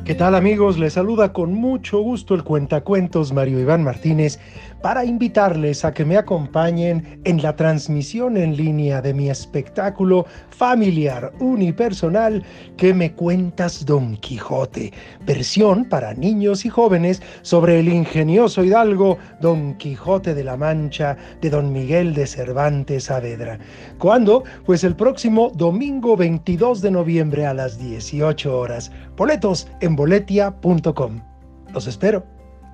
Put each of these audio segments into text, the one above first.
¿Qué tal amigos? Les saluda con mucho gusto el cuentacuentos Mario Iván Martínez para invitarles a que me acompañen en la transmisión en línea de mi espectáculo familiar unipersonal ¿Qué me cuentas, Don Quijote? Versión para niños y jóvenes sobre el ingenioso hidalgo Don Quijote de la Mancha de Don Miguel de Cervantes Saavedra. ¿Cuándo? Pues el próximo domingo 22 de noviembre a las 18 horas. Boletos en boletia.com. Los espero.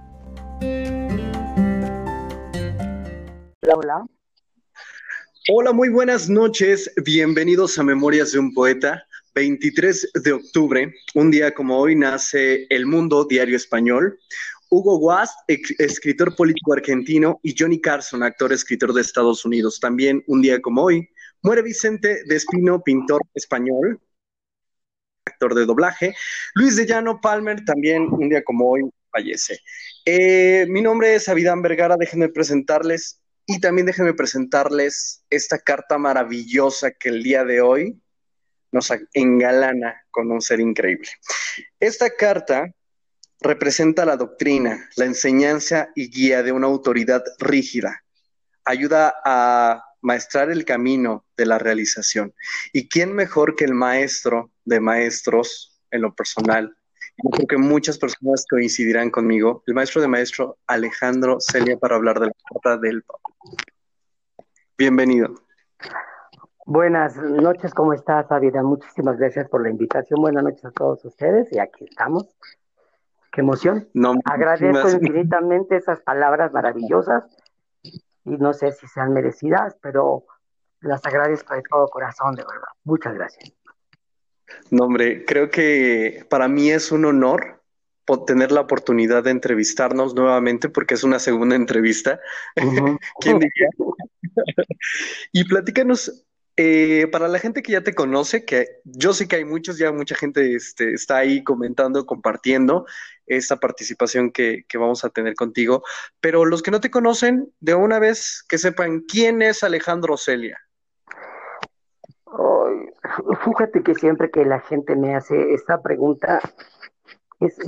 Hola, hola. Hola, muy buenas noches. Bienvenidos a Memorias de un Poeta. 23 de octubre, un día como hoy, nace El Mundo, diario español. Hugo Guast, escritor político argentino, y Johnny Carson, actor, escritor de Estados Unidos. También un día como hoy, muere Vicente Despino, pintor español, actor de doblaje. Luis de Llano Palmer, también un día como hoy, fallece. Mi nombre es Abidán Vergara, déjenme presentarles y también déjenme presentarles esta carta maravillosa que el día de hoy nos engalana con un ser increíble. Esta carta representa la doctrina, la enseñanza y guía de una autoridad rígida. Ayuda a maestrar el camino de la realización. ¿Y quién mejor que el maestro de maestros en lo personal? Yo creo que muchas personas coincidirán conmigo, el maestro de maestro Alejandro Celia, para hablar de la carta del Papa. Bienvenido. Buenas noches, ¿cómo estás, Ávida? Muchísimas gracias por la invitación. Buenas noches a todos ustedes y aquí estamos. ¡Qué emoción! No, Agradezco infinitamente esas palabras maravillosas y no sé si sean merecidas, pero las agradezco de todo corazón, de verdad. Muchas gracias. no, hombre, creo que para mí es un honor tener la oportunidad de entrevistarnos nuevamente porque es una segunda entrevista. ¿Quién diría? Y platícanos, para la gente que ya te conoce, que yo sé que hay muchos, ya mucha gente está ahí comentando, compartiendo esta participación que vamos a tener contigo, pero los que no te conocen, de una vez que sepan quién es Alejandro Celia. Oh, fíjate que siempre que la gente me hace esta pregunta, es,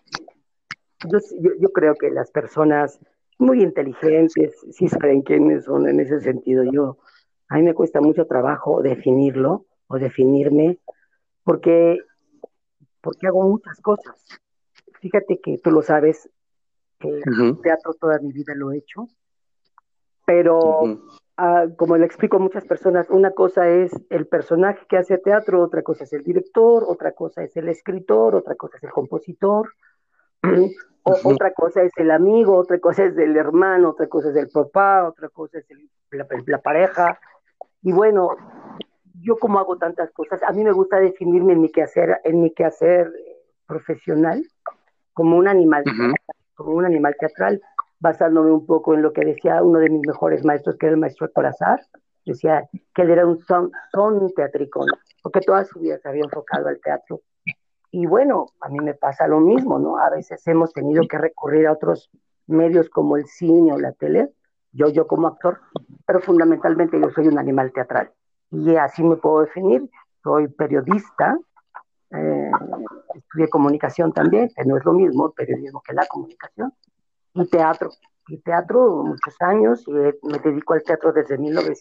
yo creo que las personas muy inteligentes sí saben quiénes son en ese sentido. A mí me cuesta mucho trabajo definirlo o definirme porque, porque hago muchas cosas. Fíjate que tú lo sabes, teatro toda mi vida lo he hecho, pero como le explico a muchas personas, una cosa es el personaje que hace teatro, otra cosa es el director, otra cosa es el escritor, otra cosa es el compositor. Otra cosa es el amigo, otra cosa es el hermano, otra cosa es el papá, otra cosa es la pareja. Y bueno, yo como hago tantas cosas, a mí me gusta definirme en mi quehacer profesional como un animal, como un animal teatral, basándome un poco en lo que decía uno de mis mejores maestros, que era el maestro Corazar, decía que él era un son teatricón, porque toda su vida se había enfocado al teatro. Y bueno, a mí me pasa lo mismo, ¿no? A veces hemos tenido que recurrir a otros medios como el cine o la tele, yo como actor, pero fundamentalmente yo soy un animal teatral. Y así me puedo definir. Soy periodista, eh, estudié comunicación también, que no es lo mismo el periodismo que la comunicación, y teatro. Y teatro muchos años, y me dedico al teatro desde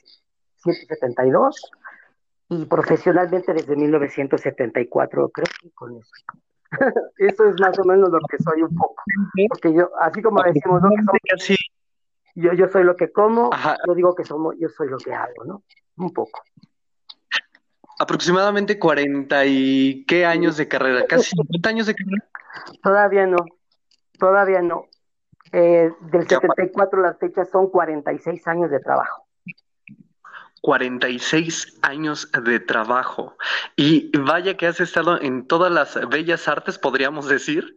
1972 y profesionalmente desde 1974, creo que con eso. Eso es más o menos lo que soy un poco. Porque yo, así como decimos lo que somos, yo soy lo que como, yo digo que yo soy lo que hago, ¿no? Un poco. Aproximadamente 40 y qué años de carrera, casi 50 años de carrera. Todavía no. Del 74 las fechas son 46 años de trabajo. 46 años de trabajo. Y vaya que has estado en todas las bellas artes, podríamos decir.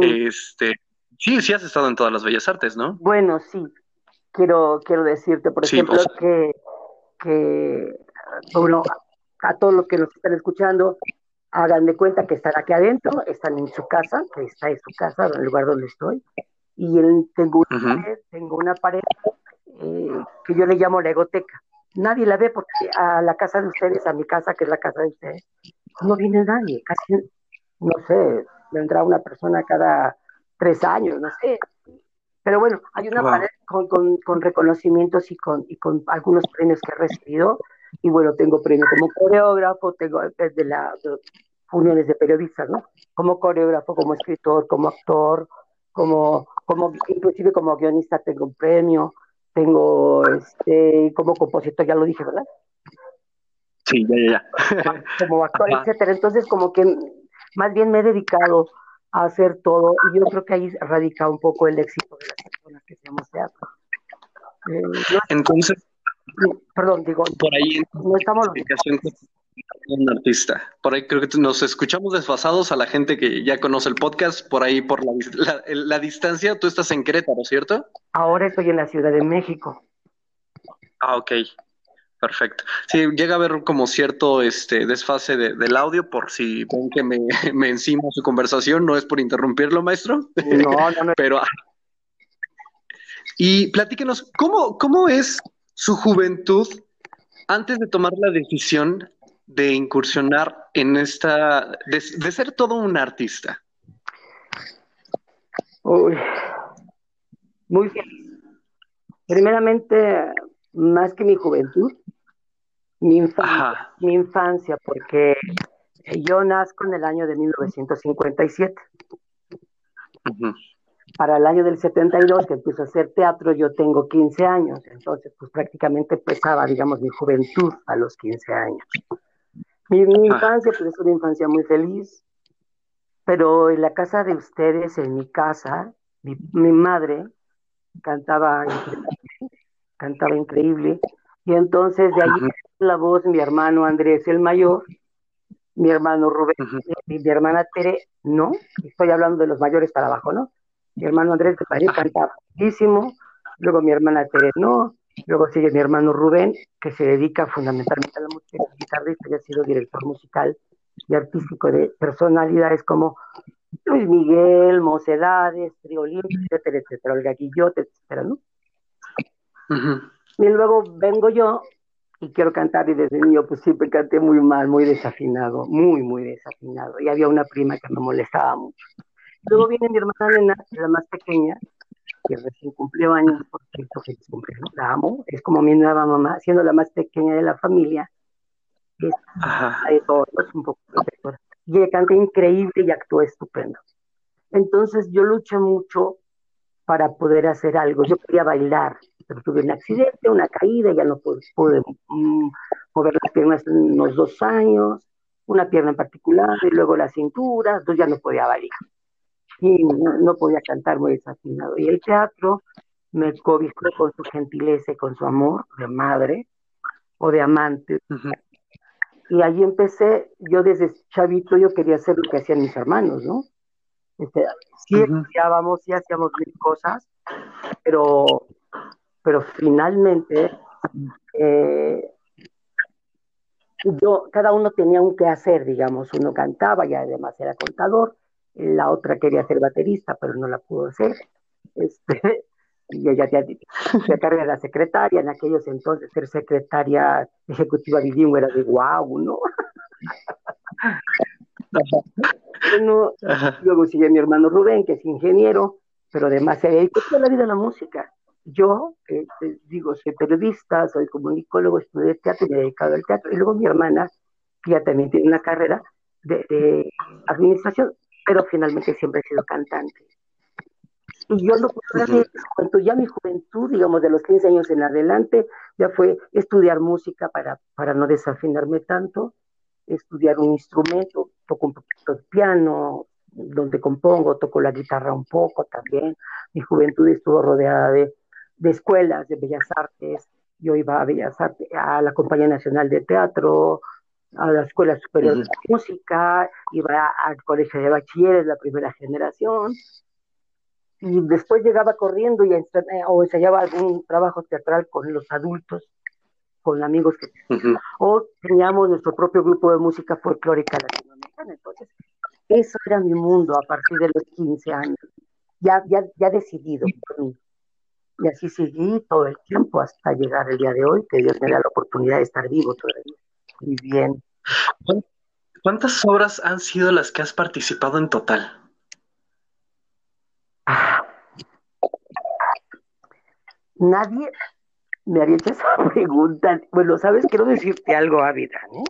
Sí has estado en todas las bellas artes, ¿no? Bueno, sí. Quiero decirte, por ejemplo, que bueno, a todos los que nos están escuchando, hagan de cuenta que están aquí adentro, están en su casa, que está en su casa, en el lugar donde estoy, y tengo una pared que yo le llamo la egoteca. Nadie la ve porque a la casa de ustedes, a mi casa, que es la casa de ustedes, no viene nadie, casi, no sé, vendrá una persona cada 3 años, no sé. Pero bueno, hay una Wow. pared con reconocimientos y con algunos premios que he recibido. Y bueno, tengo premio como coreógrafo, tengo de uniones de periodistas, ¿no? Como coreógrafo, como escritor, como actor, inclusive como guionista tengo un premio, tengo como compositor, ya lo dije, ¿verdad? Sí, ya. Como actor, Ajá. etcétera. Entonces, como que más bien me he dedicado a hacer todo y yo creo que ahí radica un poco el éxito de las personas que hacemos teatro. No Entonces, perdón, digo, por ahí en tu no estamos los explicación que un artista. Por ahí creo que nos escuchamos desfasados a la gente que ya conoce el podcast. Por ahí, por la distancia, tú estás en Querétaro, ¿cierto? ahora estoy en la Ciudad de México. Ah, ok. Perfecto. Sí, llega a haber como cierto desfase del audio por si ven que me encima su conversación, no es por interrumpirlo, maestro, No, no, no. pero y platíquenos, ¿cómo es su juventud antes de tomar la decisión de incursionar en de ser todo un artista? Uy, muy feliz. Primeramente, más que mi juventud, Ajá. mi infancia, porque yo nazco en el año de 1957. Ujú. Para el año del 72, que empiezo a hacer teatro, yo tengo 15 años. Entonces, pues prácticamente empezaba, digamos, mi juventud a los 15 años. Mi Ajá. infancia, pues es una infancia muy feliz, pero en la casa de ustedes, en mi casa, mi madre cantaba, cantaba increíble. Y entonces de ahí Ujú. la voz mi hermano Andrés el mayor, mi hermano Rubén Ujú. y mi hermana Tere, no, estoy hablando de los mayores para abajo, ¿no? Mi hermano Andrés de París Ajá. canta muchísimo, luego mi hermana Tere no, luego sigue mi hermano Rubén, que se dedica fundamentalmente a la música, es guitarrista y ha sido director musical y artístico de personalidades como Luis Miguel, Mocedades, Trio Olímpico, etcétera, etcétera, Olga Guillote, etcétera, ¿no? Ujú. Y luego vengo yo y quiero cantar y desde niño pues siempre canté muy mal, muy desafinado, muy, muy desafinado. Y había una prima que me molestaba mucho. Luego viene mi hermana Nena, que es la más pequeña, que recién cumplió años, por cierto, feliz cumpleaños, la amo, es como mi nueva mamá, siendo la más pequeña de la familia, que es la Ajá. de todos, un poco protectora. Y ella canta increíble y actúa estupendo. Entonces yo luché mucho para poder hacer algo. Yo quería bailar, pero tuve un accidente, una caída, ya no pude mover las piernas en unos 2 años, una pierna en particular, y luego la cintura, entonces ya no podía bailar. Y no podía cantar muy desafinado. Y el teatro me cobijó con su gentileza y con su amor de madre o de amante. Ujú. Y allí empecé, yo desde chavito yo quería hacer lo que hacían mis hermanos, ¿no? Este, sí Ujú. estudiábamos, sí hacíamos mil cosas, pero, pero finalmente eh, cada uno tenía un qué hacer, digamos, uno cantaba y además era contador, la otra quería ser baterista, pero no la pudo hacer, este, y ella ya se carga de la secretaria, en aquellos entonces ser secretaria ejecutiva bilingüe era de wow, ¿no? Bueno, Ajá. luego sigue mi hermano Rubén, que es ingeniero, pero además se dedicó toda la vida a la música. Yo, digo, soy periodista, soy comunicólogo, estudié teatro y me he dedicado al teatro. Y luego mi hermana, que ya también tiene una carrera de administración, pero finalmente siempre he sido cantante. Y yo lo puedo Ujú. ver cuando ya mi juventud, digamos, de los 15 años en adelante, ya fue estudiar música para no desafinarme tanto, estudiar un instrumento, toco un poquito el piano, donde compongo, toco la guitarra un poco también. Mi juventud estuvo rodeada de escuelas de bellas artes. Yo iba a Bellas Artes, a la Compañía Nacional de Teatro, a la Escuela Superior Ujú. de Música, iba al Colegio de Bachilleres, la primera generación, y después llegaba corriendo o ensayaba algún trabajo teatral con los adultos, con amigos Ujú. o teníamos nuestro propio grupo de música folclórica latinoamericana. Entonces, eso era mi mundo a partir de los 15 años, ya decidido por mí. Y así seguí todo el tiempo hasta llegar el día de hoy, que Dios me da la oportunidad de estar vivo todavía. Muy bien. ¿Cuántas obras han sido las que has participado en total? Nadie me había hecho esa pregunta. Bueno, sabes, quiero decirte algo, Ávida, ¿eh?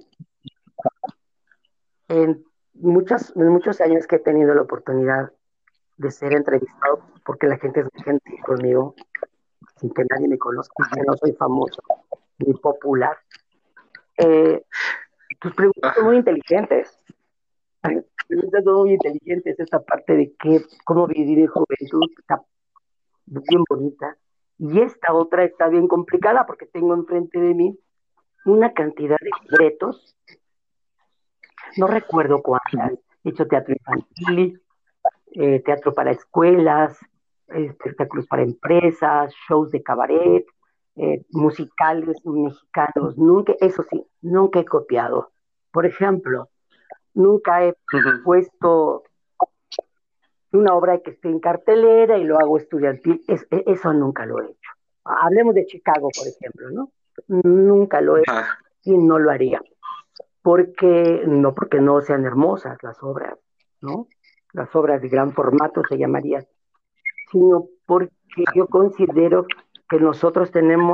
En muchos años que he tenido la oportunidad de ser entrevistado, porque la gente es muy gentil conmigo, sin que nadie me conozca, que no soy famoso ni popular. Eh, Tus preguntas son muy Ajá. inteligentes. Tus preguntas son muy inteligentes. Esta parte de cómo vivir en juventud está bien bonita. Y esta otra está bien complicada porque tengo enfrente de mí una cantidad de libretos. No recuerdo cuántas. He hecho teatro infantil, teatro para escuelas, espectáculos para empresas, shows de cabaret, musicales mexicanos. Nunca, eso sí, nunca he copiado. Por ejemplo, nunca he Ujú. puesto una obra que esté en cartelera y lo hago estudiantil. Eso nunca lo he hecho. Hablemos de Chicago, por ejemplo, ¿no? Nunca lo he hecho Ajá. y no lo haría. Porque no sean hermosas las obras, ¿no? Las obras de gran formato se llamaría, sino porque yo considero que nosotros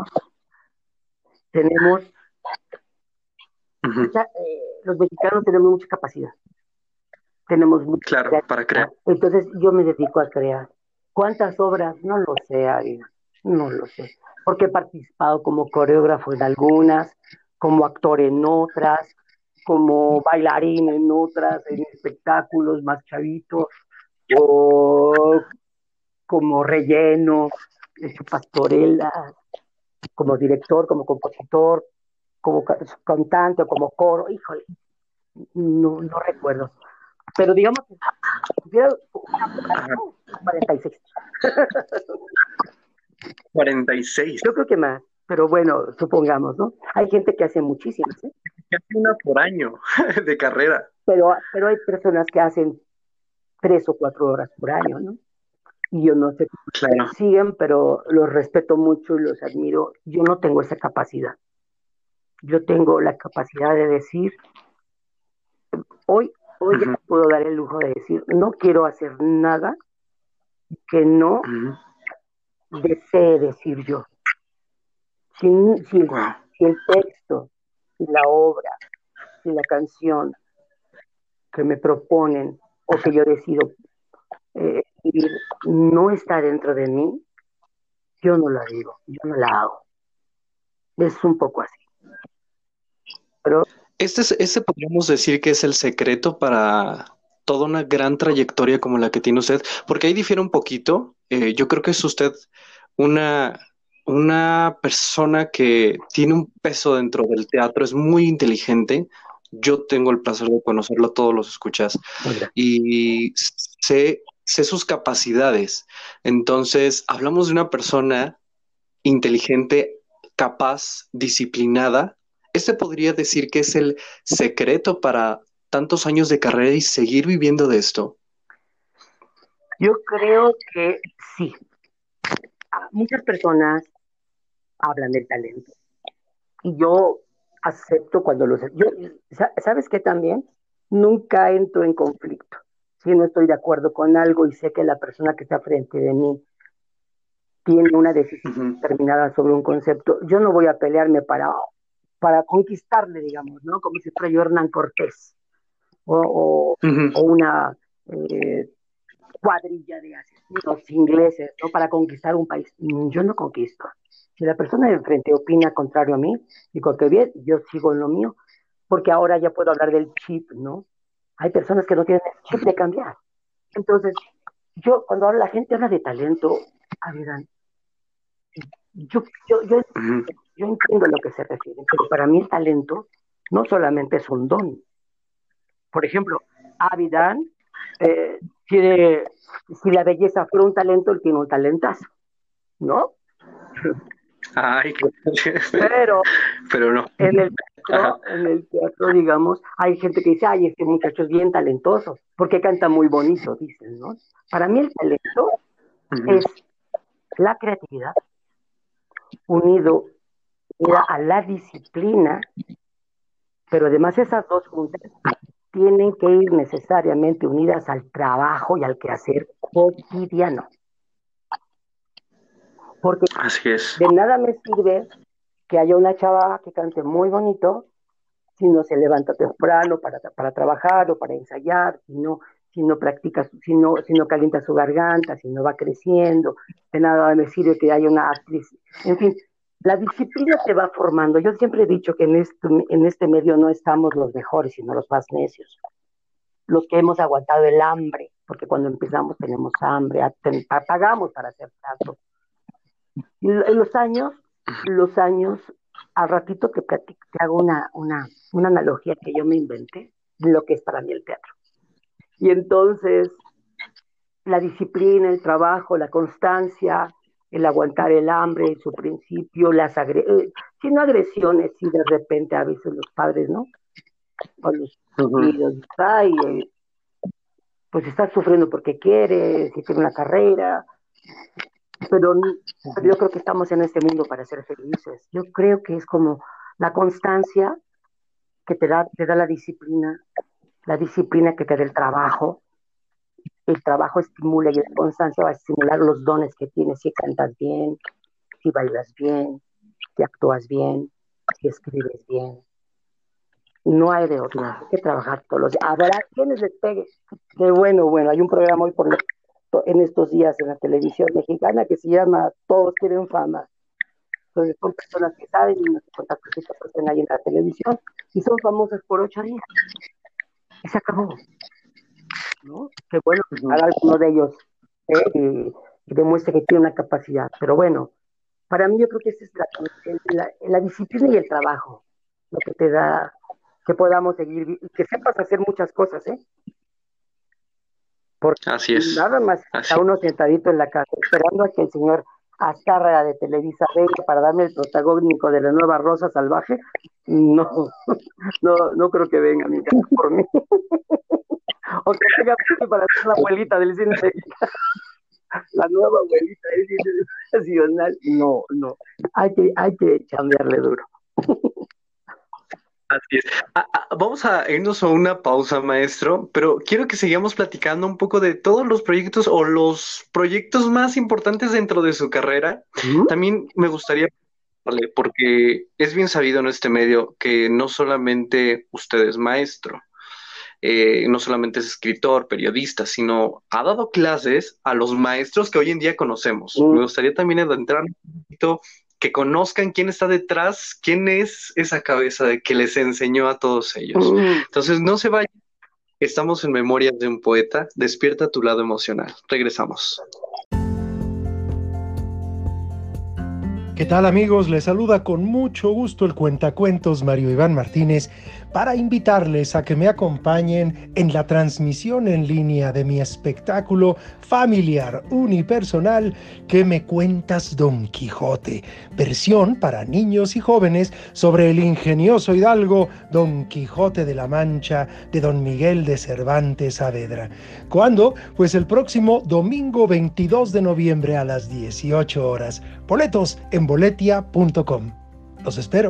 tenemos Ujú. los mexicanos tenemos mucha capacidad, tenemos mucha Claro, para crear. creatividad. Entonces yo me dedico a crear. ¿Cuántas obras? No lo sé, Arina, no lo sé. Porque he participado como coreógrafo en algunas, como actor en otras, como bailarín en otras, en espectáculos más chavitos, o como relleno, he hecho pastorelas, como director, como compositor, como cantante o como coro, híjole, no recuerdo. Pero digamos que si tuviera una por Ajá. año, 46. 46. Yo creo que más, pero bueno, supongamos, ¿no? Hay gente que hace muchísimas, ¿eh? Casi una por año de carrera. Pero hay personas que hacen 3 o 4 horas por año, ¿no? Y yo no sé cómo Claro. siguen, pero los respeto mucho y los admiro. Yo no tengo esa capacidad. Yo tengo la capacidad de decir, hoy ya Ujú. puedo dar el lujo de decir, no quiero hacer nada que no Ujú. desee decir yo. Si, si, Wow. si el texto, si la obra, si la canción que me proponen o que yo decido escribir no está dentro de mí, yo no la digo, yo no la hago. Es un poco así. Pero Este podríamos decir que es el secreto para toda una gran trayectoria como la que tiene usted, porque ahí difiere un poquito. Yo creo que es usted una, una persona que tiene un peso dentro del teatro, es muy inteligente. Yo tengo el placer de conocerlo, todos los escuchas, mira, y sé sus capacidades. Entonces, hablamos de una persona inteligente, capaz, disciplinada. Este podría decir que es el secreto para tantos años de carrera y seguir viviendo de esto. yo creo que sí. Muchas personas hablan del talento y yo acepto cuando los... ¿Sabes qué también? Nunca entro en conflicto. Si no estoy de acuerdo con algo y sé que la persona que está frente de mí tiene una decisión Ujú. determinada sobre un concepto, yo no voy a pelearme para conquistarle, digamos, ¿no? Como si fuera yo Hernán Cortés o, o, Ujú. o una eh, cuadrilla de asesinos ingleses, ¿no? Para conquistar un país. Yo no conquisto. Si la persona de enfrente opina contrario a mí, digo que bien, yo sigo en lo mío, porque ahora ya puedo hablar del chip, ¿no? Hay personas que no tienen el chip de cambiar. Entonces, cuando la gente habla de talento, a ver, yo, yo, yo, Ujú. yo entiendo a lo que se refiere, pero para mí el talento no solamente es un don. Por ejemplo, Avidan tiene, si la belleza fuera un talento, él tiene un talentazo, ¿no? Ay, Pero pero no. en el Ajá. digamos, hay gente que dice, ay, este muchacho es bien talentoso, porque canta muy bonito, dicen, ¿no? Para mí el talento Ujú. es la creatividad unido a la disciplina, pero además esas dos juntas tienen que ir necesariamente unidas al trabajo y al quehacer cotidiano. porque Así es. de nada me sirve que haya una chava que cante muy bonito si no se levanta temprano para trabajar o para ensayar, si no practica, si no calienta su garganta, si no va creciendo, de nada me sirve que haya una actriz. En fin, la disciplina te va formando. Yo siempre he dicho que en este medio no estamos los mejores, sino los más necios, los que hemos aguantado el hambre, porque cuando empezamos tenemos hambre, pagamos para hacer teatro. Y los años, al ratito te hago una analogía que yo me inventé de lo que es para mí el teatro. Y entonces, la disciplina, el trabajo, la constancia, el aguantar el hambre en su principio, si no agresiones, si de repente a veces los padres, ¿no? O los niños, ay, pues estás sufriendo porque quieres, si tiene una carrera, pero, pero yo creo que estamos en este mundo para ser felices. Yo creo que es como la constancia que te da la disciplina que te da el trabajo estimula y la constancia va a estimular los dones que tienes, si cantas bien, si bailas bien, si actúas bien, si escribes bien. No hay de otra, hay que trabajar todos los días. Habrá quienes les pegue. De bueno, hay un programa hoy en estos días en la televisión mexicana que se llama Todos quieren fama. Entonces son personas que saben y no sé cuántas cositas hacen ahí en la televisión y son famosas por 8 días. Y se acabó, ¿no? Que bueno, haga alguno de ellos y demuestre que tiene una capacidad. Pero bueno, para mí yo creo que esa es la disciplina y el trabajo, lo que te da que podamos seguir y que sepas hacer muchas cosas, ¿eh? Porque Así es. nada más está uno sentadito en la casa esperando a que el señor Azcárraga de Televisa venga para darme el protagónico de la nueva Rosa Salvaje. No, no creo que venga a mi casa por mí. O que venga para ser la abuelita del cine mexicano, la nueva abuelita del cine nacional. No, hay que chambearle duro. Así es. Vamos a irnos a una pausa, maestro, pero quiero que sigamos platicando un poco de todos los proyectos o los proyectos más importantes dentro de su carrera. También me gustaría preguntarle, porque es bien sabido en este medio que no solamente usted es maestro, no solamente es escritor, periodista, sino ha dado clases a los maestros que hoy en día conocemos. Me gustaría también adentrar un poquito, que conozcan quién está detrás, quién es esa cabeza de que les enseñó a todos ellos. Entonces, no se vayan. Estamos en Memorias de un Poeta. Despierta tu lado emocional. Regresamos. ¿Qué tal, amigos? Les saluda con mucho gusto el cuentacuentos Mario Iván Martínez para invitarles a que me acompañen en la transmisión en línea de mi espectáculo familiar unipersonal ¿Qué me cuentas, Don Quijote? Versión para niños y jóvenes sobre el ingenioso hidalgo Don Quijote de la Mancha de Don Miguel de Cervantes Saavedra. ¿Cuándo? Pues el próximo domingo 22 de noviembre a las 18 horas. Boletos en boletia.com. Los espero.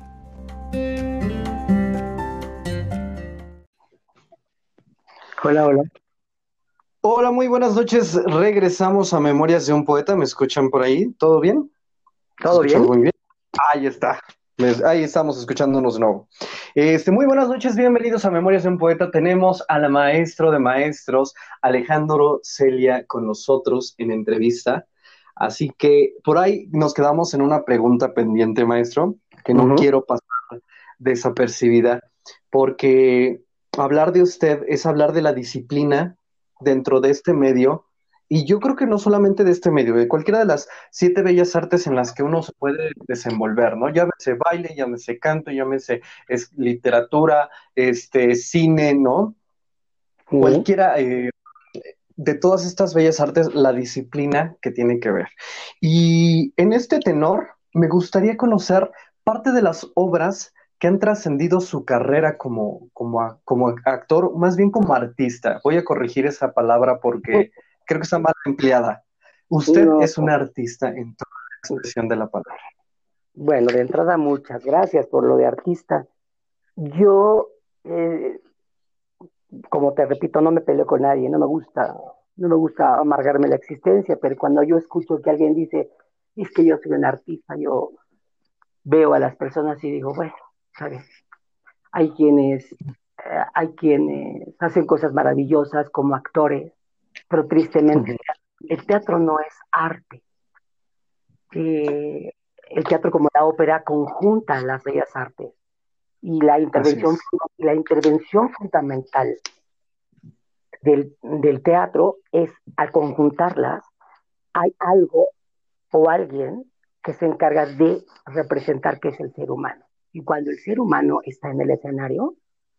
Hola. Hola, muy buenas noches. Regresamos a Memorias de un Poeta. ¿Me escuchan por ahí? ¿Todo bien? ¿Todo bien? Muy bien. Ahí está. Ahí estamos escuchándonos de nuevo. Muy buenas noches, bienvenidos a Memorias de un Poeta. Tenemos al maestro de maestros, Alejandro Celia, con nosotros en entrevista. Así que por ahí nos quedamos en una pregunta pendiente, maestro, que no quiero pasar desapercibida, porque hablar de usted es hablar de la disciplina dentro de este medio, y yo creo que no solamente de este medio, de cualquiera de las 7 bellas artes en las que uno se puede desenvolver, ¿no? Llámese baile, llámese canto, llámese literatura, cine, ¿no? Cualquiera, de todas estas bellas artes, la disciplina que tiene que ver. Y en este tenor, me gustaría conocer parte de las obras que han trascendido su carrera como actor, más bien como artista. Voy a corregir esa palabra porque creo que está mal empleada. Usted es un artista en toda la expresión de la palabra. Bueno, de entrada, muchas gracias por lo de artista. Yo, como te repito, no me peleo con nadie, no me gusta amargarme la existencia, pero cuando yo escucho que alguien dice, es que yo soy un artista, yo veo a las personas y digo, bueno, ¿sabes? Hay quienes hacen cosas maravillosas como actores, pero tristemente Ujú. el teatro no es arte. Eh, el teatro como la ópera conjunta las bellas artes y Así es. la intervención fundamental del teatro es al conjuntarlas, hay algo o alguien que se encarga de representar qué es el ser humano. Y cuando el ser humano está en el escenario,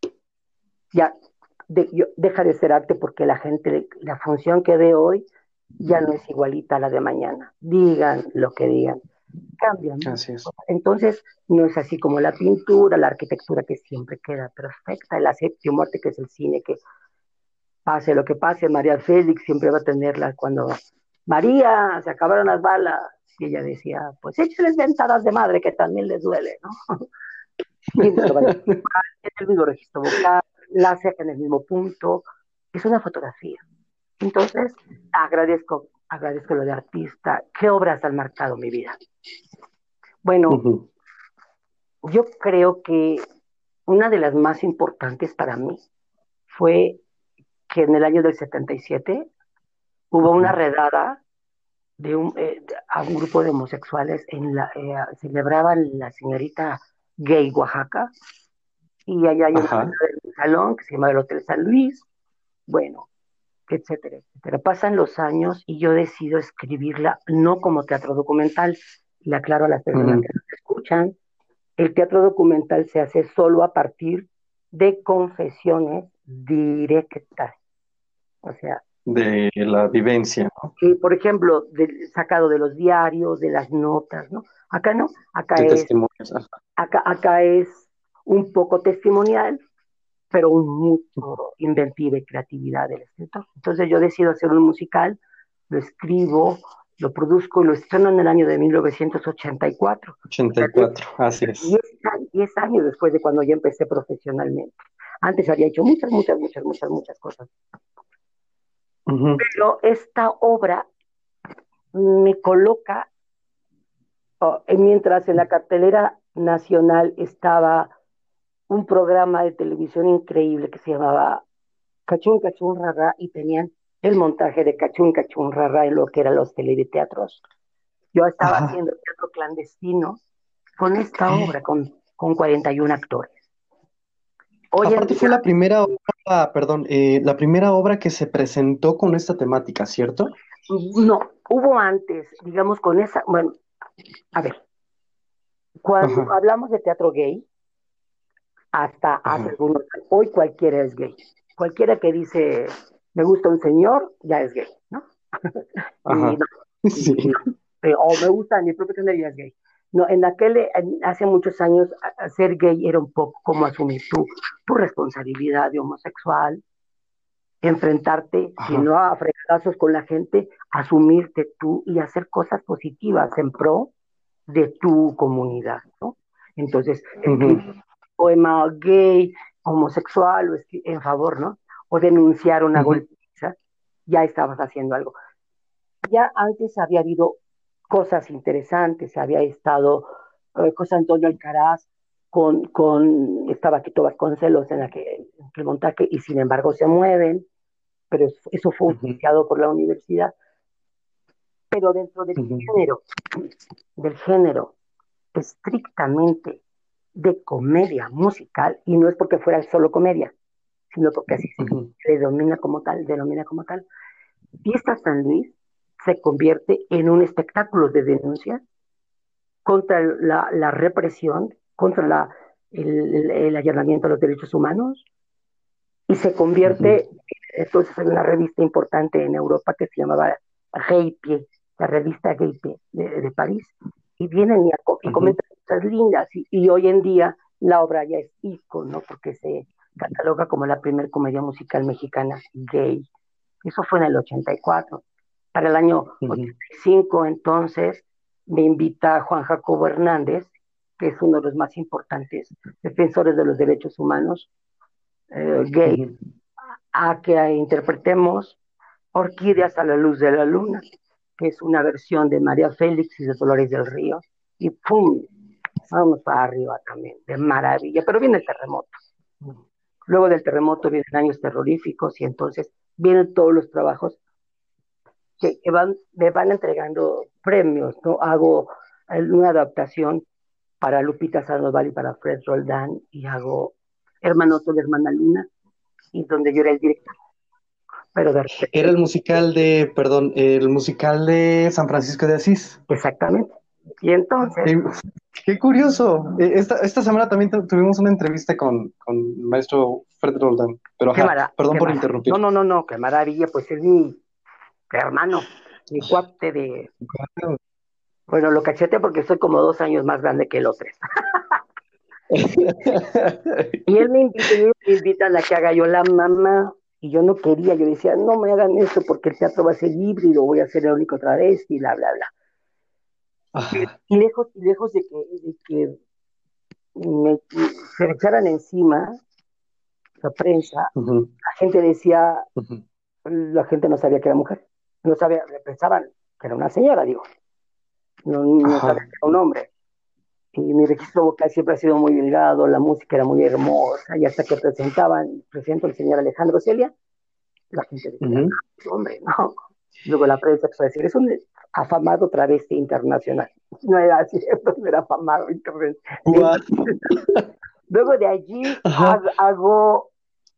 ya deja de ser arte porque la gente, la función que ve hoy ya no es igualita a la de mañana. Digan lo que digan, cambian Así muchas es. cosas. Entonces, no es así como la pintura, la arquitectura que siempre queda perfecta, el séptimo arte que es el cine, que pase lo que pase, María Félix siempre va a tenerla cuando María, se acabaron las balas. Y ella decía, pues échales ventadas de madre que también les duele, ¿no? Siempre lo va a decir, es el mismo registro vocal, la ceja en el mismo punto, es una fotografía. Entonces, agradezco lo de artista. ¿Qué obras han marcado mi vida? Bueno, Ujú. yo creo que una de las más importantes para mí fue que en el año del 77 hubo una redada a un grupo de homosexuales celebraban la señorita gay Oaxaca y allá hay una Ajá. redada en un salón que se llama el Hotel San Luis, bueno, etcétera, etcétera. Pasan los años y yo decido escribirla no como teatro documental, le aclaro a las personas Ujú. que nos escuchan, el teatro documental se hace solo a partir de confesiones directas, o sea, De la vivencia, ¿no? por ejemplo, sacado de los diarios, de las notas, ¿no? Acá no, De testimonios. Ajá. acá es un poco testimonial, pero un mucho inventiva y creatividad del escritor. Entonces yo decido hacer un musical, lo escribo, lo produzco y lo estreno en el año de 1984. O sea, 84, así es. 10 años después de cuando ya empecé profesionalmente. Antes había hecho muchas cosas. Ujú. Pero esta obra me coloca, mientras en la cartelera nacional estaba un programa de televisión increíble que se llamaba Cachún Cachún Rara y tenían el montaje de Cachún Cachún Rara en lo que eran los teleteatros. Yo estaba Ajá. haciendo teatro clandestino con esta obra, con 41 actores. Hoy en Aparte fue día, la primera obra, perdón, la primera obra que se presentó con esta temática, ¿cierto? no, hubo antes, digamos, con esa, bueno, a ver, cuando Ajá, hablamos de teatro gay, hasta hace ajá. algunos años, hoy cualquiera es gay. Cualquiera que dice, me gusta un señor, ya es gay, ¿no? Y Ajá. no, Sí. o me gusta mi propio género, ya es gay. No, hace muchos años, ser gay era un poco como asumir tu responsabilidad de homosexual, enfrentarte, si Ajá. no a fregadazos con la gente, asumirte tú y hacer cosas positivas en pro de tu comunidad, ¿no? Entonces, Ujú, escribir un poema gay, homosexual, en favor, ¿no? O denunciar una ujú, golpiza, ya estabas haciendo algo. Ya antes había habido cosas interesantes, había estado José Antonio Alcaraz estaba Quito Vasconcelos en el montaje y sin embargo se mueven, pero eso fue ujú, auspiciado por la universidad. Pero dentro ujú, del género estrictamente de comedia musical, y no es porque fuera solo comedia, sino porque así ujú, se denomina como tal, Fiesta San Luis se convierte en un espectáculo de denuncia contra la represión, contra el allanamiento a los derechos humanos, y se ujú, convierte entonces en una revista importante en Europa que se llamaba Gay Pie, la revista Gay Pie de París, y vienen y ujú, comentan cosas lindas, y hoy en día la obra ya es ícono porque se cataloga como la primera comedia musical mexicana gay. Eso fue en el 84. Para el año ujú, 85, entonces, me invita Juan Jacobo Hernández, que es uno de los más importantes defensores de los derechos humanos gay, ujú. a que interpretemos Orquídeas a la luz de la luna. que es una versión de María Félix y de Dolores del Río, y ¡pum! Vamos para arriba también, de maravilla, pero viene el terremoto. Luego del terremoto vienen años terroríficos y entonces vienen todos los trabajos me van entregando premios, ¿no? Hago una adaptación para Lupita Sandoval y para Fred Roldán y hago Hermano Sol, Hermana Luna, y donde yo era el director, pero de Era repente, el musical perdón, el musical de San Francisco de Asís. exactamente. Y entonces, Eh, Qué curioso. Esta semana también tuvimos una entrevista con el maestro Fred Roldán, pero perdón qué por mara, no, interrumpir. no, no, no, qué maravilla, pues es mi hermano, mi cuate de, bueno, lo cachete porque soy como 2 años más grande que el otro. Y él me invita a la que haga yo la mamá, y yo no quería, yo decía, no me hagan eso porque el teatro va a ser híbrido, voy a ser el único otra vez, y bla, bla, bla. Ajá, Y lejos de que me, se me echaran encima la prensa, ujú, la gente decía, ujú, la gente no sabía que era mujer, no sabía, pensaban que era una señora, digo, no sabía ajá, que era un hombre. Y mi registro vocal siempre ha sido muy delgado, la música era muy hermosa, y hasta que presento al señor Alejandro Celia, la gente decía, ujú. hombre, no. Luego la prensa empezó a decir, es un afamado travesti internacional. No era cierto, no era afamado internacional. Guau, Luego de allí ajá, hago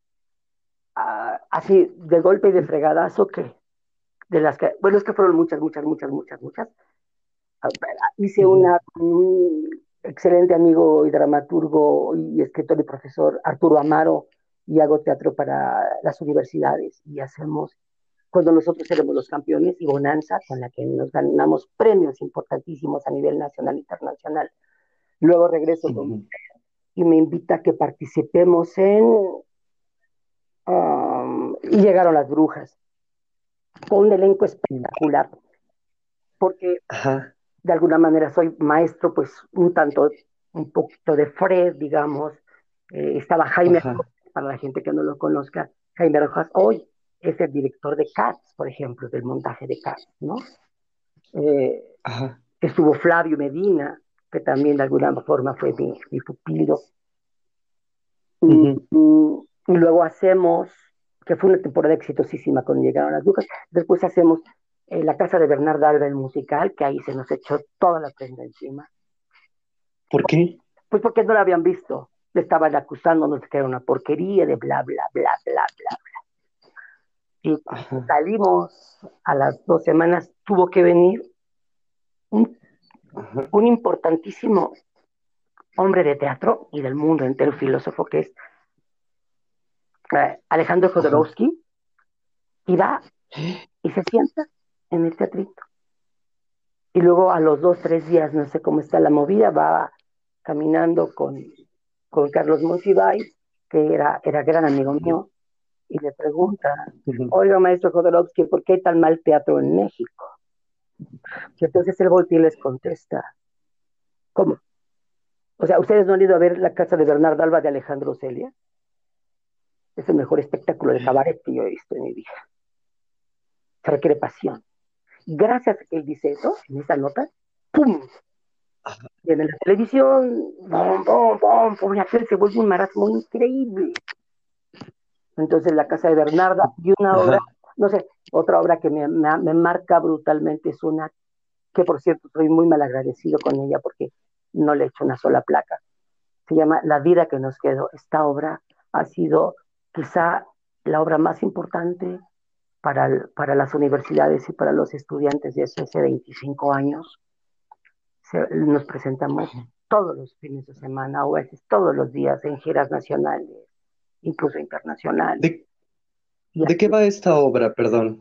así de golpe y de fregadazo que de las que, bueno, es que fueron muchas, muchas, muchas, muchas, muchas. Hice ujú, una con un excelente amigo y dramaturgo y escritor y profesor Arturo Amaro, y hago teatro para las universidades y hacemos cuando nosotros éramos los campeones y Bonanza, con la que nos ganamos premios importantísimos a nivel nacional e internacional. Luego regreso ujú. y me invita a que participemos y llegaron las brujas, con un elenco espectacular, porque Ajá, de alguna manera soy maestro, pues un poquito de Fred, digamos. Estaba Jaime, ajá, para la gente que no lo conozca, Jaime Rojas hoy es el director de Cats, por ejemplo, del montaje de Cats, ¿no? Eh, ajá, Estuvo Flavio Medina, que también de alguna forma fue mi pupilo. Y, ujú. y luego hacemos, que fue una temporada exitosísima cuando llegaron las brujas, después hacemos La Casa de Bernarda Alba, el musical, que ahí se nos echó toda la prenda encima. ¿Por qué? Pues porque no la habían visto. Le estaban acusándonos de que era una porquería, de bla, bla, bla, bla, bla. Y Ajá, salimos a las 2 semanas, tuvo que venir un, ajá, un importantísimo hombre de teatro y del mundo entero, filósofo, que es Alejandro ajá. Jodorowsky, y va y se sienta en el teatrito. Y luego a los 2, 3 días, no sé cómo está la movida, va caminando con Carlos Monsiváis, que era gran amigo mío, y le pregunta, Ujú. oiga, maestro Jodorowsky, ¿por qué hay tan mal teatro en México? Y entonces él voltea y les contesta, ¿cómo? O sea, ¿ustedes no han ido a ver la casa de Bernardo Alba de Alejandro Celia? Es el mejor espectáculo de cabaret que yo he visto en mi vida. Se requiere pasión. Gracias a que él dice eso, en esa nota, ¡pum! Y en la televisión, ¡bom, bom, bom! Bom, y aquel se vuelve un marasmo increíble. Entonces, la casa de Bernarda y una obra, Ajá, no sé, otra obra que me marca brutalmente es una que, por cierto, soy muy mal agradecido con ella porque no le he hecho una sola placa. Se llama La vida que nos quedó. Esta obra ha sido quizá la obra más importante para las universidades y para los estudiantes de hace 25 años. Nos presentamos ajá. todos los fines de semana, o a veces todos los días, en giras nacionales, incluso internacionales. ¿De, Y de qué así, va esta obra, perdón?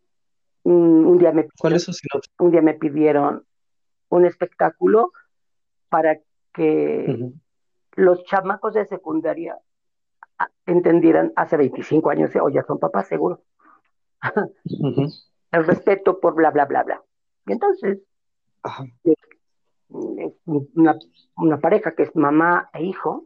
un día me ¿Cuál pidieron, es su sinopsis? un día me pidieron un espectáculo para que Ujú, los chamacos de secundaria entendieran hace 25 años, o ya son papás seguro, ujú, el respeto por bla, bla, bla, bla. Y entonces, ajá, eh, una, una pareja que es mamá e hijo,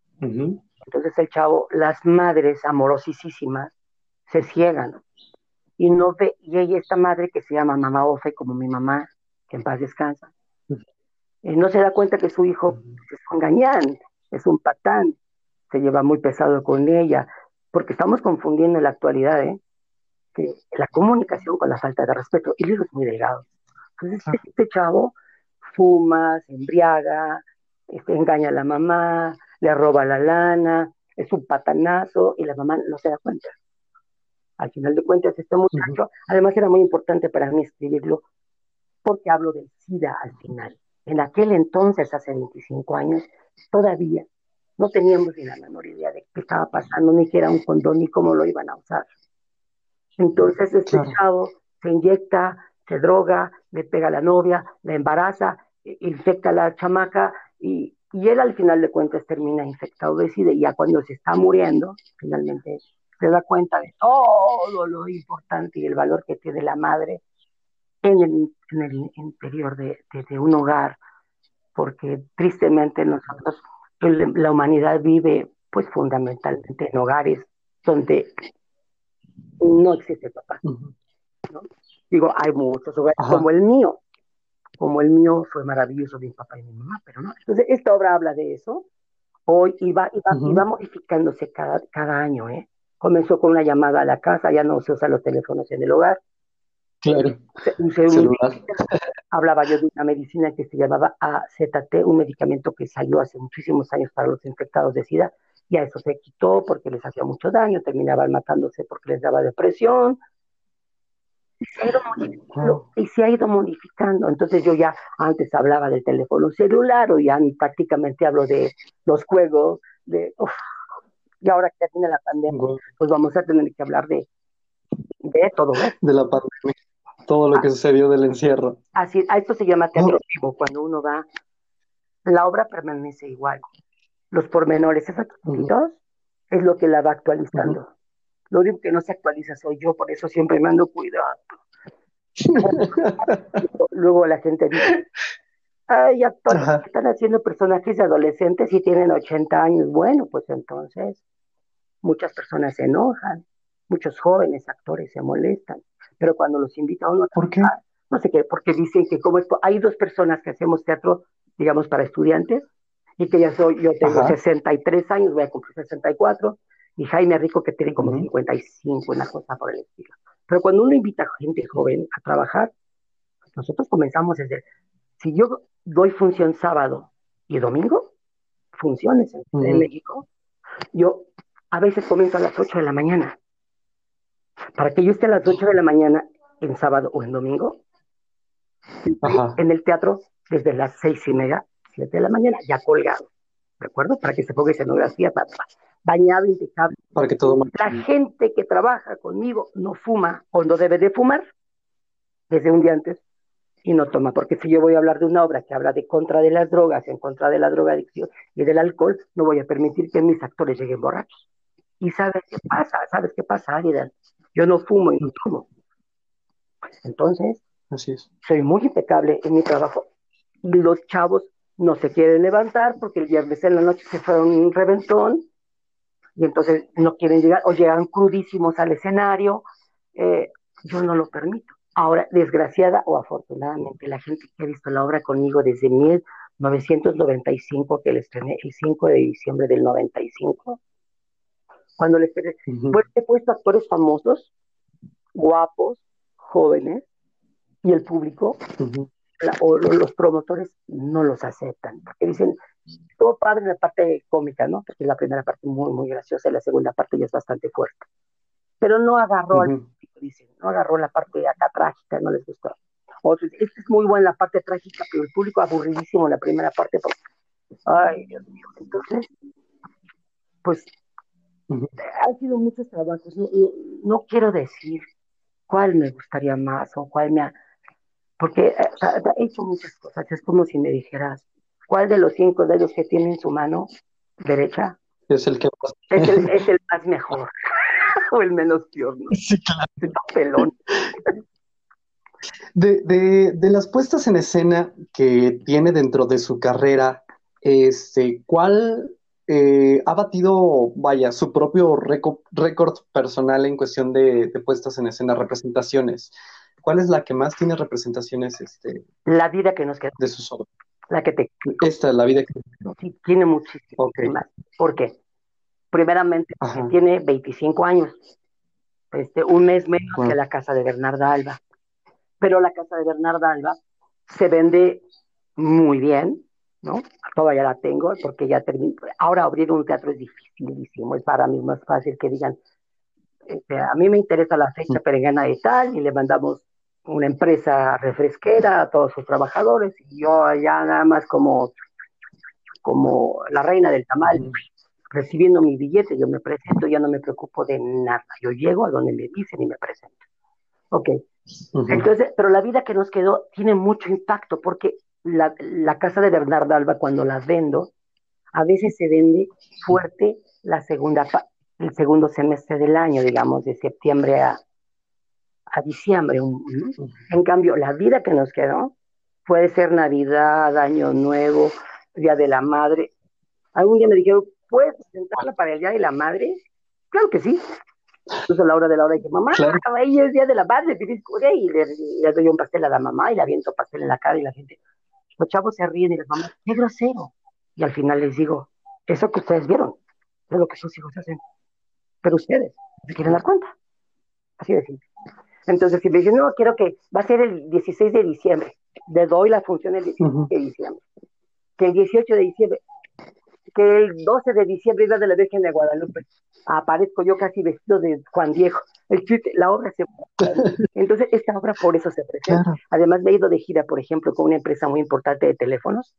ujú, entonces el chavo, las madres amorosísimas se ciegan y no ve, y ella, esta madre que se llama Mamá Ofe, como mi mamá, que en paz descansa, no se da cuenta que su hijo es un gañán, es un patán, se lleva muy pesado con ella, porque estamos confundiendo en la actualidad, que la comunicación con la falta de respeto, y Lilo es muy delgado. Entonces, este chavo fuma, se embriaga, engaña a la mamá, le roba la lana, es un patanazo, y la mamá no se da cuenta. Al final de cuentas, este muchacho, además era muy importante para mí escribirlo, porque hablo del SIDA al final. En aquel entonces, hace 25 años, todavía no teníamos ni la menor idea de qué estaba pasando, ni que era un condón, ni cómo lo iban a usar. Entonces este chavo se inyecta, se droga, le pega a la novia, la embaraza, infecta a la chamaca y él al final de cuentas termina infectado de SIDA y ya cuando se está muriendo, finalmente se da cuenta de todo lo importante y el valor que tiene la madre en el interior de un hogar, porque tristemente nosotros, la humanidad vive pues fundamentalmente en hogares donde no existe papá, ¿no? Digo, hay muchos hogares como el mío fue maravilloso mi papá y mi mamá, pero no. Entonces, esta obra habla de eso, hoy y va modificándose cada año, ¿eh? Comenzó con una llamada a la casa, ya no se usan los teléfonos en el hogar. Claro, Usé celular. hablaba yo de una medicina que se llamaba AZT, un medicamento que salió hace muchísimos años para los infectados de SIDA, y a eso se quitó porque les hacía mucho daño, terminaban matándose porque les daba depresión, y se ha ido modificando. Entonces yo ya antes hablaba del teléfono celular, o ya prácticamente hablo de los juegos, y ahora que termina la pandemia, pues vamos a tener que hablar de todo, ¿ves? De la pandemia, todo lo que sucedió del encierro. Así, a esto se llama teatro vivo, cuando uno va, la obra permanece igual. Los pormenores, esos chiquitos, es lo que la va actualizando. Lo único que no se actualiza soy yo, por eso siempre me ando cuidando. Luego la gente dice, hay actores que están haciendo personajes de adolescentes y tienen 80 años. Bueno, pues entonces muchas personas se enojan, muchos jóvenes actores se molestan, pero cuando los invita a uno a trabajar, no sé qué, porque dicen que como hay dos personas que hacemos teatro, digamos, para estudiantes, y que yo tengo 63 años, voy a cumplir 64, y Jaime Rico que tiene como 55, una cosa por el estilo. Pero cuando uno invita a gente joven a trabajar, nosotros comenzamos desde, si yo doy función sábado y domingo, funciones en México, yo a veces comienzo a las 8 de la mañana. Para que yo esté a las 8 de la mañana en sábado o en domingo, en el teatro desde las 6:30, 7 de la mañana, ya colgado. ¿De acuerdo? Para que se ponga escenografía, bañado, impecable. Para que todo la gente que trabaja conmigo no fuma o no debe de fumar desde un día antes y no toma, porque si yo voy a hablar de una obra que habla de contra de las drogas, en contra de la drogadicción y del alcohol, no voy a permitir que mis actores lleguen borrachos. ¿Y sabes qué pasa, Ariel? Yo no fumo y no tomo. Entonces, soy muy impecable en mi trabajo. Y los chavos no se quieren levantar porque el viernes en la noche se fueron un reventón y entonces no quieren llegar o llegan crudísimos al escenario. Yo no lo permito. Ahora, desgraciada o afortunadamente, la gente que ha visto la obra conmigo desde 1995, que la estrené el 5 de diciembre del 95, cuando les pues he puesto actores famosos, guapos, jóvenes, y el público o los promotores no los aceptan, porque dicen, todo padre en la parte cómica, ¿no? Porque la primera parte muy, muy graciosa y la segunda parte ya es bastante fuerte. Pero no agarró al público, dicen, no agarró la parte acá trágica, no les gustó. Otros, esta es muy buena la parte trágica, pero el público aburridísimo la primera parte, porque, ay, Dios mío. Entonces, pues, han sido muchos trabajos. No quiero decir cuál me gustaría más o cuál me ha... Porque he hecho muchas cosas. Es como si me dijeras, ¿cuál de los 5 dedos que tiene en su mano derecha es el que es el más mejor o el menos peor? ¿No? Sí, claro. Está pelón. De las puestas en escena que tiene dentro de su carrera, ¿cuál ha batido, vaya, su propio récord personal en cuestión de puestas en escena, representaciones. ¿Cuál es la que más tiene representaciones La vida que nos queda, de sus obras? la que te Esta, la vida que... sí, tiene muchísimas. Ok, ¿Por qué? Primeramente, porque ajá, tiene 25 años, un mes menos que wow. la casa de Bernarda Alba. Pero la casa de Bernarda Alba se vende muy bien, ¿no? Todavía la tengo porque ya terminé. Ahora abrir un teatro es dificilísimo, es para mí más fácil que digan, a mí me interesa la fecha perengana y tal, y le mandamos una empresa refresquera a todos sus trabajadores, y yo allá nada más como la reina del tamal, Ujú, recibiendo mi billete, yo me presento, ya no me preocupo de nada, yo llego a donde me dicen y me presento. Ok, ujú, entonces, pero la vida que nos quedó tiene mucho impacto porque la casa de Bernarda Alba, cuando las vendo, a veces se vende fuerte el segundo semestre del año, digamos, de septiembre a diciembre. En cambio, la vida que nos quedó puede ser Navidad, Año Nuevo, Día de la Madre. Algún día me dijeron, ¿puedes presentarla para el Día de la Madre? Claro que sí. Incluso a la hora dije, mamá, claro, ahí es Día de la Madre, y le doy un pastel a la mamá y le aviento pastel en la cara y la gente, los chavos se ríen y las mamás, qué grosero. Y al final les digo, eso que ustedes vieron es lo que sus hijos hacen, pero ustedes se quieren dar cuenta. Así de simple. Entonces, si me dicen, no, quiero que va a ser el 16 de diciembre, le doy la función el 16 ujú, de diciembre, que el 18 de diciembre, que el 12 de diciembre es de la Virgen de Guadalupe. Aparezco yo casi vestido de Juan Diego. La obra se... Entonces, esta obra por eso se presenta. claro, Además, me he ido de gira, por ejemplo, con una empresa muy importante de teléfonos,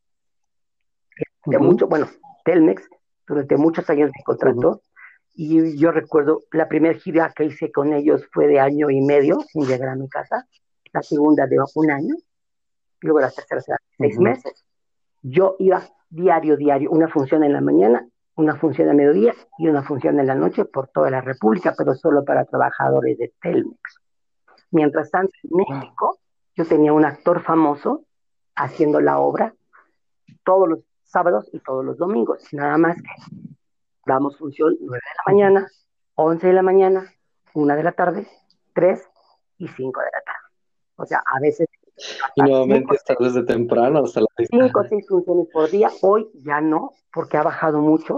de ujú, mucho, bueno, Telmex, durante muchos años me ujú, contrató. Y yo recuerdo, la primera gira que hice con ellos fue de año y medio, sin llegar a mi casa. La segunda de un año, y luego la tercera será 6 meses. Yo iba diario, diario, una función en la mañana, una función a mediodía y una función en la noche por toda la República, pero solo para trabajadores de Telmex. Mientras tanto, en wow, México, yo tenía un actor famoso haciendo la obra todos los sábados y todos los domingos. Nada más que damos función 9 de la ujú. mañana, 11 de la mañana, 1 de la tarde, 3 y 5 de la tarde. O sea, a veces Y hasta nuevamente estar desde temprano hasta la... 5 o 6 funciones por día. Hoy ya no, porque ha bajado mucho.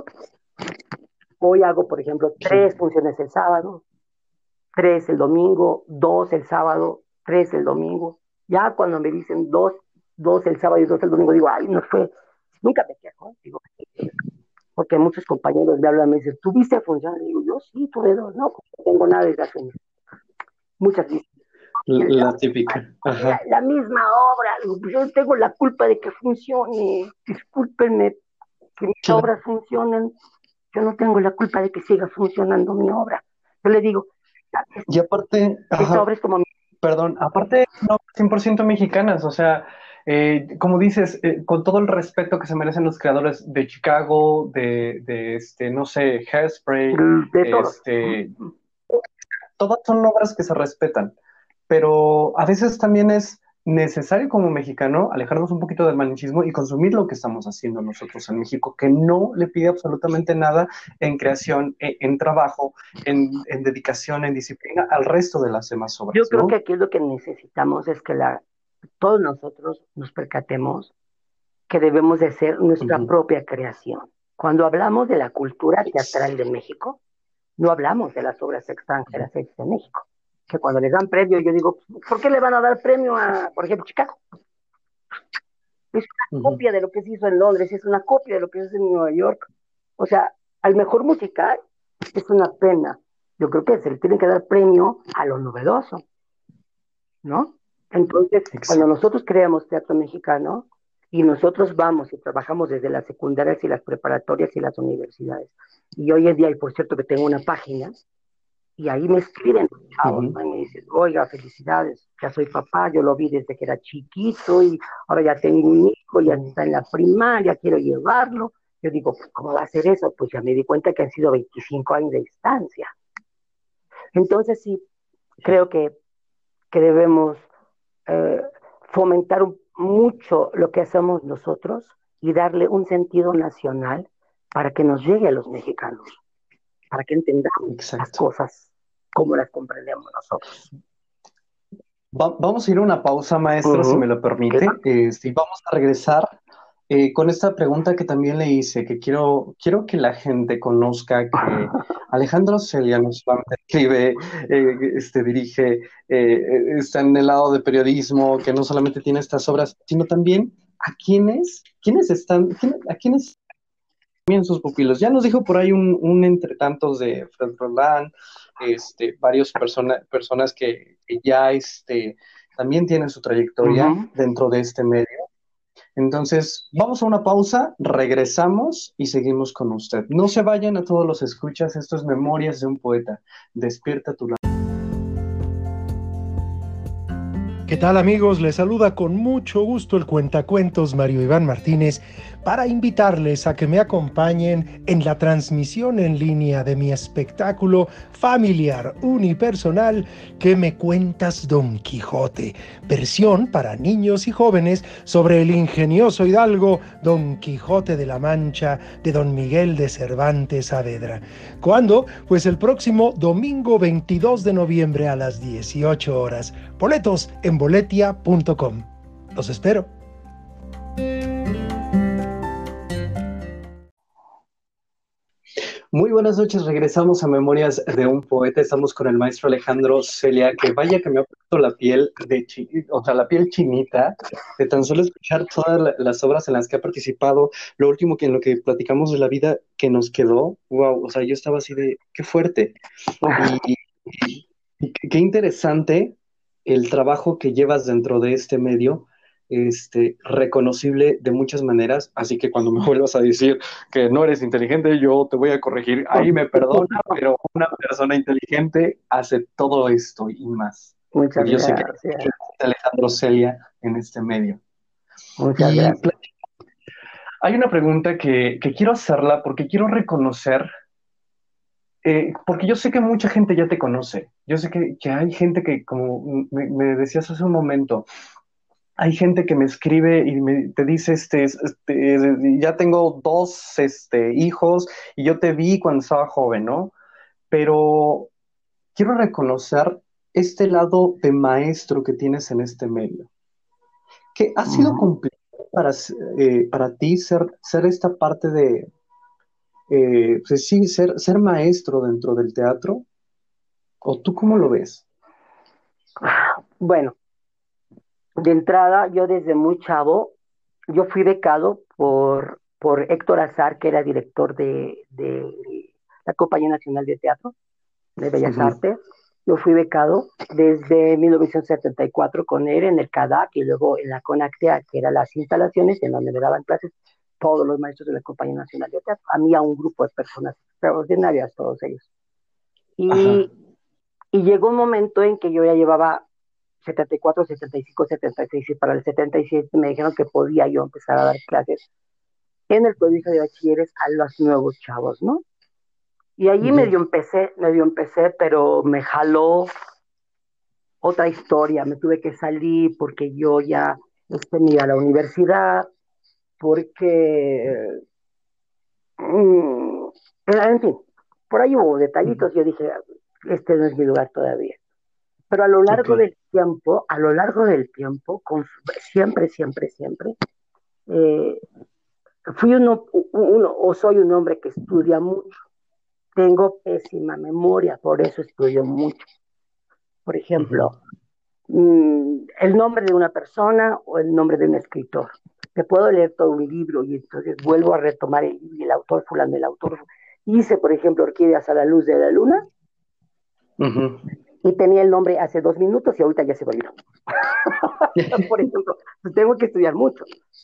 Hoy hago, por ejemplo, Claro. 3 funciones el sábado, 3 el domingo, 2 el sábado, 3 el domingo. Ya cuando me dicen dos el sábado y 2 el domingo, digo, ay, no fue, nunca me quejo, digo, porque muchos compañeros me hablan, me dicen, ¿tuviste función? Y digo, yo sí, tuve dos, no, pues no tengo nada desde hace muchas veces. La típica. Ajá. La misma obra, digo, pues yo tengo la culpa de que funcione, discúlpenme que mis Claro. obras funcionan, yo no tengo la culpa de que siga funcionando mi obra. Yo le digo, Y aparte, esta ajá, obra es como mi... perdón, aparte no 100% mexicanas, o sea, como dices, con todo el respeto que se merecen los creadores de Chicago, no sé, Hairspray, de todos. este, todas son obras que se respetan, pero a veces también es necesario como mexicano alejarnos un poquito del malinchismo y consumir lo que estamos haciendo nosotros en México, que no le pide absolutamente nada en creación, en trabajo, en dedicación, en disciplina al resto de las demás Yo obras, creo que ¿no? aquí lo que necesitamos es que todos nosotros nos percatemos que debemos de ser nuestra Ujú, propia creación. Cuando hablamos de la cultura teatral de México, no hablamos de las obras extranjeras hechas en México. Que cuando les dan premio, yo digo, ¿por qué le van a dar premio a, por ejemplo, Chicago? Es una ujú, copia de lo que se hizo en Londres, es una copia de lo que se hizo en Nueva York. O sea, al mejor musical es una pena. Yo creo que se le tiene que dar premio a lo novedoso, ¿no? Entonces, cuando exacto. nosotros creamos teatro mexicano y nosotros vamos y trabajamos desde las secundarias y las preparatorias y las universidades, y hoy en día, y por cierto que tengo una página, y ahí me escriben los chavos, Ujú, ¿no? Y me dicen, oiga, felicidades, ya soy papá, yo lo vi desde que era chiquito y ahora ya tengo un hijo, ya ujú, está en la primaria, quiero llevarlo. Yo digo, pues, ¿cómo va a ser eso? Pues ya me di cuenta que han sido 25 años de distancia. Entonces sí, creo que debemos eh, fomentar mucho lo que hacemos nosotros y darle un sentido nacional para que nos llegue a los mexicanos, para que entendamos las cosas como las comprendemos nosotros. Vamos a ir a una pausa, maestro, si me lo permite. Claro. Y vamos a regresar con esta pregunta que también le hice, que quiero que la gente conozca que Alejandro Celia no solamente escribe, dirige, está en el lado de periodismo, que no solamente tiene estas obras, sino también a quienes también sus pupilos. Ya nos dijo por ahí un entre tantos de Fred Roland, varios personas que ya también tienen su trayectoria dentro de este medio. Entonces, vamos a una pausa, regresamos y seguimos con usted. No se vayan a todos los escuchas, esto es Memorias de un Poeta. Despierta tu lado. ¿Qué tal, amigos? Les saluda con mucho gusto el cuentacuentos Mario Iván Martínez para invitarles a que me acompañen en la transmisión en línea de mi espectáculo familiar unipersonal ¿Qué me cuentas, Don Quijote? Versión para niños y jóvenes sobre el ingenioso hidalgo Don Quijote de la Mancha de Don Miguel de Cervantes Saavedra. ¿Cuándo? Pues el próximo domingo 22 de noviembre a las 18 horas. Boletos en boletia.com. Los espero. Muy buenas noches, regresamos a Memorias de un Poeta. Estamos con el maestro Alejandro Celia, que vaya que me ha puesto la piel la piel chinita de tan solo escuchar todas las obras en las que ha participado. Lo último en lo que platicamos de la vida que nos quedó, wow, o sea, yo estaba así de, qué fuerte. Y qué interesante el trabajo que llevas dentro de este medio, reconocible de muchas maneras, así que cuando me vuelvas a decir que no eres inteligente, yo te voy a corregir, ahí me perdona, pero una persona inteligente hace todo esto y más. Muchas Porque yo sé que gracias. Alejandro Celia en este medio. Muchas gracias. Hay una pregunta que quiero hacerla porque quiero reconocer, porque yo sé que mucha gente ya te conoce, yo sé que hay gente que, como me decías hace un momento, hay gente que me escribe y te dice, ya tengo dos hijos y yo te vi cuando estaba joven, ¿no? Pero quiero reconocer este lado de maestro que tienes en este medio, que ha sido complicado para ti ser esta parte de, pues sí, ser maestro dentro del teatro, ¿o tú cómo lo ves? Bueno, de entrada, yo desde muy chavo, yo fui becado por Héctor Azar, que era director de la Compañía Nacional de Teatro, de Bellas Artes. Yo fui becado desde 1974 con él en el CADAC y luego en la CONACTEA, que eran las instalaciones en donde me daban clases todos los maestros de la Compañía Nacional de Teatro. A mí, a un grupo de personas extraordinarias, todos ellos. Y llegó un momento en que yo ya llevaba 74, 75, 76 y para el 77 me dijeron que podía yo empezar a dar clases en el colegio de bachilleres a los nuevos chavos, ¿no? Y allí medio empecé, pero me jaló otra historia, me tuve que salir porque yo ya me iba a la universidad, porque, en fin, por ahí hubo detallitos, yo dije, este no es mi lugar todavía. Pero a lo largo del tiempo, siempre, fui o soy un hombre que estudia mucho. Tengo pésima memoria, por eso estudio mucho. Por ejemplo, el nombre de una persona o el nombre de un escritor. Te puedo leer todo un libro y entonces vuelvo a retomar el autor fulano, el autor. Hice, por ejemplo, Orquídeas a la luz de la luna. Y tenía el nombre hace 2 minutos y ahorita ya se me olvidó. Por ejemplo, tengo que estudiar mucho.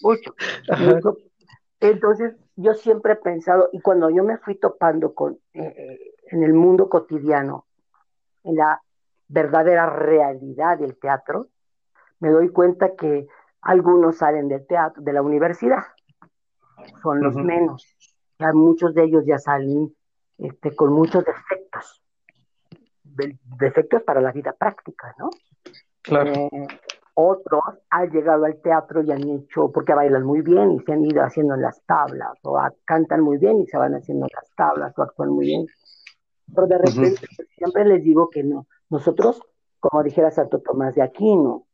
Entonces, yo siempre he pensado, y cuando yo me fui topando en el mundo cotidiano, en la verdadera realidad del teatro, me doy cuenta que algunos salen del teatro, de la universidad, son los menos. Ya muchos de ellos ya salen con muchos defectos para la vida práctica, ¿no? Claro. Otros han llegado al teatro y han hecho, porque bailan muy bien y se han ido haciendo en las tablas, cantan muy bien y se van haciendo en las tablas, o actúan muy bien. Pero de Ujú, repente, siempre les digo que no. Nosotros, como dijera Santo Tomás de Aquino,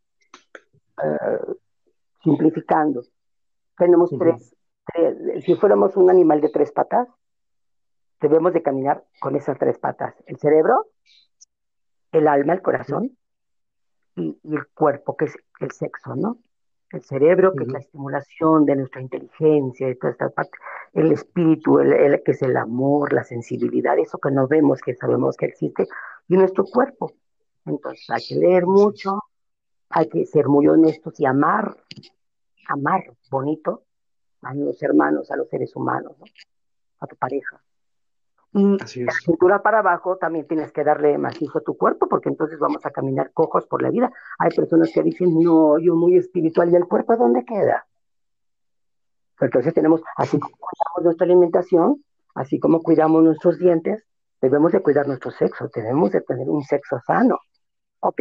simplificando, tenemos ujú, si fuéramos un animal de tres patas, debemos de caminar con esas tres patas: el cerebro, el alma, el corazón, y el cuerpo, que es el sexo, ¿no? El cerebro, que es la ujú. estimulación de nuestra inteligencia, de toda esta parte, el espíritu, que es el amor, la sensibilidad, eso que no vemos, que sabemos que existe, y nuestro cuerpo. Entonces hay que leer Así es. mucho, hay que ser muy honestos y amar bonito a los hermanos, a los seres humanos, ¿no? A tu pareja. Y de Así la es. cintura para abajo también tienes que darle macizo a tu cuerpo, porque entonces vamos a caminar cojos por la vida. Hay personas que dicen, no, yo muy espiritual, ¿y el cuerpo dónde queda? Entonces tenemos, así como cuidamos nuestra alimentación, así como cuidamos nuestros dientes, debemos de cuidar nuestro sexo, debemos de tener un sexo sano. Ok,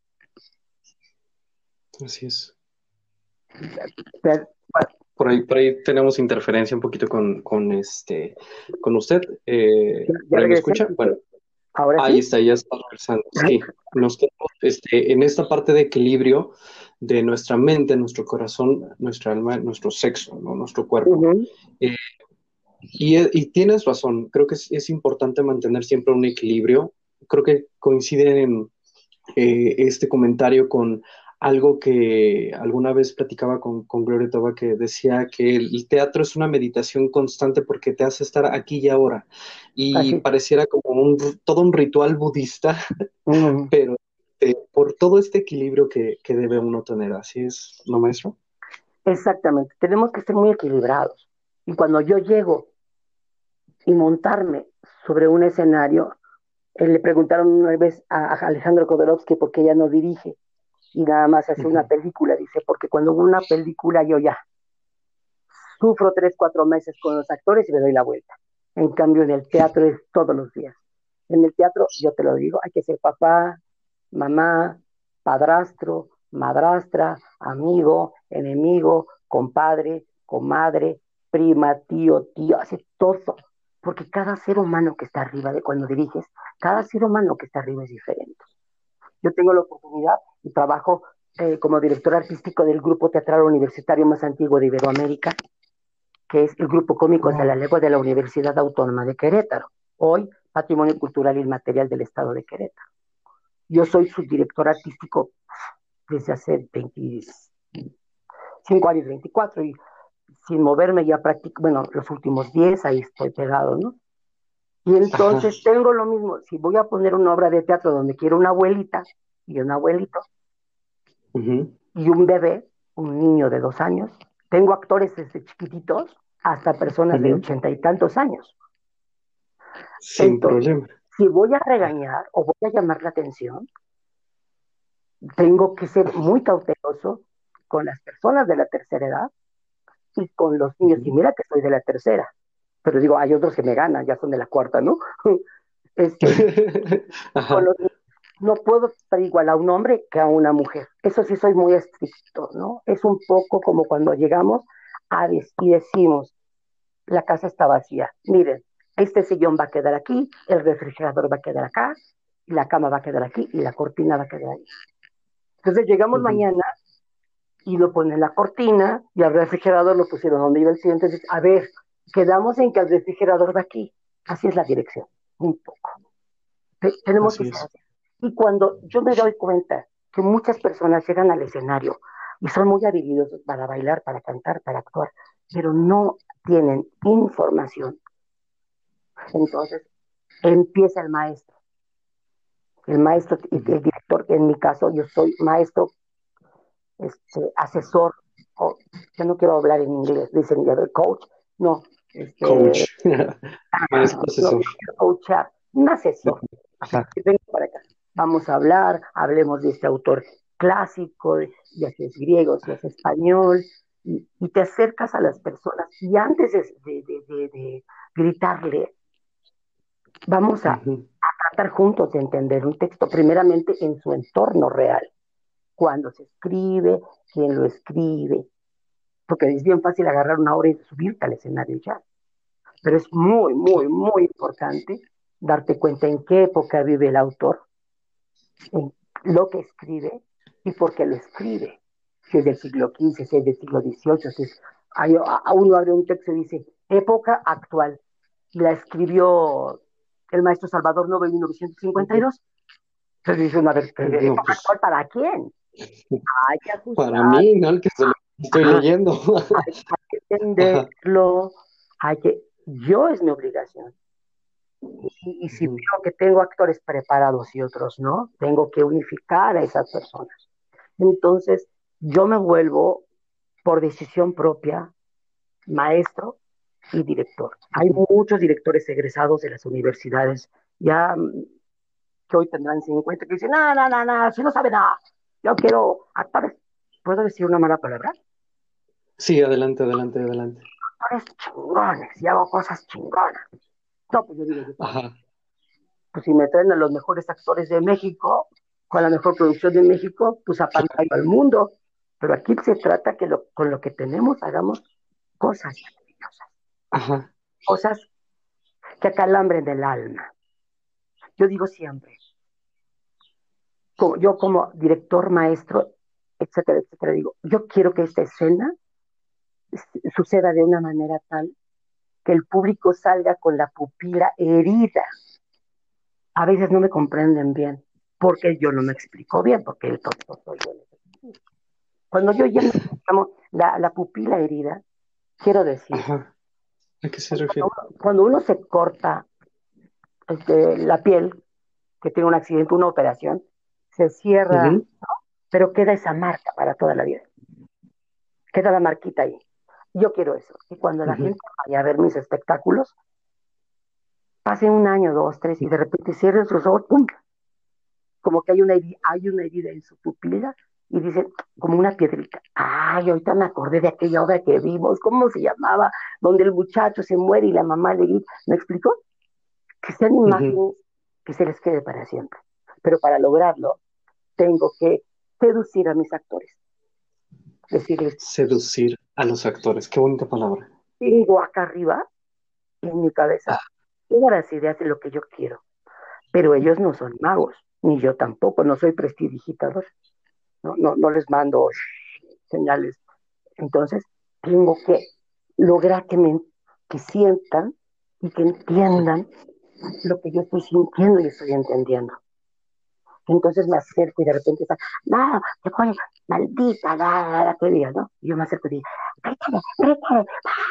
Así es. pero, bueno, Por ahí tenemos interferencia un poquito con usted. ya ¿Por ahí me regresé, escucha? Bueno, ahora ahí sí. está, ya está regresando. Sí, nos quedamos en esta parte de equilibrio de nuestra mente, nuestro corazón, nuestra alma, nuestro sexo, ¿no? Nuestro cuerpo. Ujú. Eh, y tienes razón, creo que es importante mantener siempre un equilibrio. Creo que coincide este comentario con algo que alguna vez platicaba con Gloria Toba, que decía que el teatro es una meditación constante porque te hace estar aquí y ahora. Y Así. pareciera como todo un ritual budista, Ujú. pero por todo este equilibrio que debe uno tener. Así es, ¿no, maestro? Exactamente, tenemos que ser muy equilibrados. Y cuando yo llego y montarme sobre un escenario, le preguntaron una vez a Alejandro Jodorowsky por qué ella no dirige y nada más hace una Ujú, película. Dice, porque cuando hago una película yo ya sufro 3, 4 meses con los actores y me doy la vuelta. En cambio, en el teatro es todos los días. En el teatro, yo te lo digo, hay que ser papá, mamá, padrastro, madrastra, amigo, enemigo, compadre, comadre, prima, tío, tío, hace todo. Porque cada ser humano que está arriba de cuando diriges, cada ser humano que está arriba es diferente. Yo tengo la oportunidad y trabajo como director artístico del grupo teatral universitario más antiguo de Iberoamérica, que es el Grupo Cómicos de la wow, Legua de la Universidad Autónoma de Querétaro, hoy Patrimonio Cultural Inmaterial del Estado de Querétaro. Yo soy su director artístico desde hace 25 años, 24, y sin moverme ya prácticamente, bueno, los últimos 10, ahí estoy pegado, ¿no? Y ajá, entonces tengo lo mismo, si voy a poner una obra de teatro donde quiero una abuelita y un abuelito ujú, y un bebé, un niño de 2 años, tengo actores desde chiquititos hasta personas de ujú, 80 y tantos años. sin Entonces, problema. si voy a regañar o voy a llamar la atención, tengo que ser muy cauteloso con las personas de la tercera edad y con los niños. Y Ujú. mira que soy de la tercera, pero digo, hay otros que me ganan, ya son de la cuarta, ¿no? Este, con Ajá, los niños. No puedo estar igual a un hombre que a una mujer. Eso sí soy muy estricto, ¿no? Es un poco como cuando llegamos y decimos, la casa está vacía. Miren, este sillón va a quedar aquí, el refrigerador va a quedar acá, y la cama va a quedar aquí y la cortina va a quedar ahí. Entonces llegamos ujú, mañana y lo ponen la cortina y al refrigerador lo pusieron donde iba el siguiente. Entonces, a ver, quedamos en que el refrigerador va aquí. Así es la dirección, un poco. Tenemos que así ser es. así. Y cuando yo me doy cuenta que muchas personas llegan al escenario y son muy habilidosos para bailar, para cantar, para actuar, pero no tienen información, entonces empieza el maestro. El maestro, el Ujú. director, que en mi caso yo soy maestro, asesor, o, yo no quiero hablar en inglés, dicen, a ver, coach, no, este, Coach, maestro no, asesor. no quiero coachar, un asesor. Así Ajá. que venga para acá, vamos a hablar, hablemos de este autor clásico, ya si es griego, si es español, y te acercas a las personas y antes de gritarle, vamos a Ujú. tratar juntos de entender un texto primeramente en su entorno real. cuándo se escribe, quién lo escribe, porque es bien fácil agarrar una obra y subirte al escenario ya, pero es muy, muy, muy importante darte cuenta en qué época vive el autor, en lo que escribe y por qué lo escribe. Si es del siglo XV, si es del siglo XVIII, si es, uno abre un texto y dice, época actual, la escribió el maestro Salvador Novo en 1952. Entonces dice, a ver, No, ¿época pues actual para quién? Hay que para ajustar, mí, ¿no? El que se lo estoy ajá, leyendo. hay que Ajá. entenderlo, yo es mi obligación. Y si Ujú. veo que tengo actores preparados y otros no, tengo que unificar a esas personas. Entonces, yo me vuelvo, por decisión propia, maestro y director. Hay muchos directores egresados de las universidades, ya que hoy tendrán 50, que dicen, no, no, no, no, si no sabe nada, yo quiero actores. ¿Puedo decir una mala palabra? Sí, adelante, adelante, adelante. Actores chingones y hago cosas chingonas. No, pues yo digo, yo también. Ajá. Pues si me traen a los mejores actores de México, con la mejor producción de México, pues apantallo al mundo. Pero aquí se trata que con lo que tenemos hagamos cosas maravillosas, Ajá. cosas que acalambren el alma. Yo digo siempre, yo como director, maestro, etcétera, etcétera, digo, yo quiero que esta escena suceda de una manera tal que el público salga con la pupila herida. A veces no me comprenden bien, porque yo no me explico bien, porque el tonto soy yo. Cuando yo ya me la pupila herida, quiero decir, Ajá. ¿A qué se refiere? cuando uno se corta la piel, que tiene un accidente, una operación, se cierra, Ujú, pero queda esa marca para toda la vida. Queda la marquita ahí. Yo quiero eso. Y cuando la ujú. gente vaya a ver mis espectáculos, pase un año, dos, tres, y de repente cierren sus ojos, ¡pum! Como que hay una herida en su pupila, y dicen, como una piedrita. Ay, ahorita me acordé de aquella obra que vimos, ¿cómo se llamaba? Donde el muchacho se muere y la mamá le grita. ¿Me explicó? Que sean Ujú. imágenes que se les quede para siempre. Pero para lograrlo, tengo que seducir a mis actores. Decirles, Seducir a los actores. Qué bonita palabra. tengo acá arriba, en mi cabeza, todas las ideas de lo que yo quiero. Pero ellos no son magos, ni yo tampoco, no soy prestidigitador. No, no, no les mando señales. Entonces, tengo que lograr que sientan y que entiendan lo que yo estoy sintiendo y estoy entendiendo. Entonces me acerco y de repente está, no, te pones maldita, que diga, ¿no? Y yo me acerco y digo, grítale, grítale.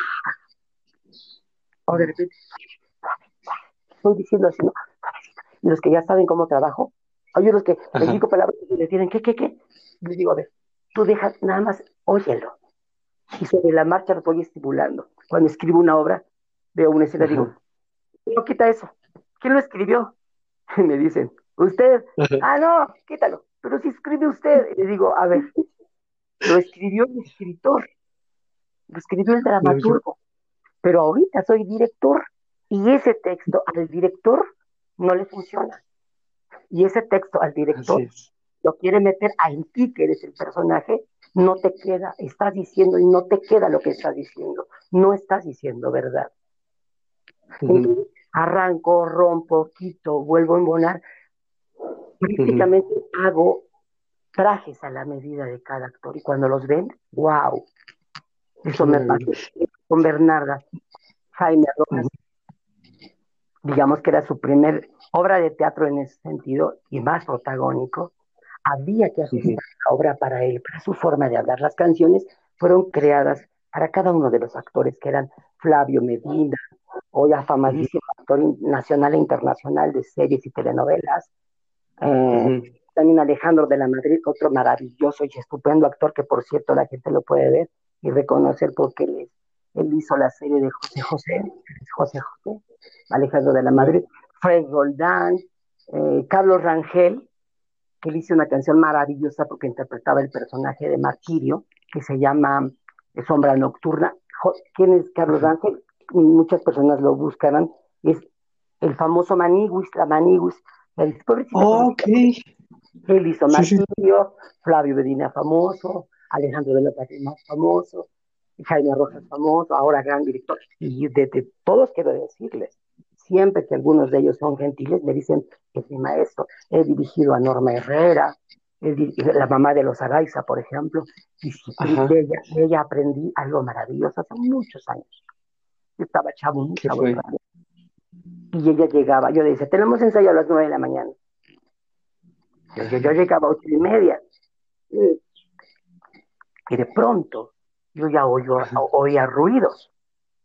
O de repente estoy diciendo así, ¿no? Y los que ya saben cómo trabajo, hay unos que les Ajá. digo palabras y les tienen, ¿qué? Les digo, a ver, tú dejas, nada más, óyelo. Y sobre la marcha lo voy estimulando. Cuando escribo una obra, veo una escena, digo, Ajá. no quita eso. ¿Quién lo escribió? Y me dicen, usted. Ajá. Ah, no, quítalo. Pero si escribe usted. Y le digo, a ver, lo escribió el escritor, lo escribió el No, yo. dramaturgo, pero ahorita soy director y ese texto al director no le funciona. Y ese texto al Así director es. lo quiere meter a en ti, que eres el personaje, no te queda, estás diciendo y no te queda lo que estás diciendo, no estás diciendo verdad. Ujú, Entonces arranco, rompo, quito, vuelvo a embonar, ujú. prácticamente hago trajes a la medida de cada actor y cuando los ven, wow, Qué eso me maravilla. pasó con Bernarda. Jaime Rojas, Ujú, digamos que era su primer obra de teatro en ese sentido y más protagónico, había que ujú, ajustar la obra para él, para su forma de hablar. Las canciones fueron creadas para cada uno de los actores, que eran Flavio Medina, hoy ujú, afamadísimo actor nacional e internacional de series y telenovelas. Eh, ujú, también Alejandro de la Madrid, otro maravilloso y estupendo actor que, por cierto, la gente lo puede ver y reconocer porque él hizo la serie de José José, Alejandro de la ujú. Madrid, Fred Roldán, Carlos Rangel, que él hizo una canción maravillosa porque interpretaba el personaje de Martirio, que se llama Sombra Nocturna. ¿Quién es Carlos Ajá. Rangel? Muchas personas lo buscarán. Es el famoso Maniguis, la Maniguis. La pobrecita, Oh, ok. pobrecita, Él hizo Sí, sí. Martirio, Flavio Medina famoso, Alejandro de la Parra más famoso, Jaime Rojas famoso, ahora gran director. Y de todos quiero decirles, siempre que algunos de ellos son gentiles, me dicen que es mi maestro. He dirigido a Norma Herrera, la mamá de los Araiza, por ejemplo, y Ajá. de ella aprendí algo maravilloso hace muchos años. Yo estaba chavo, muy ¿Qué chavo fue? todavía. Y ella llegaba, yo le decía, tenemos ensayo a las 9 de la mañana. Yo llegaba a 8:30 y, y de pronto yo ya Ajá. oía ruidos,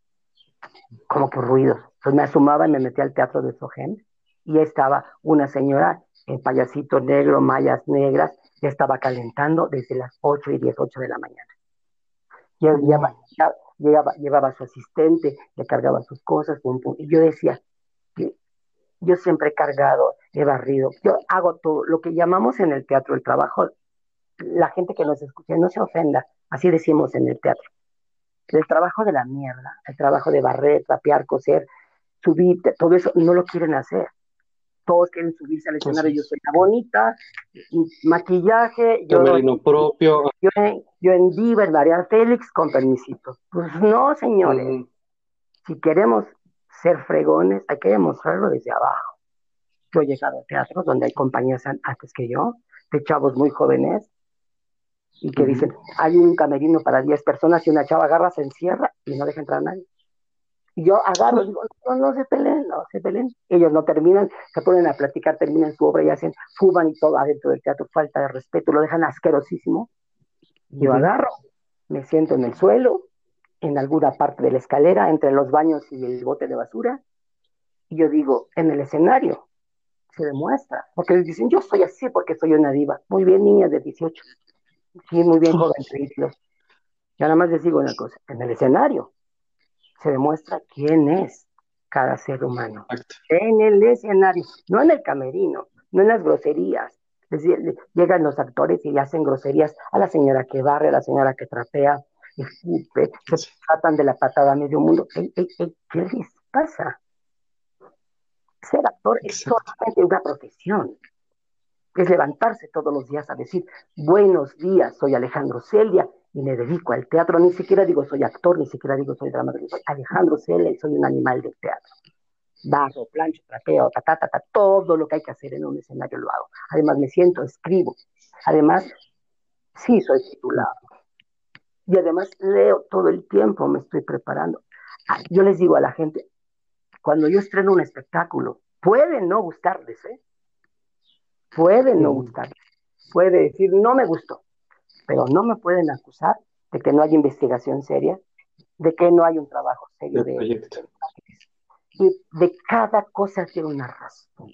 como que ruidos. Entonces me asomaba y me metía al teatro de Sogén y ya estaba una señora en payasito negro, mallas negras, ya estaba calentando desde las 8:10, 8 de la mañana. Ya, Wow. llevaba a su asistente, le cargaba sus cosas, pum, pum. Y yo decía, que yo siempre he cargado, he barrido, yo hago todo, lo que llamamos en el teatro el trabajo, la gente que nos escucha no se ofenda, así decimos en el teatro, el trabajo de la mierda, el trabajo de barrer, trapear, coser, subir, todo eso no lo quieren hacer. Todos quieren subirse al Así escenario, yo es. soy la bonita, maquillaje, Camerino propio. yo en Diva, en María Félix, con permisito. Pues no, señores, Ujú. si queremos ser fregones, hay que demostrarlo desde abajo. Yo he llegado a teatros donde hay compañías antes que yo, de chavos muy jóvenes, y que Ujú. dicen, hay un camerino para 10 personas y una chava agarra, se encierra y no deja entrar a nadie. Y yo agarro, digo, no, no se peleen, no se peleen. Ellos no terminan, se ponen a platicar, terminan su obra y hacen, fuman y todo adentro del teatro, falta de respeto, lo dejan asquerosísimo. Y yo Ujú. agarro, me siento en el suelo, en alguna parte de la escalera, entre los baños y el bote de basura, y yo digo, en el escenario se demuestra, porque les dicen, yo soy así porque soy una diva. Muy bien, niñas de 18, sí, muy bien, joven, tranquilos. Yo nada más les digo una cosa, en el escenario se demuestra quién es cada ser humano. Exacto. En el escenario, no en el camerino, no en las groserías. Llegan los actores y hacen groserías a la señora que barre, a la señora que trapea, escupe, se Sí. tratan de la patada a medio mundo. Ey, ey, ey, ¿qué les pasa? Ser actor es Exacto. solamente una profesión. Es levantarse todos los días a decir, buenos días, soy Alejandro Celia y me dedico al teatro. Ni siquiera digo soy actor, ni siquiera digo soy dramaturgo, soy Alejandro Celia y soy un animal del teatro. Barro, plancho, trapeo, todo lo que hay que hacer en un escenario lo hago. Además me siento, escribo. Además, sí soy titulado. Y además leo todo el tiempo, me estoy preparando. Yo les digo a la gente, cuando yo estreno un espectáculo, puede no gustarles, ¿eh? Puede no Ujú. gustarles. Puede decir, no me gustó, pero no me pueden acusar de que no hay investigación seria, de que no hay un trabajo serio Del proyecto. y de cada cosa tiene una razón.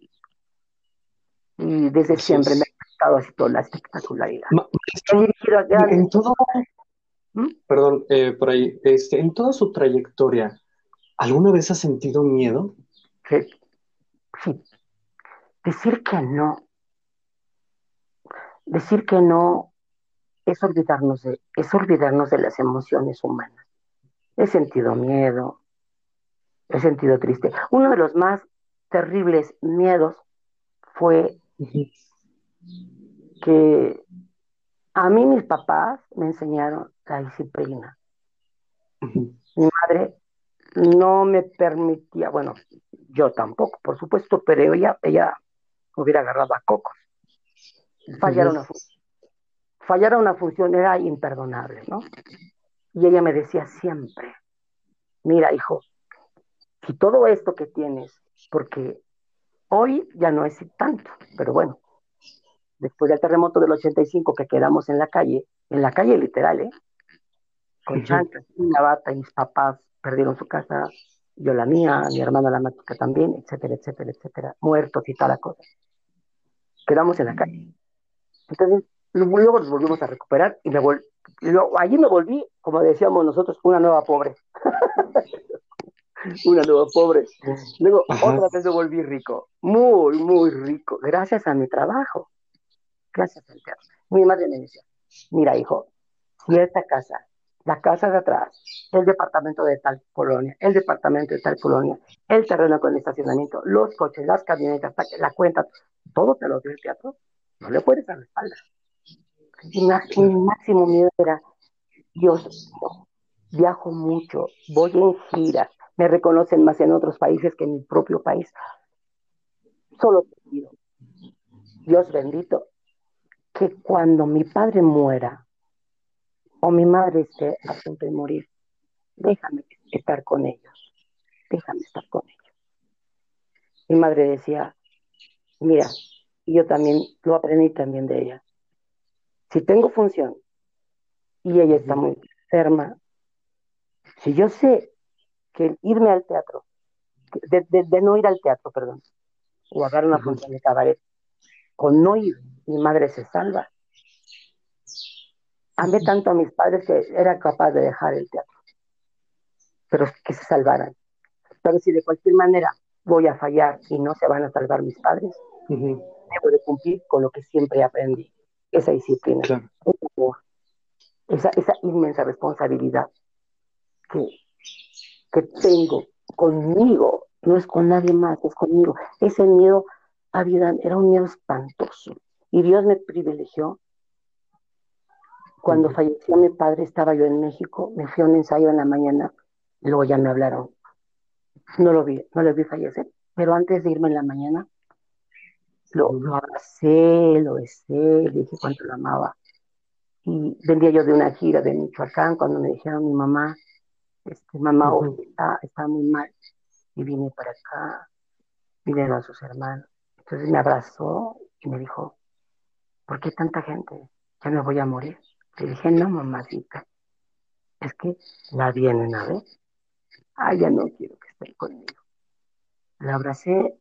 Y desde Así siempre me es. ha gustado así toda la espectacularidad. He Maestro, dirigido a grandes. en todo, ¿Mm? perdón, por ahí, en toda su trayectoria, ¿alguna vez ha sentido miedo? Sí, sí. Decir decir que no es olvidarnos de las emociones humanas. He sentido miedo, he sentido triste. Uno de los más terribles miedos fue Ujú. que a mí mis papás me enseñaron la disciplina. Ujú. Mi madre no me permitía, bueno, yo tampoco, por supuesto, pero ella hubiera agarrado a cocos. Fallar Ujú. una, fallar una función era imperdonable, ¿no? Y ella me decía siempre, mira, hijo, si todo esto que tienes, porque hoy ya no es tanto, pero bueno, después del terremoto del 85 que quedamos en la calle literal, ¿eh? Con Ujú. chanclas, una bata, y mis papás perdieron su casa, yo la mía, mi hermana la mática también, etcétera, etcétera, etcétera, muertos y tal la cosa. Quedamos en la calle. Entonces, luego nos volvimos a recuperar y allí me volví, como decíamos nosotros, una nueva pobre, una nueva pobre. Luego, Ajá. otra vez me volví rico, muy, muy rico, gracias a mi trabajo, gracias al teatro. Mi madre me decía, mira, hijo, si esta casa, la casa de atrás, el departamento de tal colonia, el departamento de tal colonia, el terreno con estacionamiento, los coches, las camionetas, la cuenta, todo te lo dio el teatro. no le puedes dar la espalda. Mi máximo miedo era, Dios, no, viajo mucho, voy en gira, me reconocen más en otros países que en mi propio país. Solo te pido, Dios bendito, que cuando mi padre muera o mi madre esté a punto de morir, déjame estar con ellos, déjame estar con ellos. Mi madre decía, mira, y yo también lo aprendí también de ella. Si tengo función y ella está muy enferma, si yo sé que irme al teatro, de no ir al teatro, perdón, o a dar una función de cabaret, con no ir, mi madre se salva. Amé tanto a mis padres que era capaz de dejar el teatro, pero que se salvaran. Pero si de cualquier manera voy a fallar y no se van a salvar mis padres, debo de cumplir con lo que siempre aprendí, esa disciplina, Claro. ese amor, esa inmensa responsabilidad que, que tengo conmigo, no es con nadie más, es conmigo. Ese miedo era un miedo espantoso. Y Dios me privilegió. Cuando falleció mi padre, estaba yo en México, me fui a un ensayo en la mañana, y luego ya me hablaron. No lo vi fallecer, pero antes de irme en la mañana, lo abracé, lo besé, le dije cuánto lo amaba. Y venía yo de una gira de Michoacán cuando me dijeron mi mamá, mamá está muy mal. Y vine para acá, vinieron sus hermanos. Entonces me abrazó y me dijo, ¿por qué tanta gente? Ya me voy a morir. Le dije, no, mamacita, es que la vienen a ver. Ah, ya no quiero que estén conmigo. La abracé,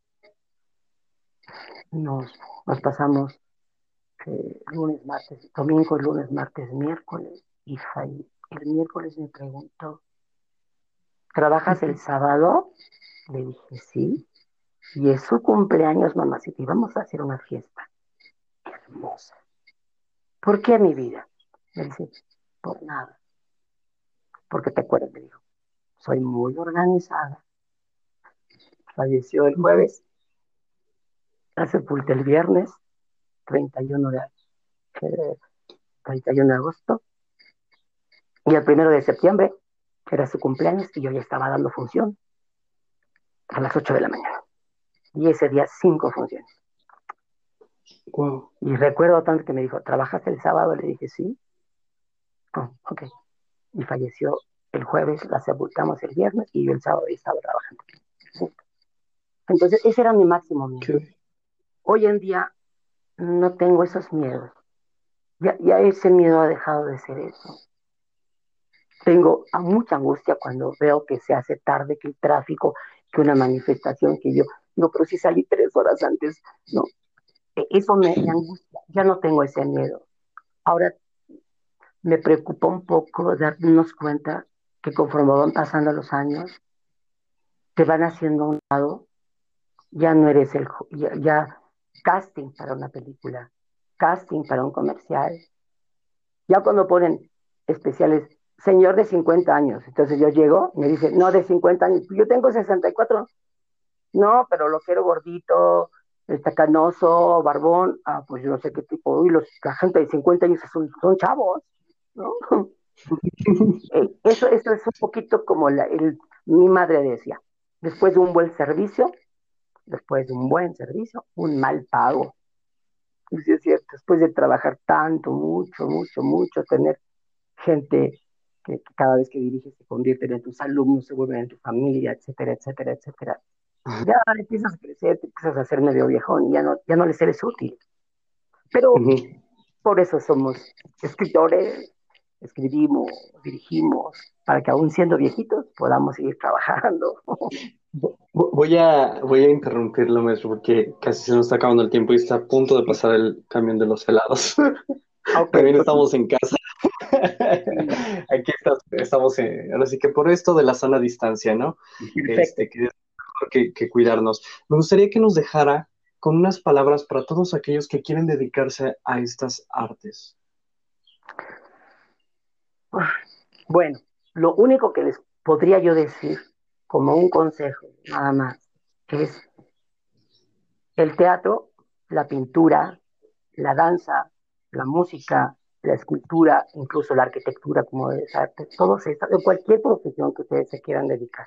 nos, nos pasamos lunes, martes, domingo, lunes, martes, miércoles, y el miércoles me preguntó, ¿trabajas el sábado? Le dije, sí, y es su cumpleaños, mamacita, y vamos a hacer una fiesta hermosa. ¿Por qué mi vida? Le dije, por nada, porque te acuerdas, me dijo, soy muy organizada. Falleció el jueves, la sepulté el viernes, 31 eh, 31 de agosto, y el 1 de septiembre era su cumpleaños y yo ya estaba dando función a las 8 de la mañana. Y ese día 5 funciones. Wow. Y recuerdo tanto que me dijo, ¿trabajas el sábado? Le dije, sí. Oh, ok. Y falleció el jueves, la sepultamos el viernes y yo el sábado ya estaba trabajando. Entonces, ese era mi máximo miedo. Hoy en día no tengo esos miedos. Ya ese miedo ha dejado de ser eso. Tengo mucha angustia cuando veo que se hace tarde, que el tráfico, que una manifestación, que yo, no, pero si salí 3 horas antes, no. Eso me angustia. Ya no tengo ese miedo. Ahora me preocupa un poco darnos cuenta que conforme van pasando los años, te van haciendo a un lado, ya no eres ya casting para una película, casting para un comercial. Ya cuando ponen especiales, señor de 50 años, entonces yo llego, me dice, no, de 50 años, yo tengo 64, no, pero lo quiero gordito, está canoso, barbón, pues yo no sé qué tipo, uy, la gente de 50 años son chavos, ¿no? Eso es un poquito como mi madre decía, después de un buen servicio, un mal pago. Y sí es cierto, después de trabajar tanto, mucho, mucho, mucho, tener gente que cada vez que diriges se convierten en tus alumnos, se vuelven en tu familia, etcétera, etcétera, etcétera. Ya empiezas a crecer, te empiezas a hacer medio viejón y ya no les eres útil. Pero por eso somos escritores, escribimos, dirigimos, para que aún siendo viejitos podamos seguir trabajando. Voy a interrumpirlo, maestro, porque casi se nos está acabando el tiempo y está a punto de pasar el camión de los helados. Okay, También estamos en casa. Aquí estamos, ahora sí que por esto de la sana distancia, ¿no? perfecto. Que es mejor que cuidarnos. Me gustaría que nos dejara con unas palabras para todos aquellos que quieren dedicarse a estas artes. Bueno, lo único que les podría yo decir como un consejo, nada más, es el teatro, la pintura, la danza, la música, la escultura, incluso la arquitectura como es arte, todos estos, o cualquier profesión que ustedes se quieran dedicar,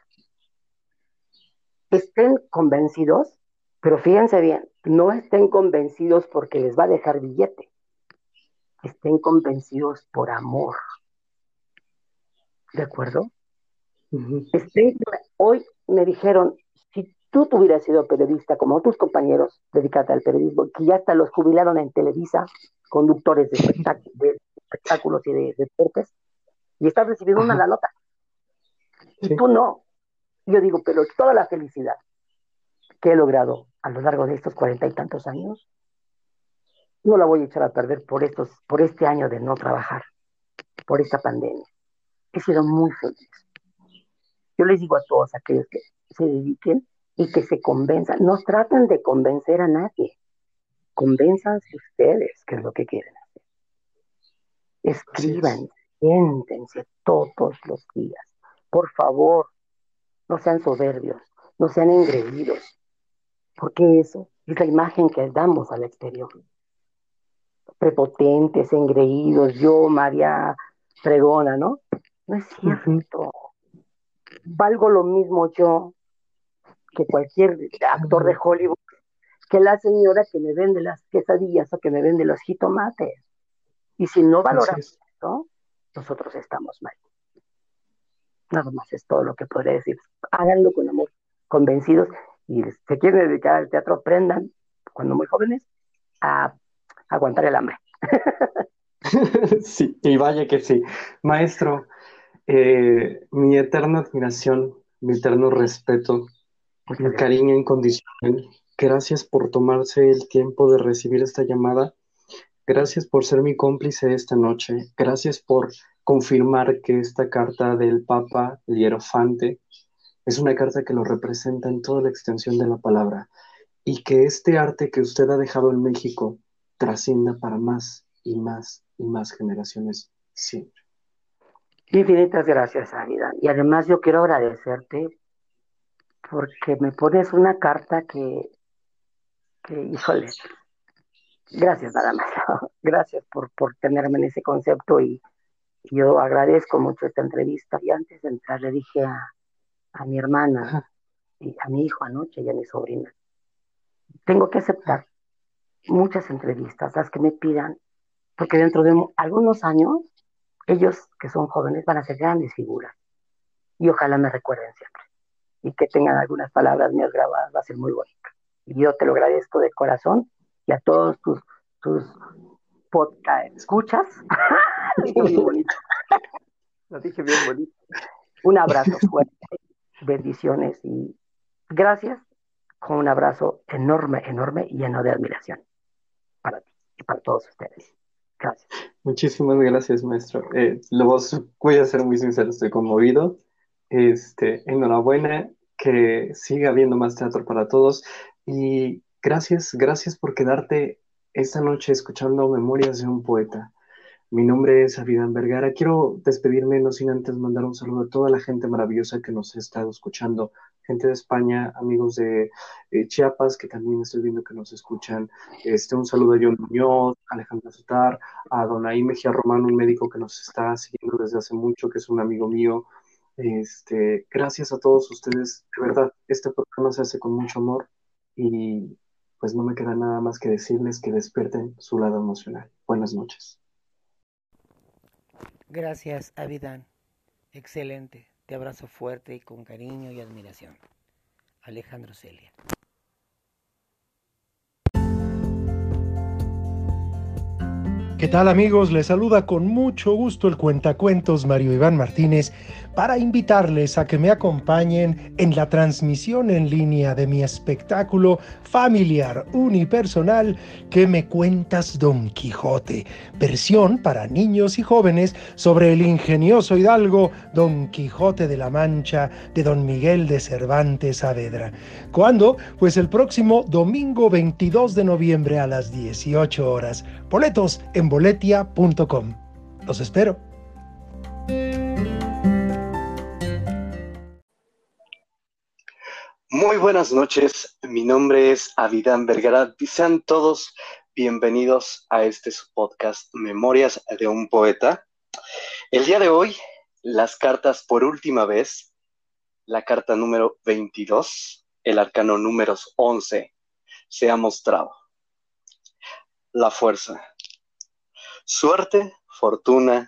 estén convencidos, pero fíjense bien, no estén convencidos porque les va a dejar billete, estén convencidos por amor, ¿de acuerdo? Ujú. Estén, hoy me dijeron, si tú hubieras sido periodista como tus compañeros, dedícate al periodismo, que ya hasta los jubilaron en Televisa, conductores de espectáculos y de deportes, y estás recibiendo una Ajá, la nota, y sí, tú no. Yo digo, pero toda la felicidad que he logrado a lo largo de estos 40 y tantos años, no la voy a echar a perder por este año de no trabajar, por esta pandemia. He sido muy feliz. Yo les digo a todos aquellos que se dediquen y que se convenzan, no traten de convencer a nadie, convénzanse ustedes que es lo que quieren. así es. Escriban, siéntense todos los días. Por favor, no sean soberbios, no sean engreídos, porque eso es la imagen que damos al exterior. Prepotentes, engreídos, yo, María Fregona, ¿no? No es Ujú. cierto. Valgo lo mismo yo que cualquier actor de Hollywood, que la señora que me vende las quesadillas o que me vende los jitomates. Y si no Así valoramos es. esto, nosotros estamos mal. Nada más es todo lo que podría decir. Háganlo con amor, convencidos. Y se quieren dedicar al teatro, aprendan, cuando muy jóvenes, a aguantar el hambre. Sí, y vaya que sí. Maestro, mi eterna admiración, mi eterno respeto, Muchas mi gracias. cariño incondicional. Gracias por tomarse el tiempo de recibir esta llamada. Gracias por ser mi cómplice esta noche. Gracias por confirmar que esta carta del Papa, el Hierofante, es una carta que lo representa en toda la extensión de la palabra y que este arte que usted ha dejado en México trascienda para más y más y más generaciones siempre. Infinitas gracias, Ávida. Y además yo quiero agradecerte porque me pones una carta híjole, gracias nada más. Gracias por tenerme en ese concepto y yo agradezco mucho esta entrevista. Y antes de entrar le dije a mi hermana Ajá, y a mi hijo anoche y a mi sobrina, tengo que aceptar muchas entrevistas, las que me pidan, porque dentro de algunos años, ellos que son jóvenes van a ser grandes figuras y ojalá me recuerden siempre y que tengan algunas palabras mías grabadas, va a ser muy bonito. Y yo te lo agradezco de corazón y a todos tus podcast escuchas. Lo dije bien bonito, lo dije bien bonito. Un abrazo fuerte, bendiciones y gracias, con un abrazo enorme, enorme y lleno de admiración para ti y para todos ustedes. Gracias. muchísimas gracias, maestro. Voy a ser muy sincero, estoy conmovido. Enhorabuena, que siga habiendo más teatro para todos. Y gracias, gracias por quedarte esta noche escuchando Memorias de un Poeta. Mi nombre es Avidan Vergara. Quiero despedirme, no sin antes mandar un saludo a toda la gente maravillosa que nos ha estado escuchando, gente de España, amigos de Chiapas, que también estoy viendo que nos escuchan. Un saludo a John Muñoz, a Alejandro Sotar, a Donaí Mejía Román, un médico que nos está siguiendo desde hace mucho, que es un amigo mío. Gracias a todos ustedes. De verdad, este programa se hace con mucho amor y pues no me queda nada más que decirles que despierten su lado emocional. Buenas noches. Gracias, Avidan. Excelente. Te abrazo fuerte y con cariño y admiración. Alejandro Celia. ¿Qué tal amigos? Les saluda con mucho gusto el cuentacuentos Mario Iván Martínez para invitarles a que me acompañen en la transmisión en línea de mi espectáculo familiar unipersonal ¿Qué me cuentas, Don Quijote? Versión para niños y jóvenes sobre el ingenioso hidalgo Don Quijote de la Mancha de Don Miguel de Cervantes Saavedra. ¿Cuándo? Pues el próximo domingo 22 de noviembre a las 18 horas. Boletos en boletia.com. Los espero. Muy buenas noches, mi nombre es Avidán Vergara y sean todos bienvenidos a este su podcast Memorias de un Poeta. El día de hoy, las cartas por última vez, la carta número 22, el arcano número 11, se ha mostrado. La fuerza. Suerte, fortuna,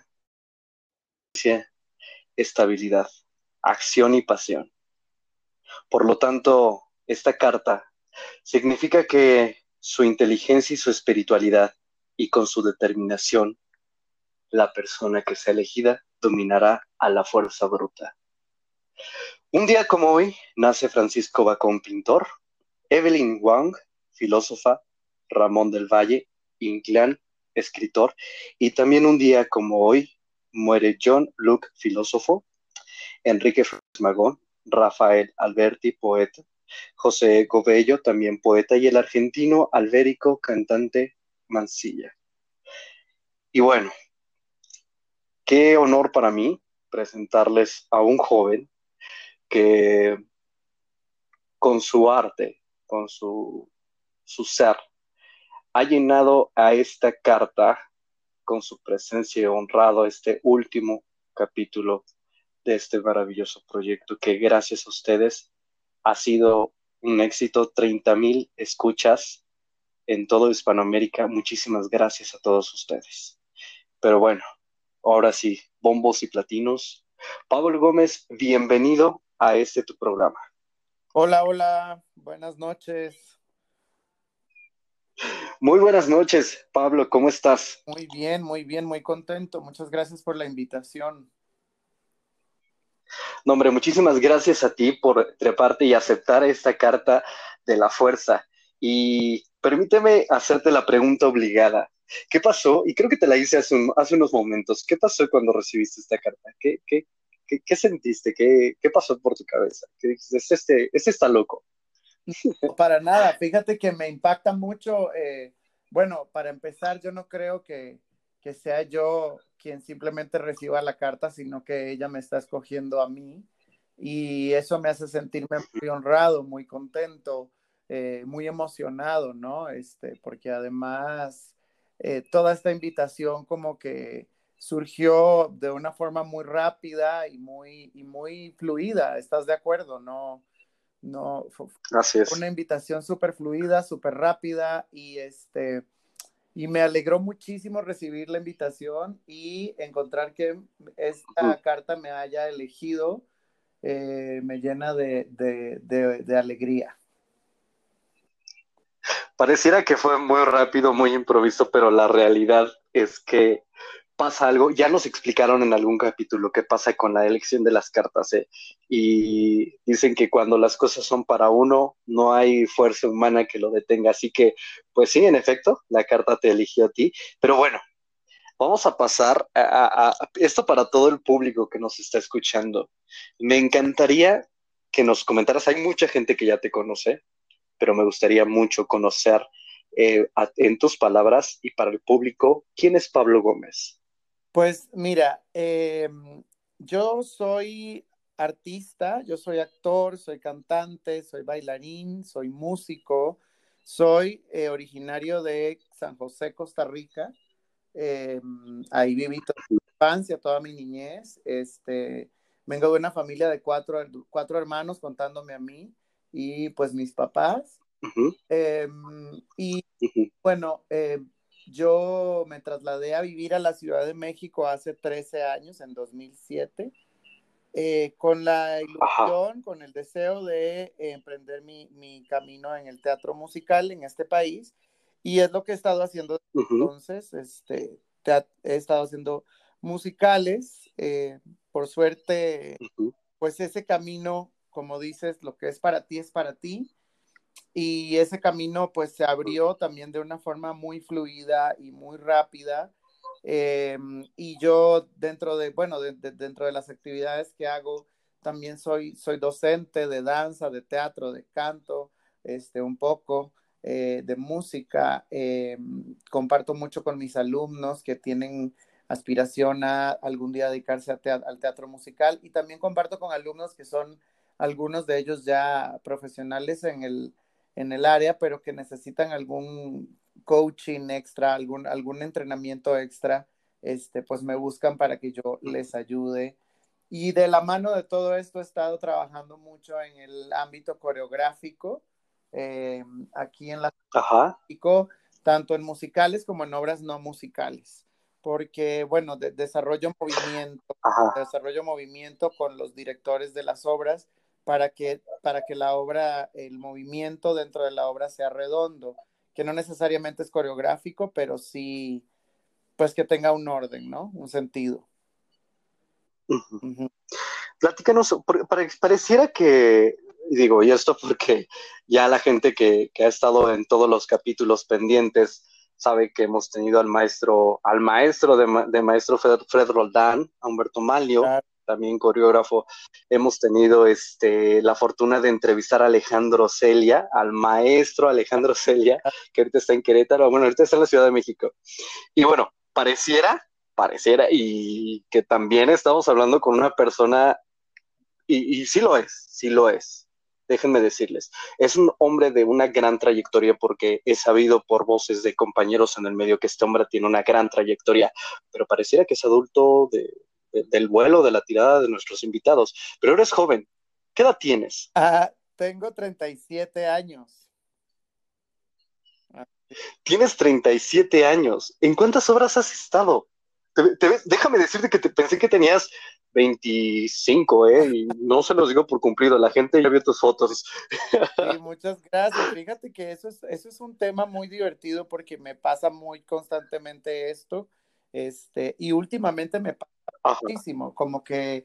estabilidad, acción y pasión. Por lo tanto, esta carta significa que su inteligencia y su espiritualidad, y con su determinación, la persona que sea elegida dominará a la fuerza bruta. Un día como hoy, nace Francisco Bacón, pintor, Evelyn Wang, filósofa, Ramón del Valle, Inclán, escritor, y también un día como hoy, muere John Locke, filósofo, Enrique Flores Magón, Rafael Alberti, poeta, José Gobello, también poeta, y el argentino Alberico, cantante Mansilla. Y bueno, qué honor para mí presentarles a un joven que con su arte, con su ser, ha llenado a esta carta con su presencia y honrado este último capítulo de este maravilloso proyecto que gracias a ustedes ha sido un éxito, 30,000 escuchas en todo Hispanoamérica. Muchísimas gracias a todos ustedes. Pero bueno, ahora sí, bombos y platinos. Pablo Gómez, bienvenido a este tu programa. Hola, hola, buenas noches. Muy buenas noches, Pablo, ¿cómo estás? Muy bien, muy contento. Muchas gracias por la invitación. No, hombre, muchísimas gracias a ti por treparte y aceptar esta carta de la fuerza. Y permíteme hacerte la pregunta obligada. ¿Qué pasó? Y creo que te la hice hace unos momentos. ¿Qué pasó cuando recibiste esta carta? ¿Qué sentiste? ¿Qué pasó por tu cabeza? ¿Qué dijiste? Este está loco. No, para nada, fíjate que me impacta mucho. Bueno, para empezar, yo no creo que sea yo quien simplemente reciba la carta, sino que ella me está escogiendo a mí. Y eso me hace sentirme muy honrado, muy contento, muy emocionado, ¿no? Porque además toda esta invitación como que surgió de una forma muy rápida y muy fluida. ¿Estás de acuerdo? No, no, fue Así una es. invitación súper fluida, súper rápida y me alegró muchísimo recibir la invitación y encontrar que esta carta me haya elegido, me llena de alegría. Pareciera que fue muy rápido, muy improviso, pero la realidad es que pasa algo. Ya nos explicaron en algún capítulo qué pasa con la elección de las cartas, ¿eh? Y dicen que cuando las cosas son para uno, no hay fuerza humana que lo detenga. Así que, pues sí, en efecto, la carta te eligió a ti. Pero bueno, vamos a pasar a esto para todo el público que nos está escuchando. Me encantaría que nos comentaras, hay mucha gente que ya te conoce, pero me gustaría mucho conocer en tus palabras y para el público, ¿quién es Pablo Gómez? Pues mira, yo soy artista, yo soy actor, soy cantante, soy bailarín, soy músico, soy originario de San José, Costa Rica. Eh, Ahí viví toda mi infancia, toda mi niñez. Vengo de una familia de cuatro hermanos, contándome a mí, y pues mis papás. Uh-huh, Eh, y uh-huh. bueno, yo me trasladé a vivir a la Ciudad de México hace 13 años, en 2007, con la Ajá. ilusión, con el deseo de emprender mi camino en el teatro musical en este país. Y es lo que he estado haciendo desde Uh-huh, entonces. He estado haciendo musicales. Por suerte, uh-huh. pues ese camino, como dices, lo que es para ti es para ti. Y ese camino pues se abrió también de una forma muy fluida y muy rápida. Y yo dentro de las actividades que hago, también soy docente de danza, de teatro, de canto, un poco de música. Comparto mucho con mis alumnos que tienen aspiración a algún día dedicarse al teatro musical, y también comparto con alumnos que son algunos de ellos ya profesionales en el área, pero que necesitan algún coaching extra, algún entrenamiento extra, pues me buscan para que yo les ayude. Y de la mano de todo esto he estado trabajando mucho en el ámbito coreográfico, aquí en la Ajá, México, tanto en musicales como en obras no musicales, porque, bueno, ajá. desarrollo movimiento con los directores de las obras para que la obra, el movimiento dentro de la obra sea redondo, que no necesariamente es coreográfico, pero sí, pues que tenga un orden, ¿no? Un sentido. Ujú. Ujú. Platícanos, pareciera que, digo, y esto porque ya la gente que ha estado en todos los capítulos pendientes sabe que hemos tenido al maestro de maestro Fred Roldán, a Humberto Malio, Claro. también coreógrafo. Hemos tenido la fortuna de entrevistar a Alejandro Celia, al maestro Alejandro Celia, que ahorita está en Querétaro, bueno, ahorita está en la Ciudad de México. Y bueno, pareciera, y que también estamos hablando con una persona y sí lo es. Déjenme decirles, es un hombre de una gran trayectoria porque he sabido por voces de compañeros en el medio que este hombre tiene una gran trayectoria, pero pareciera que es adulto del vuelo, de la tirada de nuestros invitados. Pero eres joven. ¿Qué edad tienes? Tengo 37 años. Ah, Tienes 37 años. ¿En cuántas obras has estado? Déjame decirte que pensé que tenías 25, ¿eh? Y no se los digo por cumplido. La gente ya vio tus fotos. sí, muchas gracias. Fíjate que eso es un tema muy divertido porque me pasa muy constantemente esto, y últimamente me pasa Ajá. muchísimo, como que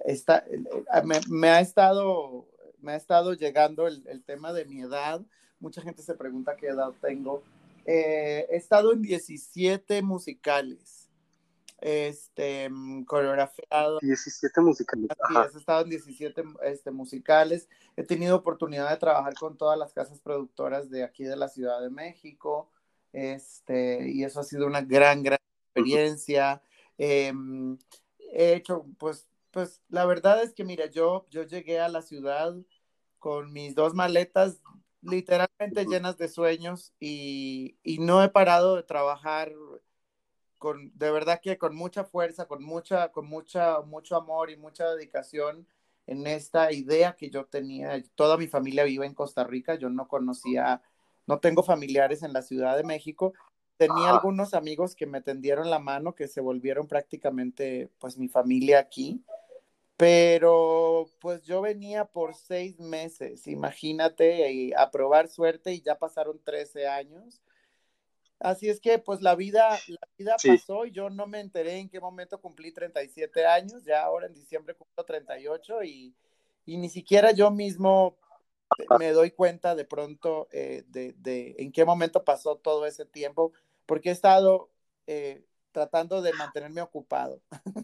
me ha estado llegando el tema de mi edad. Mucha gente se pregunta qué edad tengo. He estado en 17 musicales, coreografiado. 17 musicales. Sí, he Ajá. estado en 17 musicales. He tenido oportunidad de trabajar con todas las casas productoras de aquí de la Ciudad de México. Y eso ha sido una gran Uh-huh. experiencia. Eh, He hecho, pues la verdad es que, mira, yo llegué a la ciudad con mis dos maletas literalmente Uh-huh. llenas de sueños y no he parado de trabajar de verdad que con mucha fuerza, mucho amor y mucha dedicación en esta idea que yo tenía. Toda mi familia vive en Costa Rica, yo no tengo familiares en la Ciudad de México. Tenía Ajá. algunos amigos que me tendieron la mano, que se volvieron prácticamente pues mi familia aquí, pero pues yo venía por 6 meses, imagínate, a probar suerte y ya pasaron 13 años. Así es que pues la vida Sí. pasó y yo no me enteré en qué momento cumplí 37 años, ya ahora en diciembre cumplo 38 y ni siquiera yo mismo me doy cuenta de pronto de en qué momento pasó todo ese tiempo, porque he estado tratando de mantenerme ocupado.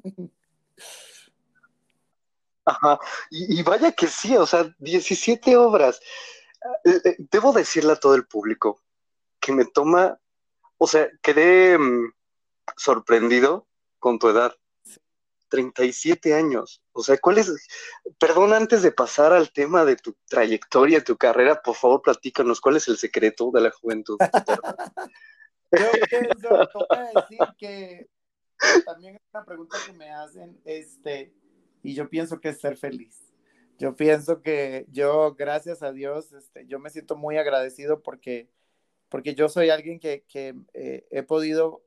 Ajá. Y vaya que sí, o sea, 17 obras. Debo decirle a todo el público que me toma, o sea, quedé sorprendido con tu edad. 37 años. O sea, perdón, antes de pasar al tema de tu trayectoria, tu carrera, por favor, platícanos, ¿cuál es el secreto de la juventud eterna? Yo pienso, te voy a decir que también es una pregunta que me hacen, y yo pienso que es ser feliz. Yo pienso que yo, gracias a Dios, yo me siento muy agradecido porque yo soy alguien que he podido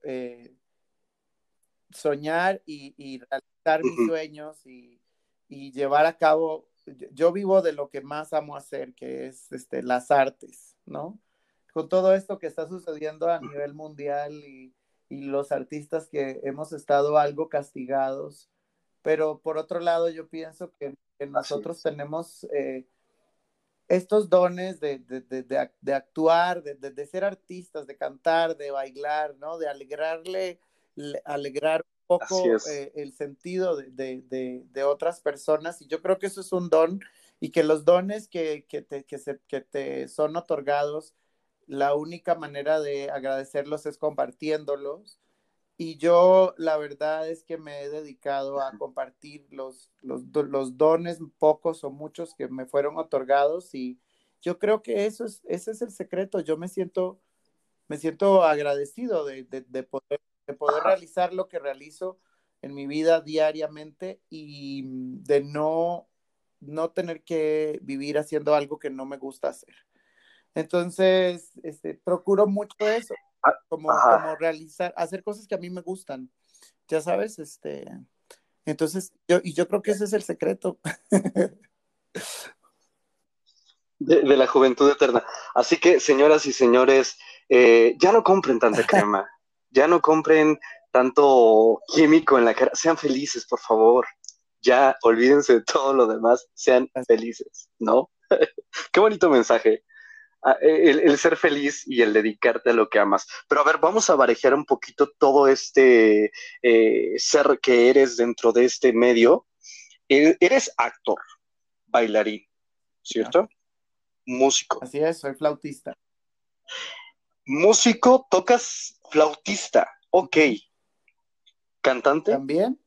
soñar y realizar mis Ujú. sueños y llevar a cabo. Yo vivo de lo que más amo hacer, que es las artes, ¿no? Con todo esto que está sucediendo a nivel mundial y los artistas que hemos estado algo castigados, pero por otro lado yo pienso que Así nosotros es. tenemos estos dones de actuar, de ser artistas, de cantar, de bailar, ¿no? De alegrar un Así poco es. el sentido de otras personas. Y yo creo que eso es un don y que los dones que te son otorgados, la única manera de agradecerlos es compartiéndolos. Y yo la verdad es que me he dedicado a compartir los dones, pocos o muchos que me fueron otorgados y yo creo que ese es el secreto. Yo me siento me siento agradecido de poder realizar lo que realizo en mi vida diariamente y de no tener que vivir haciendo algo que no me gusta hacer. Entonces, procuro mucho eso, como realizar, hacer cosas que a mí me gustan, ya sabes, entonces, yo creo que ese es el secreto. De la juventud eterna. Así que, señoras y señores, ya no compren tanta crema, ya no compren tanto químico en la cara, sean felices, por favor. Ya olvídense de todo lo demás, sean felices, ¿no? Qué bonito mensaje. El ser feliz y el dedicarte a lo que amas. Pero a ver, vamos a barajear un poquito todo este ser que eres dentro de este medio. Eres actor, bailarín, ¿cierto? Músico. Así es, soy flautista. Músico, tocas flautista, ok. ¿Cantante? ¿También?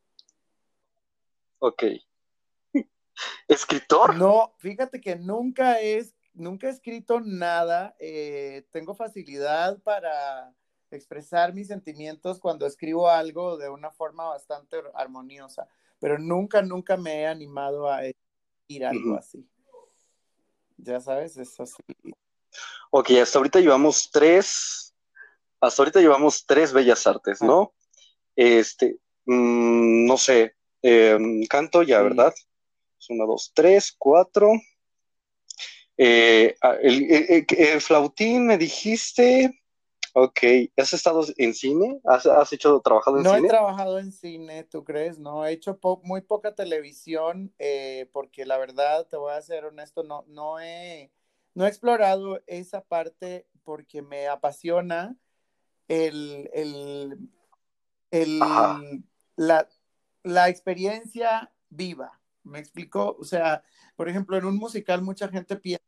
Ok. ¿Escritor? No, fíjate que nunca he escrito nada. Tengo facilidad para expresar mis sentimientos cuando escribo algo de una forma bastante armoniosa, pero nunca me he animado a escribir algo así. Ya sabes, eso sí. Ok, hasta ahorita llevamos tres bellas artes, ¿no? No sé, canto ya, sí. ¿Verdad? 1, 2, 3, 4. El flautín me dijiste. Ok, ¿has estado en cine? ¿Has trabajado en cine? No he trabajado en cine, ¿tú crees? No, he hecho muy poca televisión, porque la verdad, te voy a ser honesto, no he explorado esa parte porque me apasiona la experiencia viva. ¿Me explico? O sea, por ejemplo, en un musical mucha gente piensa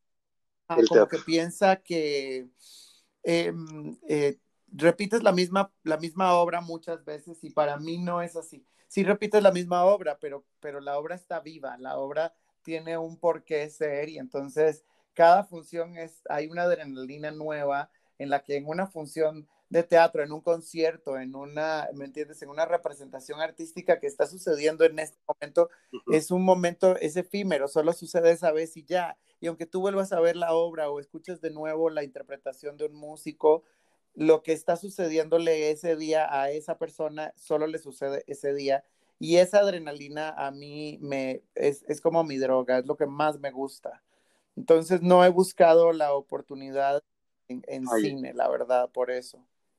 que repites la misma obra muchas veces y para mí no es así. Sí repites la misma obra, pero la obra está viva, la obra tiene un porqué ser y entonces cada función hay una adrenalina nueva en la que en una función de teatro, en un concierto, ¿me entiendes? En una representación artística que está sucediendo en este momento, es un momento, es efímero, solo sucede esa vez y ya. Y aunque tú vuelvas a ver la obra o escuches de nuevo la interpretación de un músico, lo que está sucediéndole ese día a esa persona solo le sucede ese día. Y esa adrenalina a mí es como mi droga, es lo que más me gusta. Entonces no he buscado la oportunidad en cine, la verdad, por eso.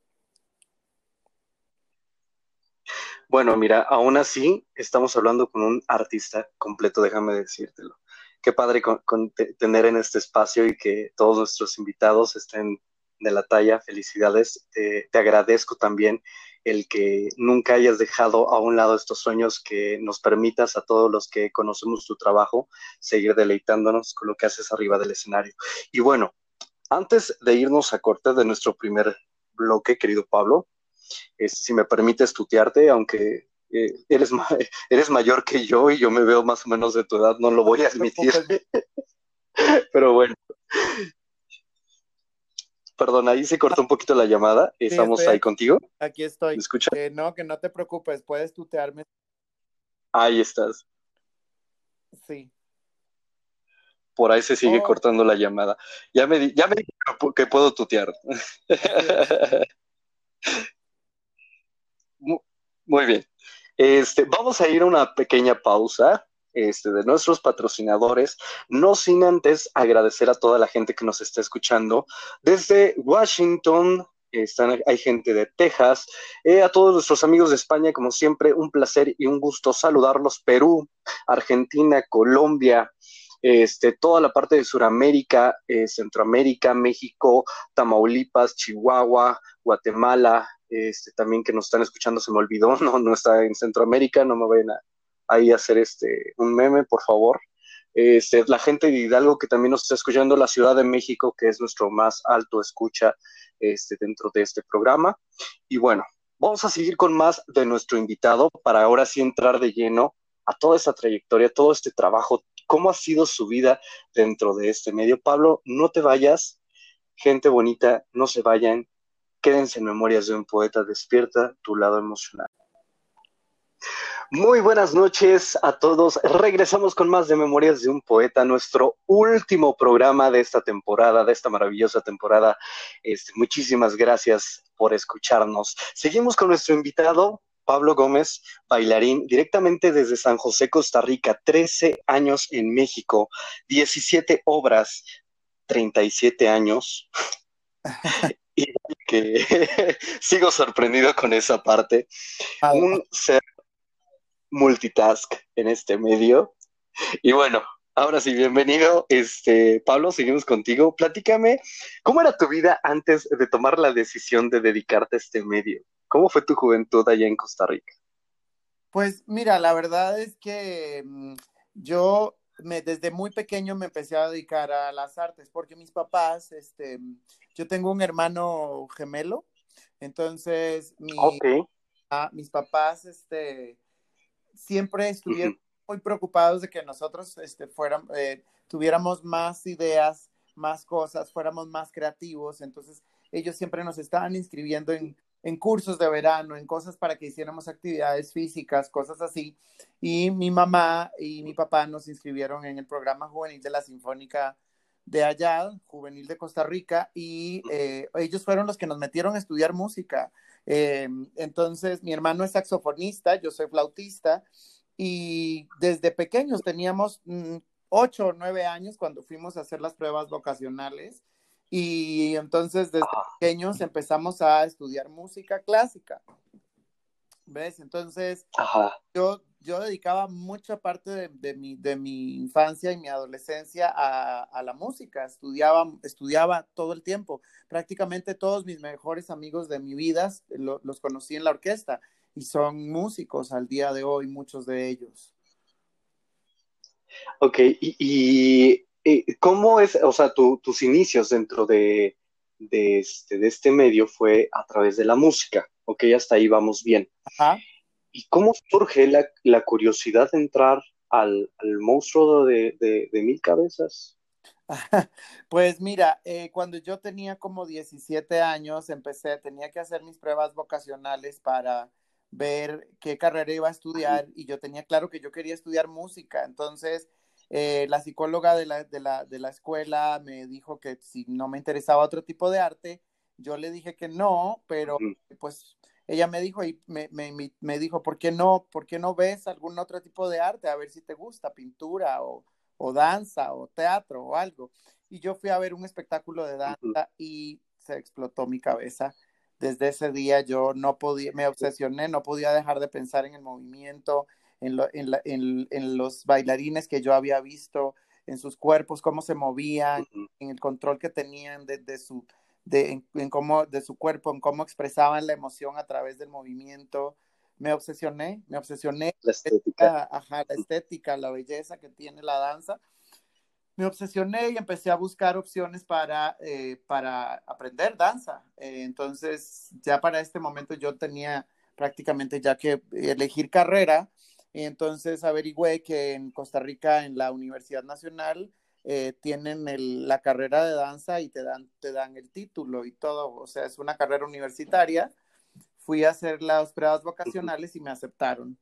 Bueno, mira, aún así estamos hablando con un artista completo, déjame decírtelo. Qué padre tener en este espacio y que todos nuestros invitados estén de la talla. Felicidades. Te agradezco también el que nunca hayas dejado a un lado estos sueños, que nos permitas a todos los que conocemos tu trabajo seguir deleitándonos con lo que haces arriba del escenario. Y bueno, antes de irnos a corte de nuestro primer bloque, querido Pablo, si me permites tutearte, aunque eres mayor que yo y yo me veo más o menos de tu edad, no lo voy a admitir. Pero bueno. Perdón, ahí se cortó un poquito la llamada. ¿Estamos ahí contigo? Aquí estoy. ¿Me escuchas? Que no te preocupes, puedes tutearme. Ahí estás. Sí. Por ahí se sigue cortando la llamada. Ya me dije que puedo tutear. Muy bien. Vamos a ir a una pequeña pausa de nuestros patrocinadores, no sin antes agradecer a toda la gente que nos está escuchando desde Washington. Hay gente de Texas, a todos nuestros amigos de España, como siempre, un placer y un gusto saludarlos. Perú, Argentina, Colombia, toda la parte de Sudamérica, Centroamérica, México, Tamaulipas, Chihuahua, Guatemala, también que nos están escuchando, se me olvidó, no está en Centroamérica, no me vayan ahí a hacer un meme, por favor. La gente de Hidalgo que también nos está escuchando, la Ciudad de México, que es nuestro más alto escucha dentro de este programa. Y bueno, vamos a seguir con más de nuestro invitado para ahora sí entrar de lleno a toda esa trayectoria, todo este trabajo, cómo ha sido su vida dentro de este medio. Pablo, no te vayas, Gente bonita, no se vayan, quédense en Memorias de un Poeta, despierta tu lado emocional. Muy buenas noches a todos. Regresamos con más de Memorias de un Poeta, nuestro último programa de esta temporada, de esta maravillosa temporada. Muchísimas gracias por escucharnos. Seguimos con nuestro invitado, Pablo Gómez, bailarín, directamente desde San José, Costa Rica, 13 años en México, 17 obras, 37 años. Y que sigo sorprendido con esa parte. Un ser multitask en este medio. Y bueno, ahora sí, bienvenido, Pablo, seguimos contigo. Platícame, ¿cómo era tu vida antes de tomar la decisión de dedicarte a este medio? ¿Cómo fue tu juventud allá en Costa Rica? Pues mira, la verdad es que yo desde muy pequeño me empecé a dedicar a las artes, porque mis papás, yo tengo un hermano gemelo, entonces Ok. mis papás, siempre estuvieron muy preocupados de que nosotros tuviéramos más ideas, más cosas, fuéramos más creativos. Entonces, ellos siempre nos estaban inscribiendo en cursos de verano, en cosas para que hiciéramos actividades físicas, cosas así. Y mi mamá y mi papá nos inscribieron en el programa juvenil de la Sinfónica de allá, juvenil de Costa Rica, y ellos fueron los que nos metieron a estudiar música. Entonces, mi hermano es saxofonista, yo soy flautista, y desde pequeños teníamos 8 o 9 años cuando fuimos a hacer las pruebas vocacionales, y entonces desde pequeños empezamos a estudiar música clásica, ¿ves? Entonces, yo dedicaba mucha parte de mi infancia y mi adolescencia a la música, estudiaba todo el tiempo. Prácticamente todos mis mejores amigos de mi vida los conocí en la orquesta y son músicos al día de hoy, muchos de ellos. Ok, ¿cómo es, o sea, tus inicios dentro de este medio fue a través de la música? Ok, hasta ahí vamos bien. Ajá. ¿Y cómo surge la curiosidad de entrar al monstruo de mil cabezas? Pues mira, cuando yo tenía como 17 años, tenía que hacer mis pruebas vocacionales para ver qué carrera iba a estudiar y yo tenía claro que yo quería estudiar música. Entonces, la psicóloga de la escuela me dijo que si no me interesaba otro tipo de arte, yo le dije que no, pero pues ella me dijo me dijo, ¿por qué no ves algún otro tipo de arte? A ver si te gusta, pintura o danza o teatro o algo. Y yo fui a ver un espectáculo de danza y se explotó mi cabeza. Desde ese día yo no podía, me obsesioné, no podía dejar de pensar en el movimiento, en los bailarines que yo había visto, en sus cuerpos, cómo se movían, en el control que tenían de su cuerpo, en cómo expresaban la emoción a través del movimiento. Me obsesioné. La estética. La estética, la belleza que tiene la danza. Me obsesioné y empecé a buscar opciones para aprender danza. Entonces, ya para este momento yo tenía prácticamente ya que elegir carrera. Entonces, averigüé que en Costa Rica, en la Universidad Nacional, tienen la carrera de danza y te dan el título y todo. O sea, es una carrera universitaria. Fui a hacer las pruebas vocacionales y me aceptaron.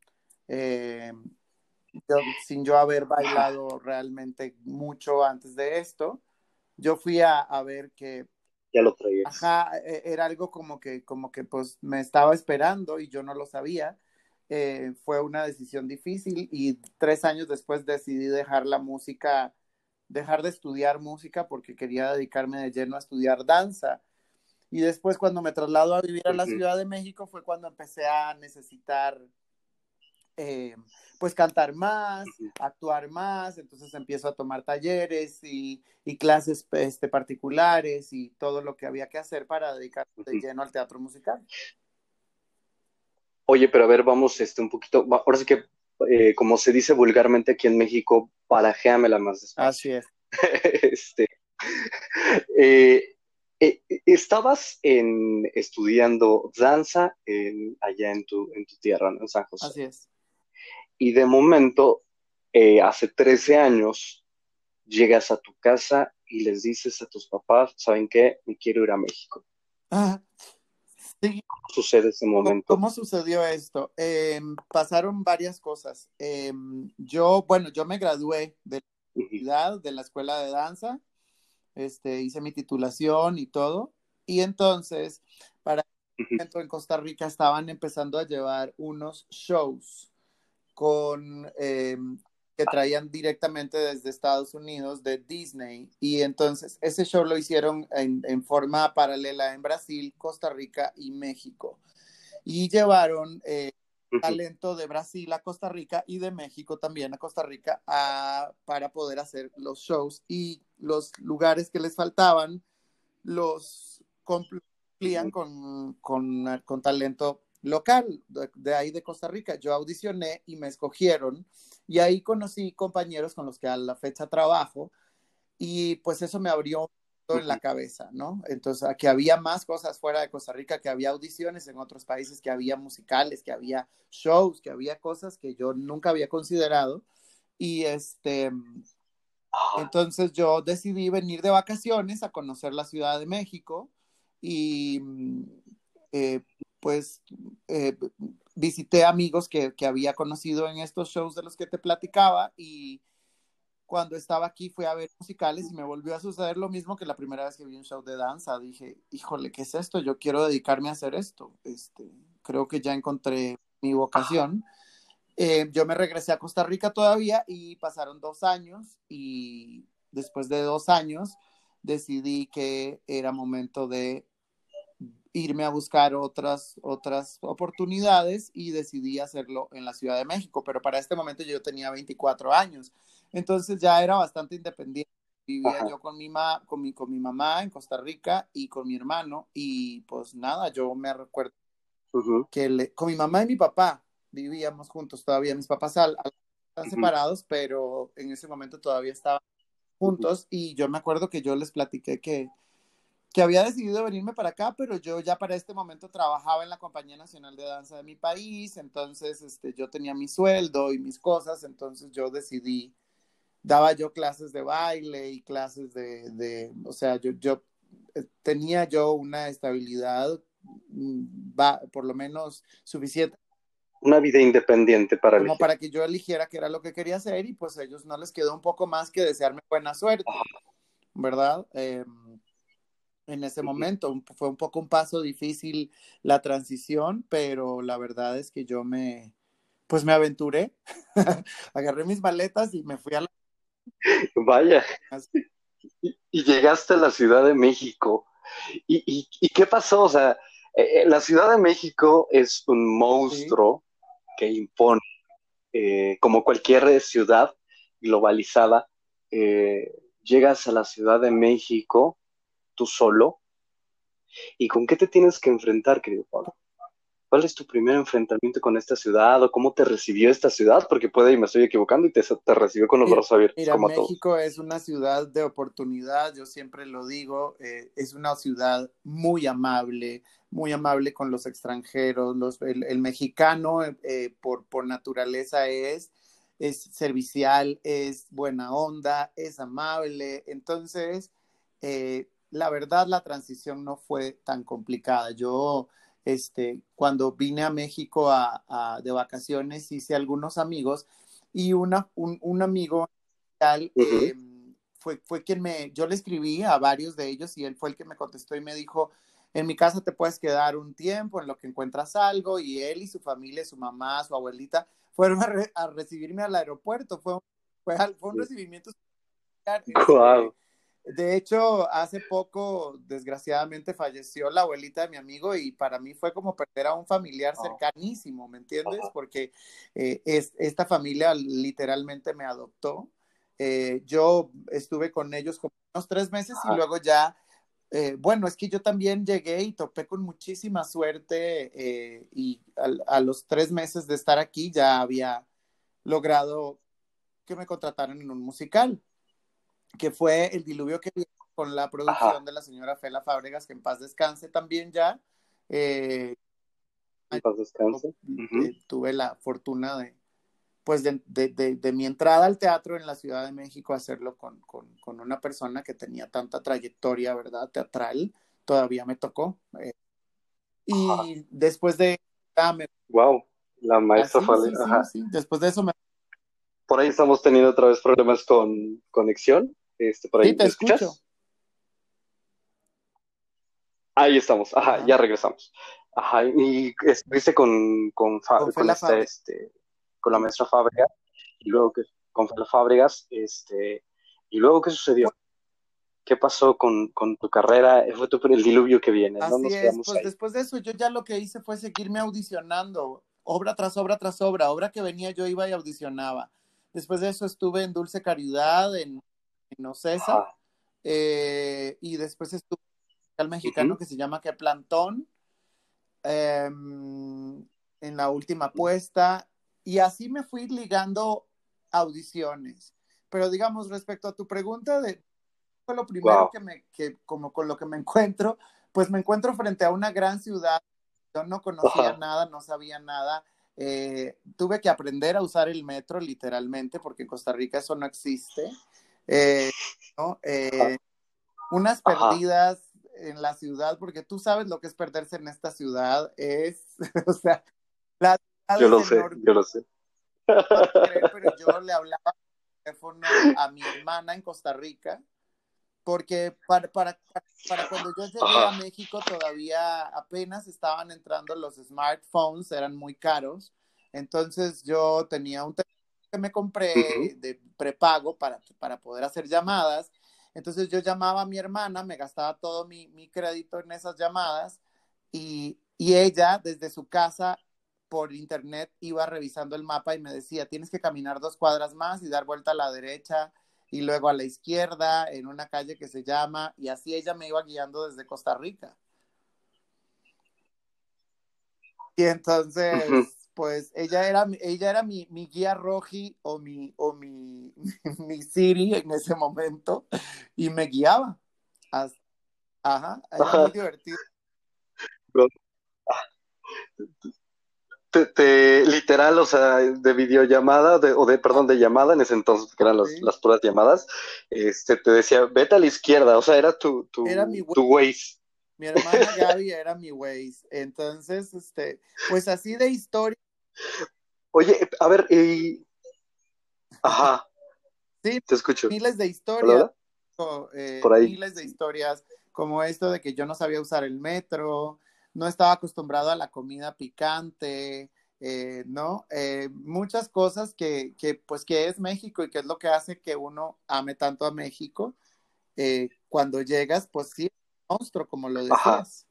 Sin yo haber bailado realmente mucho antes de esto, yo fui a ver que Ya lo traías. era algo como que pues me estaba esperando y yo no lo sabía. Fue una decisión difícil y 3 años después decidí dejar la música, dejar de estudiar música porque quería dedicarme de lleno a estudiar danza. Y después cuando me traslado a vivir a la Ciudad de México fue cuando empecé a necesitar pues cantar más, actuar más, entonces empiezo a tomar talleres y clases particulares y todo lo que había que hacer para dedicarme de lleno al teatro musical. Oye, pero a ver, vamos un poquito, ahora sí que, como se dice vulgarmente aquí en México, barajéamela más Así despacio. es. Estabas estudiando danza allá en tu tierra, ¿no? En San José. Así es. Y de momento, hace 13 años, llegas a tu casa y les dices a tus papás, ¿saben qué? Me quiero ir a México. Ah, sí. ¿Cómo sucede ese momento? ¿Cómo sucedió esto? Pasaron varias cosas. Yo me gradué de la escuela de danza, hice mi titulación y todo, y entonces, para el momento en Costa Rica estaban empezando a llevar unos shows que traían directamente desde Estados Unidos de Disney, y entonces ese show lo hicieron en forma paralela en Brasil, Costa Rica y México, y llevaron talento de Brasil a Costa Rica y de México también a Costa Rica para poder hacer los shows, y los lugares que les faltaban los cumplían con talento local de ahí de Costa Rica. Yo audicioné y me escogieron, y ahí conocí compañeros con los que a la fecha trabajo, y pues eso me abrió en la cabeza, ¿no? Entonces, que había más cosas fuera de Costa Rica, que había audiciones en otros países, que había musicales, que había shows, que había cosas que yo nunca había considerado, y entonces yo decidí venir de vacaciones a conocer la Ciudad de México, y eh, pues visité amigos que había conocido en estos shows de los que te platicaba, y cuando estaba aquí fui a ver musicales y me volvió a suceder lo mismo que la primera vez que vi un show de danza. Dije, híjole, ¿qué es esto? Yo quiero dedicarme a hacer esto. Creo que ya encontré mi vocación. Yo me regresé a Costa Rica todavía, y pasaron 2 años, y después de 2 años decidí que era momento de irme a buscar otras oportunidades, y decidí hacerlo en la Ciudad de México, pero para este momento yo tenía 24 años, entonces ya era bastante independiente. Vivía yo con mi mamá en Costa Rica y con mi hermano, y pues nada, yo me recuerdo que con mi mamá y mi papá vivíamos juntos todavía. Mis papás están separados, pero en ese momento todavía estaban juntos, y yo me acuerdo que yo les platiqué que había decidido venirme para acá, pero yo ya para este momento trabajaba en la Compañía Nacional de Danza de mi país, entonces yo tenía mi sueldo y mis cosas, entonces yo decidí, daba yo clases de baile y clases o sea, yo tenía yo una estabilidad por lo menos suficiente. Una vida independiente para como para que yo eligiera qué era lo que quería hacer, y pues a ellos no les quedó un poco más que desearme buena suerte, ¿verdad? En ese momento fue un poco un paso difícil la transición, pero la verdad es que yo me aventuré, agarré mis maletas y me fui a la... Vaya, y llegaste a la Ciudad de México. ¿Y qué pasó? O sea, la Ciudad de México es un monstruo que impone, como cualquier ciudad globalizada. Llegas a la Ciudad de México tú solo, ¿y con qué te tienes que enfrentar, querido Pablo? ¿Cuál es tu primer enfrentamiento con esta ciudad, o cómo te recibió esta ciudad? Porque puede, y me estoy equivocando, y te recibió con los brazos abiertos, Mira, como a todos. México es una ciudad de oportunidad, yo siempre lo digo, es una ciudad muy amable con los extranjeros. El mexicano por naturaleza es servicial, es buena onda, es amable. Entonces, la verdad, la transición no fue tan complicada. Yo, cuando vine a México de vacaciones, hice algunos amigos, y un amigo fue quien yo le escribí a varios de ellos, y él fue el que me contestó y me dijo, en mi casa te puedes quedar un tiempo en lo que encuentras algo, y él y su familia, su mamá, su abuelita, fueron a recibirme al aeropuerto. Fue un recibimiento. Wow. De hecho, hace poco, desgraciadamente, falleció la abuelita de mi amigo, y para mí fue como perder a un familiar cercanísimo, ¿me entiendes? Porque esta familia literalmente me adoptó. Yo estuve con ellos como unos 3 meses, y luego ya, bueno, es que yo también llegué y topé con muchísima suerte, y a los 3 meses de estar aquí ya había logrado que me contrataran en un musical, que fue El Diluvio que viene, con la producción de la señora Fela Fábregas, que en paz descanse también ya. En paz descanse. Tuve la fortuna pues de mi entrada al teatro en la Ciudad de México, hacerlo con una persona que tenía tanta trayectoria, ¿verdad? Teatral, todavía me tocó. Y después de... Wow, la maestra sí, fue... sí, sí, Ajá. sí. Después de eso me... Por ahí estamos teniendo otra vez problemas con conexión. Por Sí, ahí, te ¿me escucho. escuchas? Ahí estamos, ajá, Ajá. ya regresamos. Ajá, y estuviste Con con Fela Fabri. con la maestra Fábregas, y luego con Fela Fábregas, y luego ¿qué sucedió? Pues, ¿Qué pasó con tu carrera? Fue el diluvio que viene, ¿no? así Nos es, quedamos pues ahí. después de eso yo ya lo que hice fue seguirme audicionando, obra tras obra tras obra que venía yo iba y audicionaba. Después de eso estuve en Dulce Caridad, en Ocesa, Ajá. y después estuve en el mexicano Ujú. que se llama Que Plantón, en la última apuesta, y así me fui ligando audiciones. Pero digamos, respecto a tu pregunta de fue lo primero Wow. que como con lo que me encuentro, pues me encuentro frente a una gran ciudad. Yo no conocía Ajá. nada, no sabía nada. Tuve que aprender a usar el metro literalmente porque en Costa Rica eso no existe. Eh, ¿No? Ajá. Unas Ajá. perdidas en la ciudad, porque tú sabes lo que es perderse en esta ciudad, es, o sea, la ciudad Yo es lo sé, enorme, yo lo sé. no vas a creer, pero yo le hablaba por teléfono a mi hermana en Costa Rica porque para cuando yo llegué a Ajá. México todavía apenas estaban entrando los smartphones, eran muy caros, entonces yo tenía un teléfono que me Ujú. compré de prepago para poder hacer llamadas, entonces yo llamaba a mi hermana, me gastaba todo mi crédito en esas llamadas y ella desde su casa por internet iba revisando el mapa y me decía, tienes que caminar 2 cuadras más y dar vuelta a la derecha y luego a la izquierda en una calle que se llama, y así ella me iba guiando desde Costa Rica. Y Ujú. entonces, pues ella era mi guía roji mi Siri en ese momento y me guiaba. Hasta, ajá, era muy Ajá. divertido. Literal, o sea, de videollamada, Ah, perdón, de llamada en ese entonces, que eran sí, las puras llamadas, te decía, vete a la izquierda, o sea, era era tu Waze. mi hermana Gaby era mi Waze. Entonces, pues así de historia, Oye, a ver, ajá, sí, te escucho. miles de Hola, historias, hola, por ahí. miles de historias como esto de que yo no sabía usar el metro, no estaba acostumbrado a la comida picante, ¿no? Muchas cosas pues que es México y que es lo que hace que uno ame tanto a México. Cuando llegas, pues sí, monstruo, como lo Ajá. decías.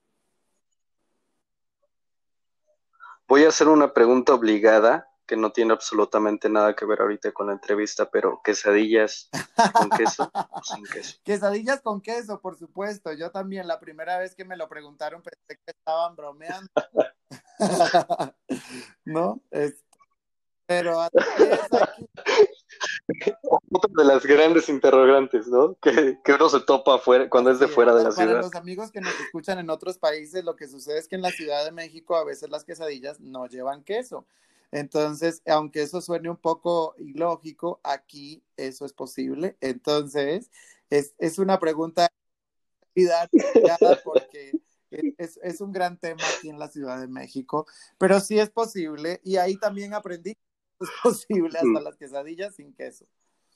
Voy a hacer una pregunta obligada que no tiene absolutamente nada que ver ahorita con la entrevista, pero ¿quesadillas con queso o sin queso? Quesadillas con queso, por supuesto. Yo también, la primera vez que me lo preguntaron, pensé que estaban bromeando. ¿No? Pero así es, hay que... Otra de las grandes interrogantes, ¿no? Que uno se topa afuera, cuando es de Así es. fuera de la Para ciudad. los amigos que nos escuchan en otros países, lo que sucede es que en la Ciudad de México a veces las quesadillas no llevan queso. Entonces, aunque eso suene un poco ilógico, aquí eso es posible. Entonces, es una pregunta porque es un gran tema aquí en la Ciudad de México, pero sí es posible y ahí también aprendí que es posible hasta las quesadillas sin queso.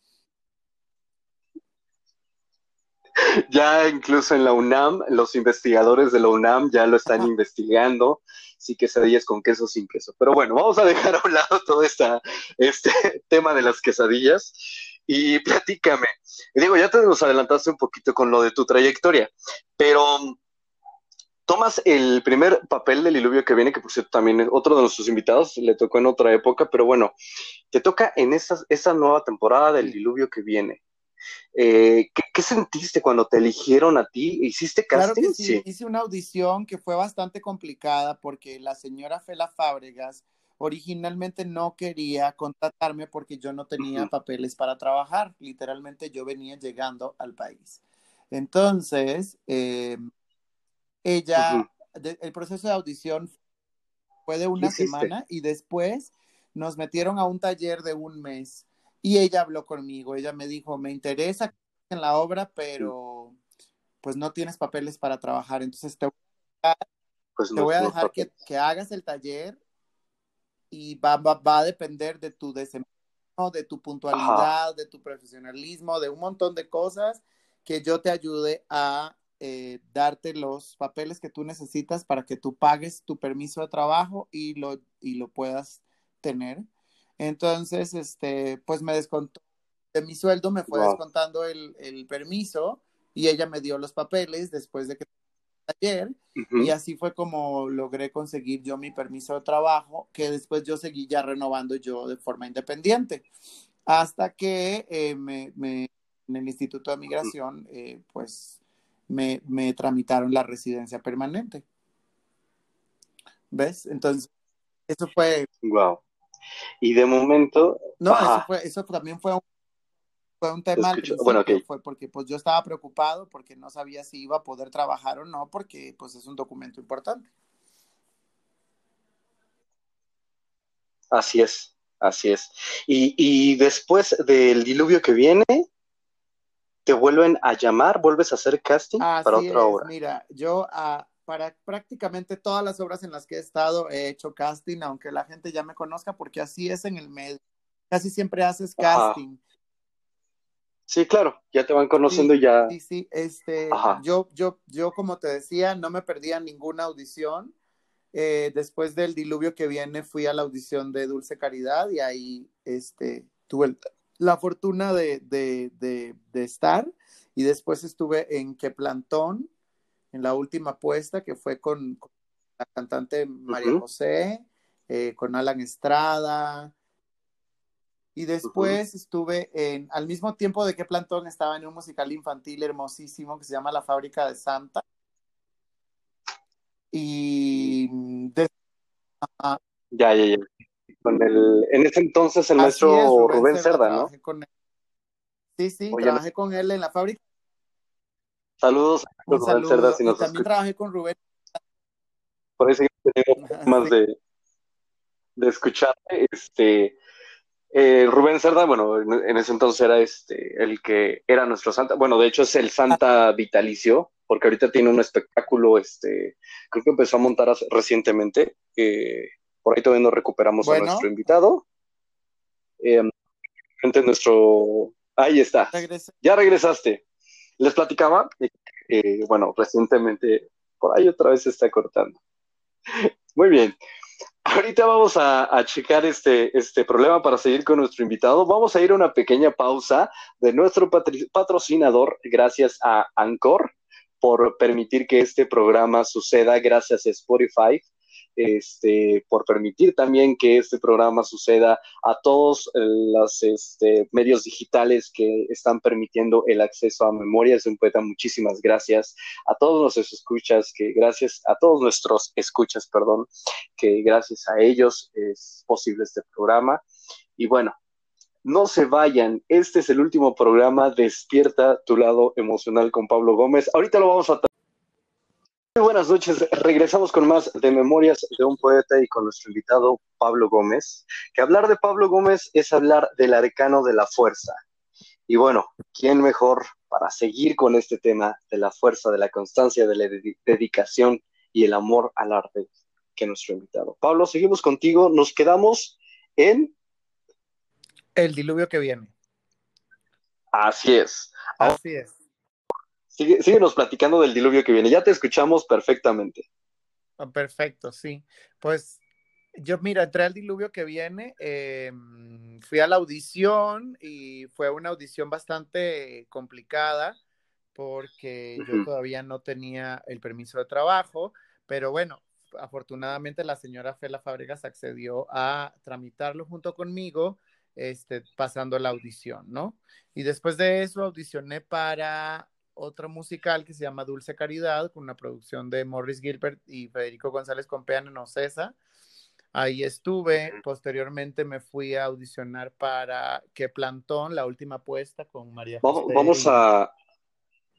Ya incluso en la UNAM, los investigadores de la UNAM ya lo están investigando, si quesadillas con queso o sin queso. Pero bueno, vamos a dejar a un lado todo este tema de las quesadillas y platícame. Digo, ya te nos adelantaste un poquito con lo de tu trayectoria, pero tomas el primer papel del diluvio que viene, que por cierto también es otro de nuestros invitados, le tocó en otra época, pero bueno, te toca en esa nueva temporada del Sí. diluvio que viene. ¿Qué sentiste cuando te eligieron a ti? ¿Hiciste Claro que casting? sí, Sí. hice una audición que fue bastante complicada porque la señora Fela Fábregas originalmente no quería contratarme porque yo no tenía Ujú, papeles para trabajar. Literalmente yo venía llegando al país. Entonces, ujú. el proceso de audición fue de una ¿Qué hiciste? semana y después nos metieron a un taller de un mes y ella habló conmigo. Ella me dijo, me interesa en la obra, pero pues no tienes papeles para trabajar, entonces Pues te no voy a tenemos dejar papeles. que hagas el taller y va a depender de tu desempeño, de tu Ajá, puntualidad, de tu profesionalismo, de un montón de cosas que yo te ayude a darte los papeles que tú necesitas para que tú pagues tu permiso de trabajo y lo puedas tener. Entonces, pues me descontó de mi sueldo, me fue wow, descontando el permiso y ella me dio los papeles después de que ayer y ujú, así fue como logré conseguir yo mi permiso de trabajo, que después yo seguí ya renovando yo de forma independiente, hasta que en el Instituto de ujú, Migración, pues me tramitaron la residencia permanente, ¿ves? Entonces, eso fue, wow. Y de momento, no, ajá, eso también fue un te tema al escucho. Bueno, ok, principio, fue porque pues yo estaba preocupado porque no sabía si iba a poder trabajar o no, porque pues es un documento importante. así es, así es. Y después del diluvio que viene, te vuelven a llamar, vuelves a hacer casting para Así otra es, obra. mira, yo para prácticamente todas las obras en las que he estado he hecho casting, aunque la gente ya me conozca, porque así es en el medio. Casi siempre haces Ajá, casting. sí, claro, ya te van conociendo Sí, y ya, sí, sí. ajá, Yo, como te decía, no me perdía ninguna audición. Después del diluvio que viene, fui a la audición de Dulce Caridad y ahí tuve la fortuna de estar. Y después estuve en Que Plantón en la última apuesta que fue con la cantante María ujú, José, con Alan Estrada, y ujú, después estuve al mismo tiempo de que Plantón estaba en un musical infantil hermosísimo que se llama La Fábrica de Santa, y ya, ya, ya. Con en ese entonces el así es, maestro Rubén Rubén Cerda, Cerda, ¿no? trabajé con él. Sí, sí, Oye, trabajé con él en la fábrica. saludos a Un Rubén Cerda saludo. si Y nos también escucha. trabajé con Rubén. Por eso tenemos más Sí, de escucharte. Rubén Cerda, bueno, en ese entonces era el que era nuestro santa. Bueno, de hecho es el santa vitalicio, porque ahorita tiene un espectáculo, creo que empezó a montar recientemente. Por ahí todavía no recuperamos a nuestro bueno, invitado. Eh, ahí está. regresé. Ya regresaste. Les platicaba, bueno, recientemente, por ahí otra vez se está cortando. Muy bien. Ahorita vamos a checar este problema para seguir con nuestro invitado. Vamos a ir a una pequeña pausa de nuestro patrocinador, gracias a Anchor, por permitir que este programa suceda, gracias a Spotify, por permitir también que este programa suceda a todos los medios digitales que están permitiendo el acceso a Memorias de un Poeta. Muchísimas gracias a todos nuestros escuchas, a todos nuestros escuchas, perdón, que gracias a ellos es posible este programa. Y bueno, no se vayan, este es el último programa, Despierta tu lado emocional con Pablo Gómez. Ahorita lo vamos a... Muy buenas noches, regresamos con más de Memorias de un Poeta y con nuestro invitado Pablo Gómez, que hablar de Pablo Gómez es hablar del arcano de la fuerza. Y bueno, ¿quién mejor para seguir con este tema de la fuerza, de la constancia, de la dedicación y el amor al arte que nuestro invitado? Pablo, seguimos contigo. Nos quedamos en... El diluvio que viene. Así es. Ahora, Así es. síguenos platicando del diluvio que viene. Ya te escuchamos perfectamente. Perfecto, sí. Pues yo, mira, entré al diluvio que viene, fui a la audición y fue una audición bastante complicada porque yo Ujú. todavía no tenía el permiso de trabajo, pero bueno, afortunadamente la señora Fela Fábregas accedió a tramitarlo junto conmigo, pasando la audición, ¿no? Y después de eso audicioné para otro musical que se llama Dulce Caridad, con una producción de Morris Gilbert y Federico González Compeán en Ocesa. Ahí estuve, posteriormente me fui a audicionar para Que Plantón, la última apuesta con María Vamos, José vamos y... a,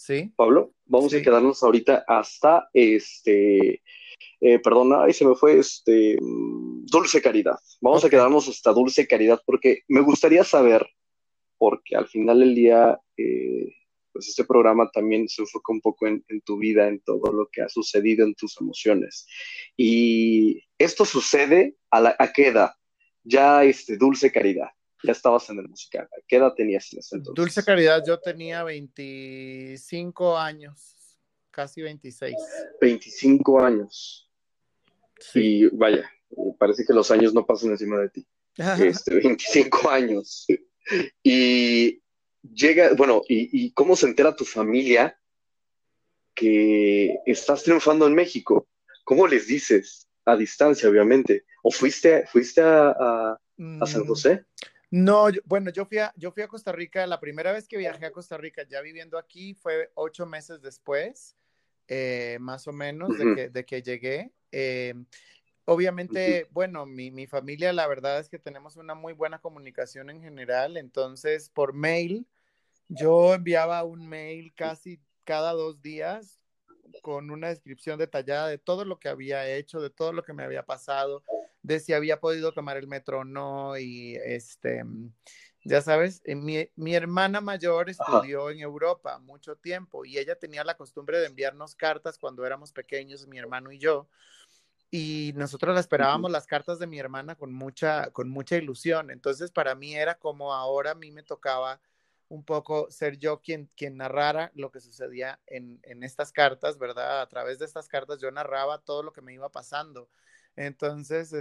¿Sí? Pablo, vamos a Sí. quedarnos ahorita hasta perdona, ahí se me fue Dulce Caridad. Vamos a Ok. quedarnos hasta Dulce Caridad porque me gustaría saber, porque al final del día, pues este programa también se enfoca un poco en tu vida, en todo lo que ha sucedido, en tus emociones. Y esto sucede ¿a qué edad? Ya Dulce Caridad, ya estabas en el musical. ¿A qué edad tenías en ese Dulce entonces? Caridad, yo tenía 25 años, casi 26. 25 años. Sí. Y vaya, parece que los años no pasan encima de ti. 25 años. Y llega, bueno, y cómo se entera tu familia que estás triunfando en México? ¿Cómo les dices? A distancia, obviamente. ¿O fuiste a San Mm, José? no, bueno, yo fui a Costa Rica, la primera vez que viajé a Costa Rica, ya viviendo aquí, fue 8 meses después, más o menos, de Ujú, que llegué. ujú. Obviamente, bueno, mi familia, la verdad es que tenemos una muy buena comunicación en general, entonces por mail, yo enviaba un mail casi cada 2 días con una descripción detallada de todo lo que había hecho, de todo lo que me había pasado, de si había podido tomar el metro o no, y ya sabes, mi hermana mayor Ajá. estudió en Europa mucho tiempo y ella tenía la costumbre de enviarnos cartas cuando éramos pequeños, mi hermano y yo, y nosotros la Ujú. esperábamos las cartas de mi hermana con mucha ilusión. Entonces, para mí era como ahora a mí me tocaba un poco ser yo quien narrara lo que sucedía en estas cartas, ¿verdad? A través de estas cartas yo narraba todo lo que me iba pasando. Entonces,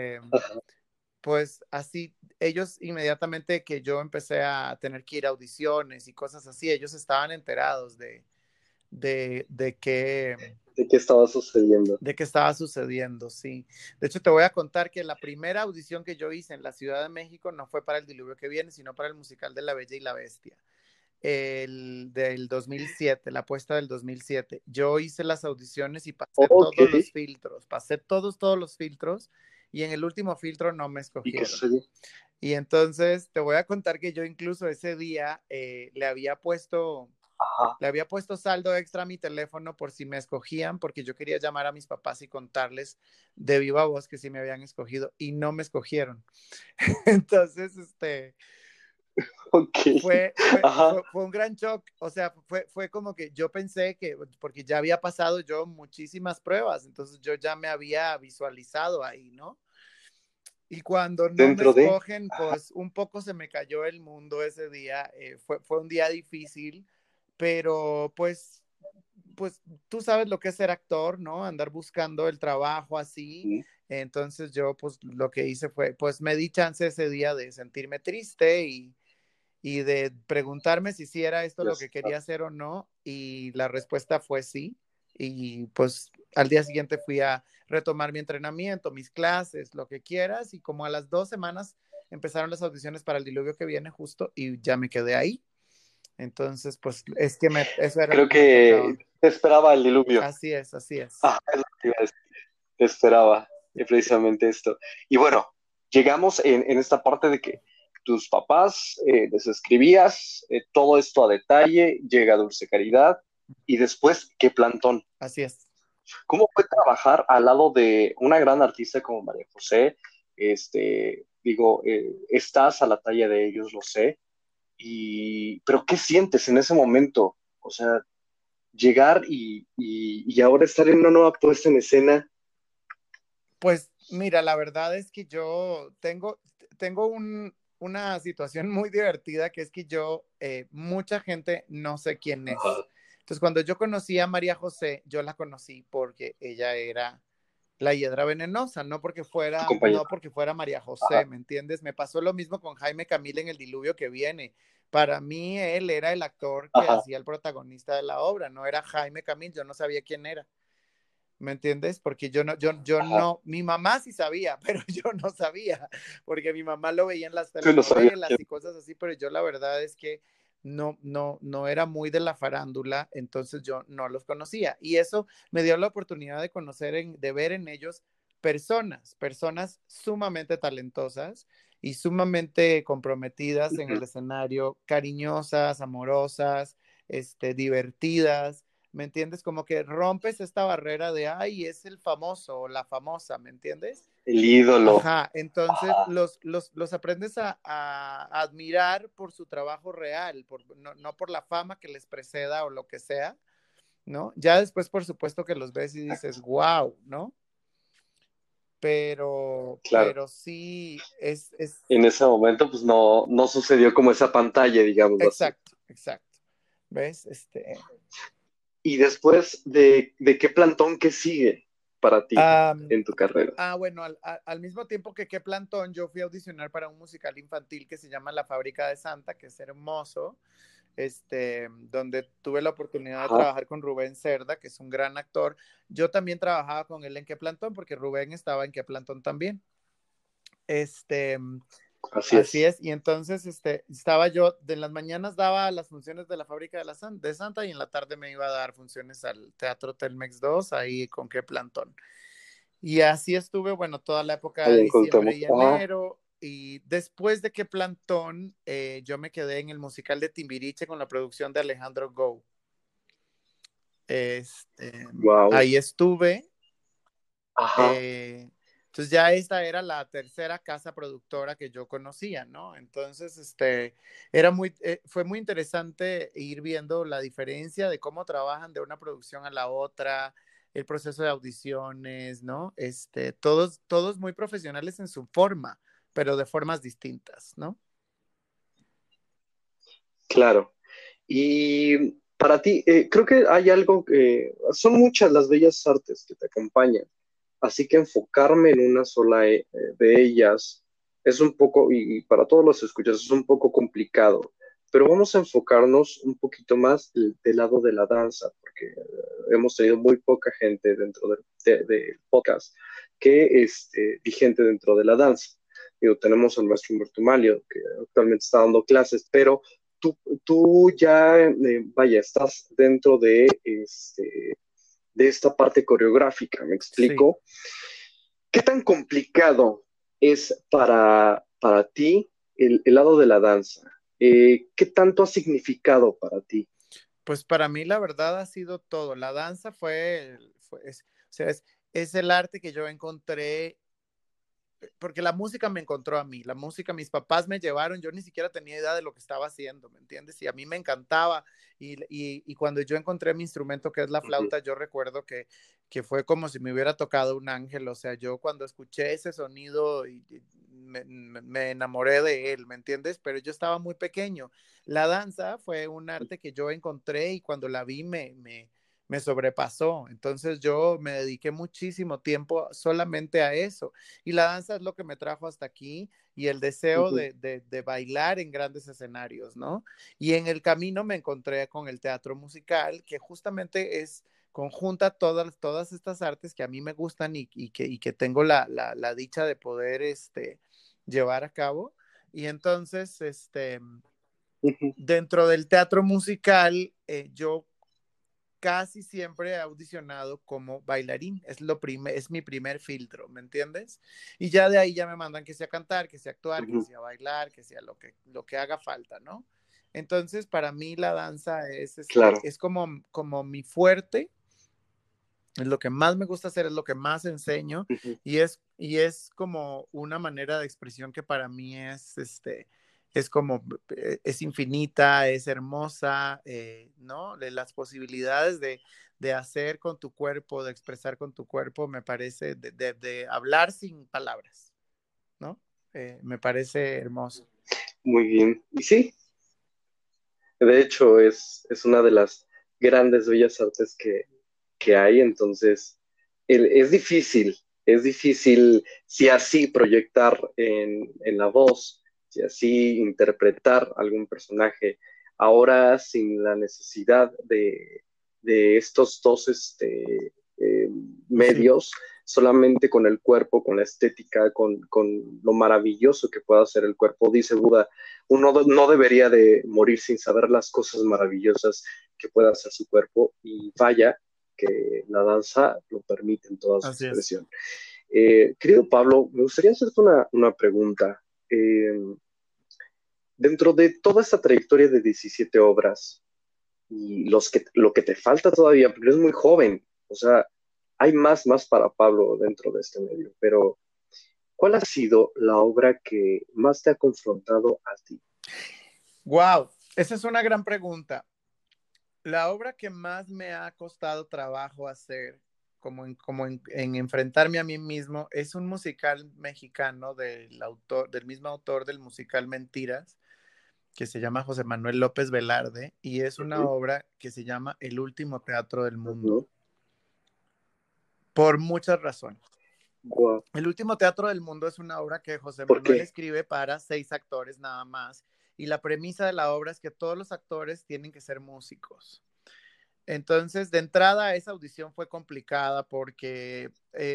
pues así, ellos inmediatamente que yo empecé a tener que ir a audiciones y cosas así, ellos estaban enterados de que ¿De qué estaba sucediendo? de qué estaba sucediendo, sí. De hecho, te voy a contar que la primera audición que yo hice en la Ciudad de México no fue para el diluvio que viene, sino para el musical de La Bella y la Bestia, el del 2007, la apuesta del 2007. Yo hice las audiciones y pasé Ok. todos los filtros, pasé todos los filtros y en el último filtro no me ¿Y qué escogieron. sucedió? Y entonces te voy a contar que yo incluso ese día Ajá. le había puesto saldo extra a mi teléfono por si me escogían, porque yo quería llamar a mis papás y contarles de viva voz que sí me habían escogido y no me escogieron. Entonces, Ok. Ajá. fue un gran shock. O sea, fue como que yo pensé que, porque ya había pasado yo muchísimas pruebas, entonces yo ya me había visualizado ahí, ¿no? Y cuando no me Dentro de. escogen, Ajá. pues un poco se me cayó el mundo ese día. Fue un día difícil, pero pues tú sabes lo que es ser actor, ¿no? Andar buscando el trabajo así. Mm. Entonces yo pues lo que hice fue, pues me di chance ese día de sentirme triste y de preguntarme si era esto Ya lo que está. quería hacer o no. Y la respuesta fue sí. Y pues al día siguiente fui a retomar mi entrenamiento, mis clases, lo que quieras. Y como a las 2 semanas empezaron las audiciones para el diluvio que viene justo y ya me quedé ahí. Entonces, pues es que eso era lo Creo que me que tocaba. te esperaba el diluvio. Así es, así es. Ah, es lo que iba a decir. Te esperaba precisamente esto. Y bueno, llegamos en esta parte de que tus papás les escribías todo esto a detalle, llega Dulce Caridad y después, ¿qué plantón? Así es. ¿Cómo fue trabajar al lado de una gran artista como María José? Digo, estás a la talla de ellos, lo sé, pero ¿qué sientes en ese momento? O sea, llegar y ahora estar en una nueva puesta en escena. Pues mira, la verdad es que yo tengo una situación muy divertida que es que mucha gente no sé quién es. Ajá. Entonces, cuando yo conocí a María José, yo la conocí porque ella era la hiedra venenosa, Tu compañero. no porque fuera María Ajá. José, ¿me entiendes? Me pasó lo mismo con Jaime Camil en El Diluvio que viene. Para mí, él era el actor que Ajá. hacía el protagonista de la obra, no era Jaime Camil, yo no sabía quién era. ¿Me entiendes? Porque yo Ajá. no, mi mamá sí sabía, pero yo no sabía, porque mi mamá lo veía en las Tú no sabías quién. telenovelas y cosas así, pero yo la verdad es que no era muy de la farándula, entonces yo no los conocía. Y eso me dio la oportunidad de de ver en ellos personas sumamente talentosas y sumamente comprometidas en Ujú. el escenario, cariñosas, amorosas, divertidas, ¿me entiendes? Como que rompes esta barrera de, ay, es el famoso o la famosa, ¿me entiendes? El ídolo. Ajá, entonces Ajá. los aprendes a admirar por su trabajo real, no por la fama que les preceda o lo que sea, ¿no? Ya después, por supuesto, que los ves y dices, wow, ¿no? Claro. Pero sí, En ese momento, pues no sucedió como esa pantalla, digámoslo así. exacto, exacto. ¿Ves? Y después de qué plantón, ¿qué sigue para ti Um, en tu carrera? bueno, al mismo tiempo que Qué Plantón, yo fui a audicionar para un musical infantil que se llama La Fábrica de Santa, que es hermoso, donde tuve la oportunidad de Ajá, trabajar con Rubén Cerda, que es un gran actor. Yo también trabajaba con él en Qué Plantón, porque Rubén estaba en Qué Plantón también. Este, así Así es. es, y entonces estaba yo, de las mañanas daba las funciones de la Fábrica de Santa y en la tarde me iba a dar funciones al Teatro Telmex 2 ahí con Qué Plantón. Y así estuve, bueno, toda la época de Ahí diciembre encontramos. y Ah, enero. Y después de Qué Plantón, yo me quedé en el musical de Timbiriche con la producción de Alejandro Gou. wow. Ahí estuve. Ajá. eh, entonces ya esta era la tercera casa productora que yo conocía, ¿no? Entonces, fue muy interesante ir viendo la diferencia de cómo trabajan de una producción a la otra, el proceso de audiciones, ¿no? Todos muy profesionales en su forma, pero de formas distintas, ¿no? Claro. Y para ti, creo que hay algo que son muchas las bellas artes que te acompañan, así que enfocarme en una sola de ellas es un poco, y para todos los escuchas, es un poco complicado, pero vamos a enfocarnos un poquito más del lado de la danza, porque hemos tenido muy poca gente dentro del podcast que vigente dentro de la danza. Digo, tenemos al maestro Humberto Malio, que actualmente está dando clases, pero tú ya, vaya, estás dentro de esta parte coreográfica, ¿me Sí. explico? ¿Qué tan complicado es para ti el lado de la danza? ¿Qué tanto ha significado para ti? Pues para mí la verdad ha sido todo. La danza o sea, es el arte que yo encontré porque la música me encontró a mí, la música, mis papás me llevaron, yo ni siquiera tenía idea de lo que estaba haciendo, ¿me entiendes? Y a mí me encantaba, y cuando yo encontré mi instrumento, que es la Uh -huh. flauta, yo recuerdo que fue como si me hubiera tocado un ángel, o sea, yo cuando escuché ese sonido me enamoré de él, ¿me entiendes? Pero yo estaba muy pequeño. La danza fue un arte que yo encontré y cuando la vi me sobrepasó. Entonces yo me dediqué muchísimo tiempo solamente a eso. Y la danza es lo que me trajo hasta aquí y el Uh deseo -huh. de bailar en grandes escenarios, ¿no? Y en el camino me encontré con el teatro musical, que justamente conjunta todas estas artes que a mí me gustan y que tengo la dicha de poder llevar a cabo. Y entonces, Uh -huh. dentro del teatro musical, yo casi siempre he audicionado como bailarín, es mi primer filtro, ¿me entiendes? Y ya de ahí ya me mandan que sea cantar, que sea Uh actuar, que -huh. sea bailar, que sea lo que haga falta, ¿no? Entonces, para mí la danza Claro. es como mi fuerte, es lo que más me gusta hacer, es lo que más enseño Uh -huh. y es como una manera de expresión que para mí es como, es infinita, es hermosa, ¿no? Las posibilidades de hacer con tu cuerpo, de expresar con tu cuerpo, me parece, de hablar sin palabras, ¿no? Me parece hermoso. Muy bien. Y sí, de hecho es una de las grandes bellas artes que hay, entonces es difícil si así proyectar en la voz, si así interpretar algún personaje, ahora sin la necesidad de estos dos Sí, medios, solamente con el cuerpo, con la estética, con lo maravilloso que pueda hacer el cuerpo, dice Buda, uno no debería de morir sin saber las cosas maravillosas que pueda hacer su cuerpo y vaya que la danza lo permite en toda su así es. expresión. Querido Pablo, me gustaría hacerte una pregunta. Dentro de toda esta trayectoria de 17 obras, y lo que te falta todavía, porque eres muy joven, o sea, hay más para Pablo dentro de este medio, pero ¿cuál ha sido la obra que más te ha confrontado a ti? Wow, esa es una gran pregunta. La obra que más me ha costado trabajo hacer, en enfrentarme a mí mismo, es un musical mexicano del mismo autor del musical Mentiras, que se llama José Manuel López Velarde, y es una Ujú, obra que se llama El último teatro del mundo, ujú. por muchas razones. Guau. El último teatro del mundo es una obra que José ¿Por Manuel qué? escribe para 6 actores nada más, y la premisa de la obra es que todos los actores tienen que ser músicos. Entonces, de entrada, esa audición fue complicada porque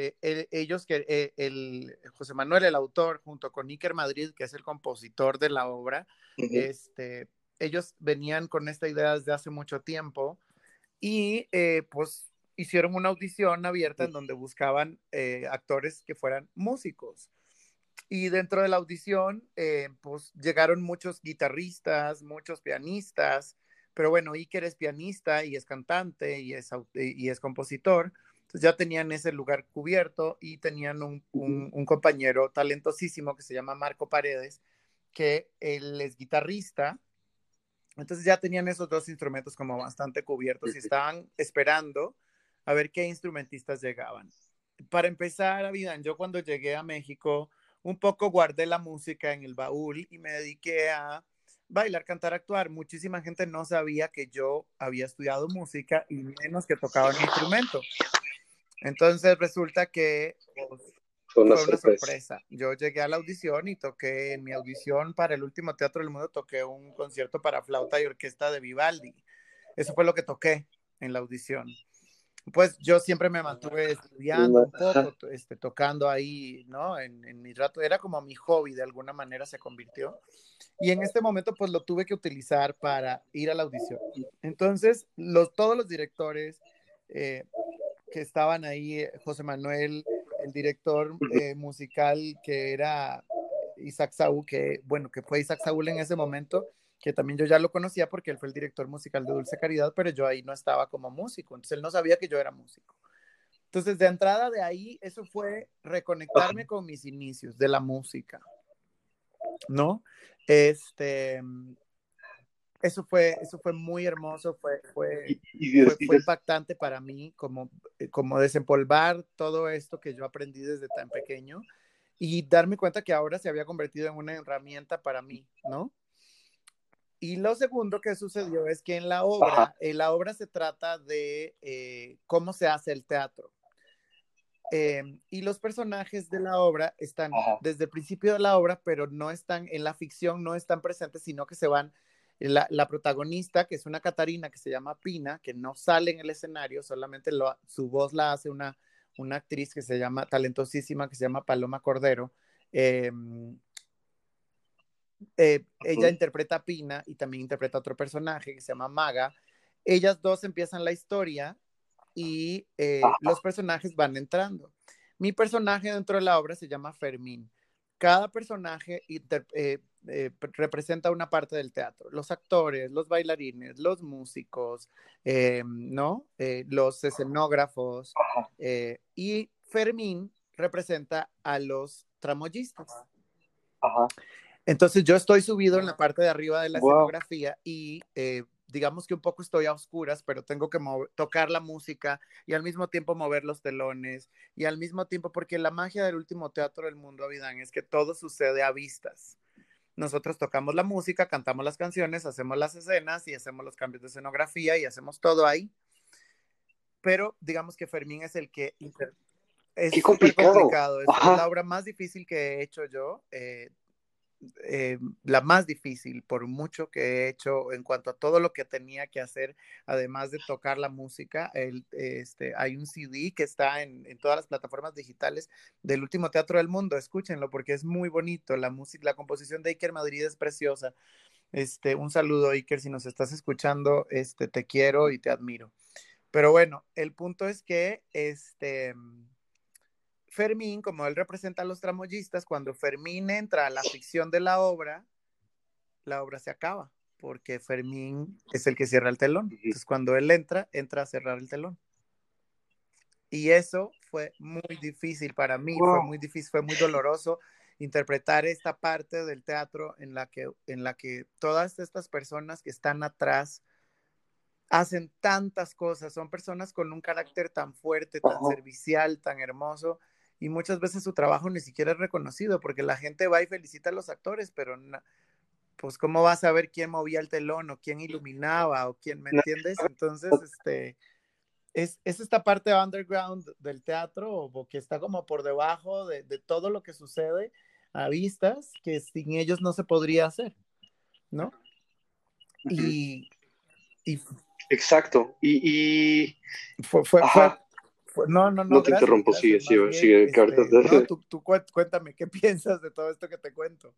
José Manuel, el autor, junto con Iker Madrid, que es el compositor de la obra, Ujú, este, ellos venían con esta idea desde hace mucho tiempo y pues hicieron una audición abierta en donde buscaban actores que fueran músicos. Y dentro de la audición, pues llegaron muchos guitarristas, muchos pianistas, pero bueno, Iker es pianista y es cantante y es compositor, entonces ya tenían ese lugar cubierto y tenían ujú, un compañero talentosísimo que se llama Marco Paredes, que él es guitarrista, entonces ya tenían esos dos instrumentos como bastante cubiertos y ujú. estaban esperando a ver qué instrumentistas llegaban. Para empezar, Avidan, yo cuando llegué a México, un poco guardé la música en el baúl y me dediqué a bailar, cantar, actuar. Muchísima gente no sabía que yo había estudiado música y menos que tocaba un instrumento. Entonces resulta que pues, Fue una fue una sorpresa. sorpresa. Yo llegué a la audición y toqué, en mi audición para el último teatro del mundo, toqué un concierto para flauta y orquesta de Vivaldi. Eso fue lo que toqué en la audición. Pues yo siempre me mantuve estudiando un Ajá. poco, tocando ahí, ¿no? En mi rato, era como mi hobby, de alguna manera se convirtió. Y en este momento, pues lo tuve que utilizar para ir a la audición. Entonces, todos los directores eh, que estaban ahí, José Manuel, el director Ujú. musical que era Isaac Saúl, que bueno, que fue Isaac Saúl en ese momento, que también yo ya lo conocía porque él fue el director musical de Dulce Caridad, pero yo ahí no estaba como músico, entonces él no sabía que yo era músico. Entonces, de entrada de ahí, eso fue reconectarme con mis inicios de la música, ¿no? Este, eso fue muy hermoso, fue impactante para mí, como desempolvar todo esto que yo aprendí desde tan pequeño y darme cuenta que ahora se había convertido en una herramienta para mí, ¿no? Y lo segundo que sucedió es que Ajá, en la obra se trata de cómo se hace el teatro. Y los personajes de la obra están ajá, desde el principio de la obra, pero no están en la ficción, no están presentes, sino que se van. La protagonista, que es una Catarina que se llama Pina, que no sale en el escenario, solamente su voz la hace una actriz que se llama, talentosísima, que se llama Paloma Cordero. Eh, ella ujú, interpreta a Pina y también interpreta a otro personaje que se llama Maga. Ellas dos empiezan la historia y ajá, los personajes van entrando. Mi personaje dentro de la obra se llama Fermín. Cada personaje representa una parte del teatro. Los actores, los bailarines, los músicos, ¿no? Los escenógrafos. ajá, Y Fermín representa a los tramoyistas. ajá. Entonces yo estoy subido en la parte de arriba de la Wow. escenografía y digamos que un poco estoy a oscuras, pero tengo que tocar la música y al mismo tiempo mover los telones y al mismo tiempo, porque la magia del último teatro del mundo, Avidán, es que todo sucede a vistas. Nosotros tocamos la música, cantamos las canciones, hacemos las escenas y hacemos los cambios de escenografía y hacemos todo ahí. Pero digamos que Fermín es el que es Qué súper complicado. complicado. Es la Ajá. obra más difícil que he hecho yo. La más difícil por mucho que he hecho en cuanto a todo lo que tenía que hacer, además de tocar la música. Hay un CD que está en todas las plataformas digitales del último teatro del mundo, escúchenlo porque es muy bonito, la música, la composición de Iker Madrid es preciosa. Un saludo, Iker, si nos estás escuchando, te quiero y te admiro. Pero bueno, el punto es que Fermín, como él representa a los tramoyistas, cuando Fermín entra a la ficción de la obra se acaba, porque Fermín es el que cierra el telón. Entonces, cuando él entra a cerrar el telón. Y eso fue muy difícil para mí, fue muy difícil, fue muy doloroso interpretar esta parte del teatro en la que todas estas personas que están atrás hacen tantas cosas, son personas con un carácter tan fuerte, tan servicial, tan hermoso, y muchas veces su trabajo ni siquiera es reconocido, porque la gente va y felicita a los actores, pero pues cómo vas a ver quién movía el telón, o quién iluminaba, o quién, ¿me entiendes? Entonces, es esta parte underground del teatro, o que está como por debajo de todo lo que sucede a vistas, que sin ellos no se podría hacer, ¿no? Y Exacto. fue, no, No te gracias, interrumpo, sigue, gracias. Más sigue, bien, sigue, que ahorita no, tú cuéntame, ¿qué piensas de todo esto que te cuento?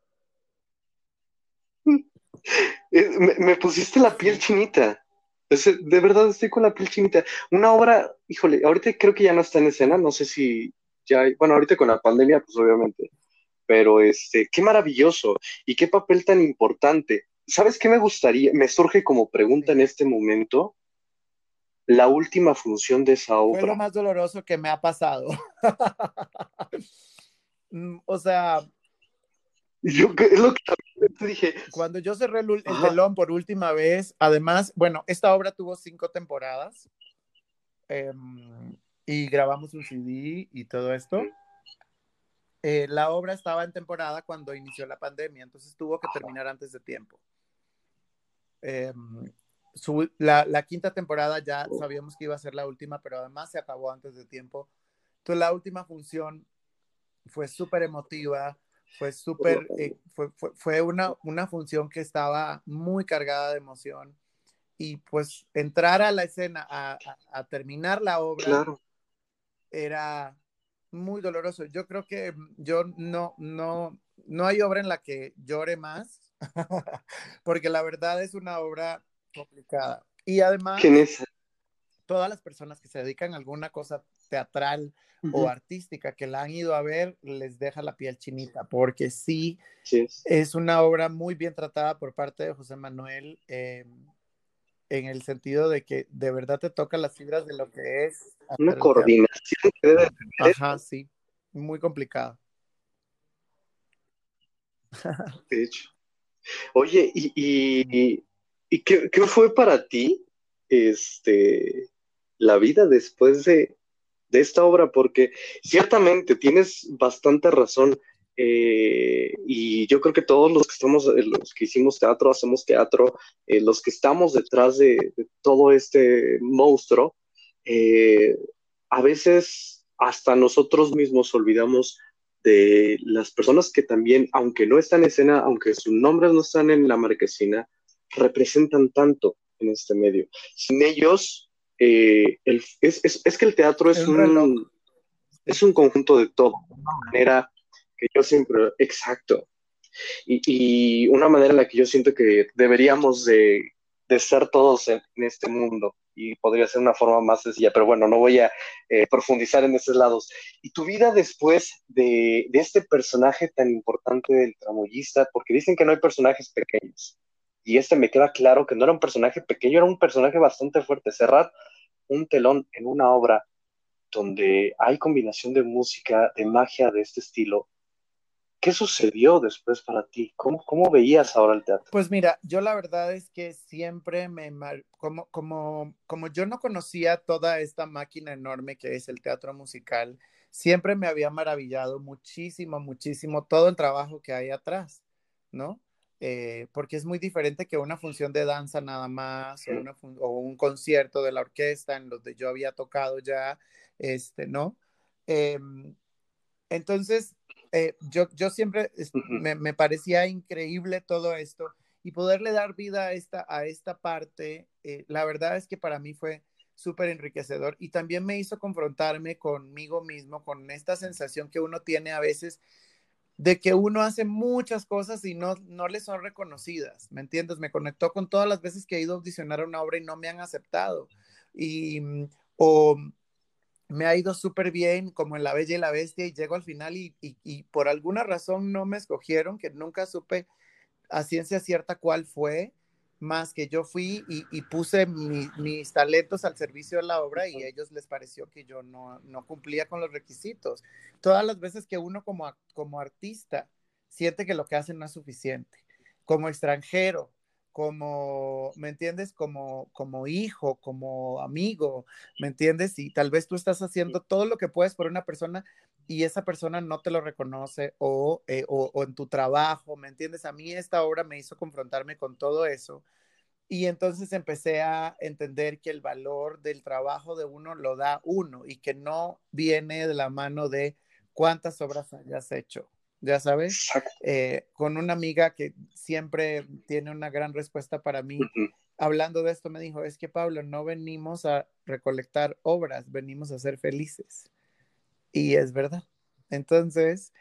Me pusiste la piel chinita. De verdad estoy con la piel chinita. Una obra, híjole, ahorita creo que ya no está en escena, no sé si ya hay, bueno, ahorita con la pandemia, pues obviamente, pero qué maravilloso y qué papel tan importante. ¿Sabes qué me gustaría? Me surge como pregunta en Sí. este momento, la última función de esa Fue lo obra. más doloroso que me ha pasado. O sea, Es lo que también te dije. cuando yo cerré el Ajá, telón por última vez, además, bueno, esta obra tuvo 5 temporadas, y grabamos un CD y todo esto. La obra estaba en temporada cuando inició la pandemia, entonces tuvo que terminar antes de tiempo. La quinta temporada ya sabíamos que iba a ser la última, pero además se acabó antes de tiempo. Entonces la última función fue súper emotiva, fue una función que estaba muy cargada de emoción, y pues entrar a la escena a terminar la obra claro. era muy doloroso. Yo creo que yo no hay obra en la que llore más, porque la verdad es una obra complicada. Y ¿Quién además, es? todas las personas que se dedican a alguna cosa teatral o Ujú, artística que la han ido a ver, les deja la piel chinita, porque sí, sí es. es una obra muy bien tratada por parte de José Manuel, en el sentido de que de verdad te toca las fibras de lo que es Una hacer el teatro. coordinación que debe tener, Ajá, sí, muy complicado. de hecho. Oye, ¿y qué fue para ti la vida después de esta obra? Porque ciertamente tienes bastante razón, y yo creo que todos los que estamos, los que hicimos teatro, hacemos teatro, los que estamos detrás de todo este monstruo, eh, a veces hasta nosotros mismos olvidamos de las personas que también, aunque no están en escena, aunque sus nombres no están en la marquesina, representan tanto en este medio. Sin ellos, es que el teatro Es un reloj. es un conjunto de todo, de una manera que yo siempre, exacto, y una manera en la que yo siento que deberíamos de ser todos en este mundo, y podría ser una forma más sencilla, pero bueno, no voy a profundizar en esos lados. ¿Y tu vida después de este personaje tan importante del tramoyista? Porque dicen que no hay personajes pequeños, y me queda claro que no era un personaje pequeño, era un personaje bastante fuerte. Cerrar un telón en una obra donde hay combinación de música, de magia de este estilo. ¿Qué sucedió después para ti? ¿Cómo veías ahora el teatro? Pues mira, yo la verdad es que siempre como yo no conocía toda esta máquina enorme que es el teatro musical, siempre me había maravillado muchísimo, muchísimo todo el trabajo que hay atrás, ¿no? Porque es muy diferente que una función de danza nada más, o un concierto de la orquesta en los que yo había tocado ya, ¿no? Em, entonces, yo siempre Ujú. me parecía increíble todo esto, y poderle dar vida a esta parte, la verdad es que para mí fue súper enriquecedor, y también me hizo confrontarme conmigo mismo, con esta sensación que uno tiene a veces de que uno hace muchas cosas y no le son reconocidas, ¿me entiendes? Me conectó con todas las veces que he ido a audicionar una obra y no me han aceptado, y, o me ha ido súper bien, como en La Bella y la Bestia, y llego al final y por alguna razón no me escogieron, que nunca supe a ciencia cierta cuál fue, más que yo fui y puse mis talentos al servicio de la obra y a ellos les pareció que yo no cumplía con los requisitos. Todas las veces que uno como artista siente que lo que hace no es suficiente, como extranjero, como, ¿me entiendes? Como hijo, como amigo, ¿me entiendes? Y tal vez tú estás haciendo todo lo que puedes por una persona y esa persona no te lo reconoce o en tu trabajo, ¿me entiendes? A mí esta obra me hizo confrontarme con todo eso y entonces empecé a entender que el valor del trabajo de uno lo da uno y que no viene de la mano de cuántas obras hayas hecho, ya sabes. Con una amiga que siempre tiene una gran respuesta para mí, hablando de esto, me dijo, es que Pablo, no venimos a recolectar obras, venimos a ser felices. Y es verdad. Entonces,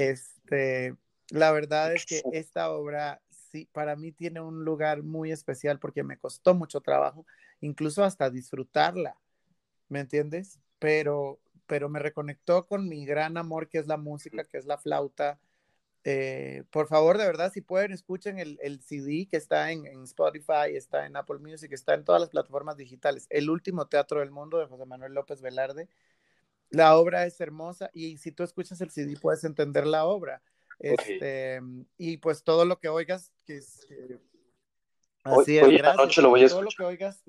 la verdad es que esta obra sí, para mí tiene un lugar muy especial porque me costó mucho trabajo, incluso hasta disfrutarla, ¿me entiendes? Pero me reconectó con mi gran amor que es la música, que es la flauta. Por favor, de verdad, si pueden, escuchen el CD que está en Spotify, está en Apple Music, está en todas las plataformas digitales. El último teatro del mundo de José Manuel López Velarde. La obra es hermosa y si tú escuchas el CD puedes entender la obra. Okay. Y pues todo lo que oigas, Hoy, así es, hoy en la gracias, noche lo voy Pablo. a Todo lo que escuchar. oigas,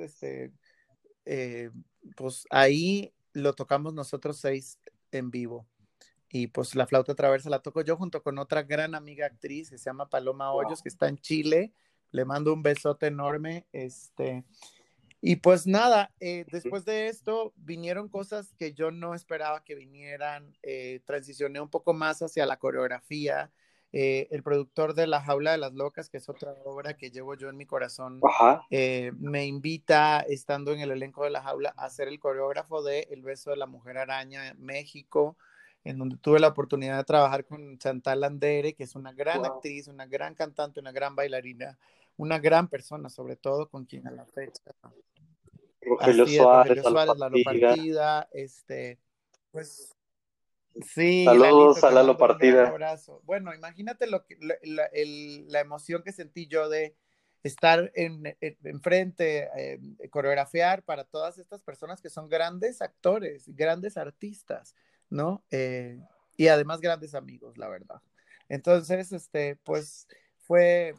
pues ahí lo tocamos nosotros 6 en vivo. Y pues la flauta traversa la toco yo junto con otra gran amiga actriz que se llama Paloma Hoyos, que está en Chile. Le mando un besote enorme. Y pues nada, después de esto vinieron cosas que yo no esperaba que vinieran, transicioné un poco más hacia la coreografía, el productor de La Jaula de las Locas, que es otra obra que llevo yo en mi corazón, me invita, estando en el elenco de La Jaula, a ser el coreógrafo de El Beso de la Mujer Araña en México, en donde tuve la oportunidad de trabajar con Chantal Andere, que es una gran actriz, una gran cantante, una gran bailarina, una gran persona, sobre todo con quien a la fecha. Rogelio Así es, Suárez, Rogelio Lalo Suárez, Lalo Partida. Partida, pues sí, Saludos Lalito, a te Lalo mando un gran Partida. abrazo. Bueno, imagínate la emoción que sentí yo de estar enfrente, coreografiar para todas estas personas que son grandes actores, grandes artistas, ¿no? Y además grandes amigos, la verdad. Entonces, pues fue...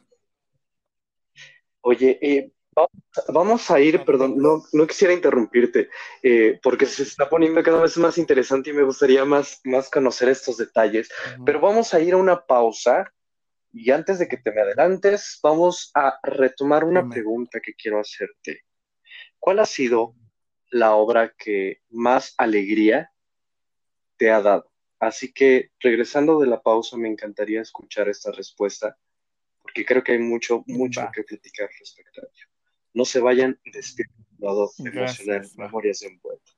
Oye, vamos a ir, No te perdón, preocupes. no quisiera interrumpirte, porque se está poniendo cada vez más interesante y me gustaría más conocer estos detalles, pero vamos a ir a una pausa y antes de que te me adelantes, vamos a retomar una Dime. pregunta que quiero hacerte. ¿Cuál ha sido la obra que más alegría te ha dado? Así que regresando de la pausa, me encantaría escuchar esta respuesta porque creo que hay mucho Va, que platicar respecto a ello. No se vayan de este lado emocional, gracias, va. Memorias de un Poeta.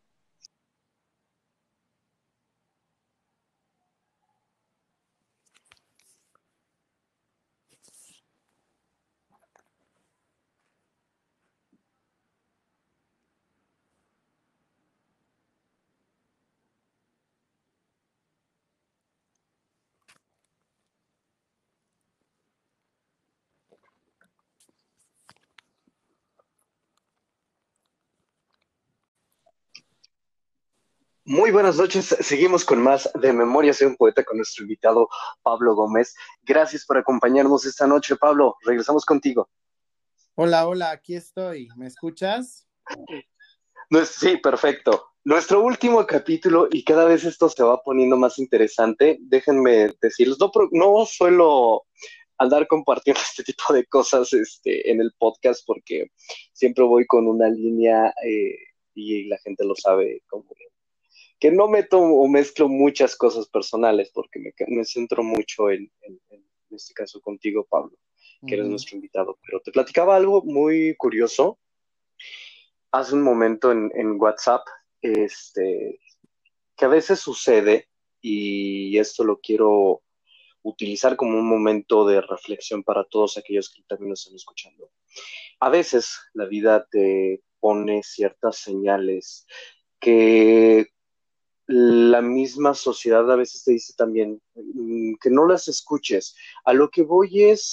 Muy buenas noches, seguimos con más de Memorias de un Poeta con nuestro invitado Pablo Gómez. Gracias por acompañarnos esta noche, Pablo. Regresamos contigo. Hola, hola, aquí estoy. ¿Me escuchas? No, sí, perfecto. Nuestro último capítulo, y cada vez esto se va poniendo más interesante, déjenme decirles, no suelo andar compartiendo este tipo de cosas en el podcast porque siempre voy con una línea y la gente lo sabe, como que no meto o mezclo muchas cosas personales porque me centro mucho en este caso contigo, Pablo, que eres nuestro invitado. Pero te platicaba algo muy curioso hace un momento en WhatsApp, que a veces sucede, y esto lo quiero utilizar como un momento de reflexión para todos aquellos que también nos están escuchando. A veces la vida te pone ciertas señales que la misma sociedad a veces te dice también que no las escuches. A lo que voy es,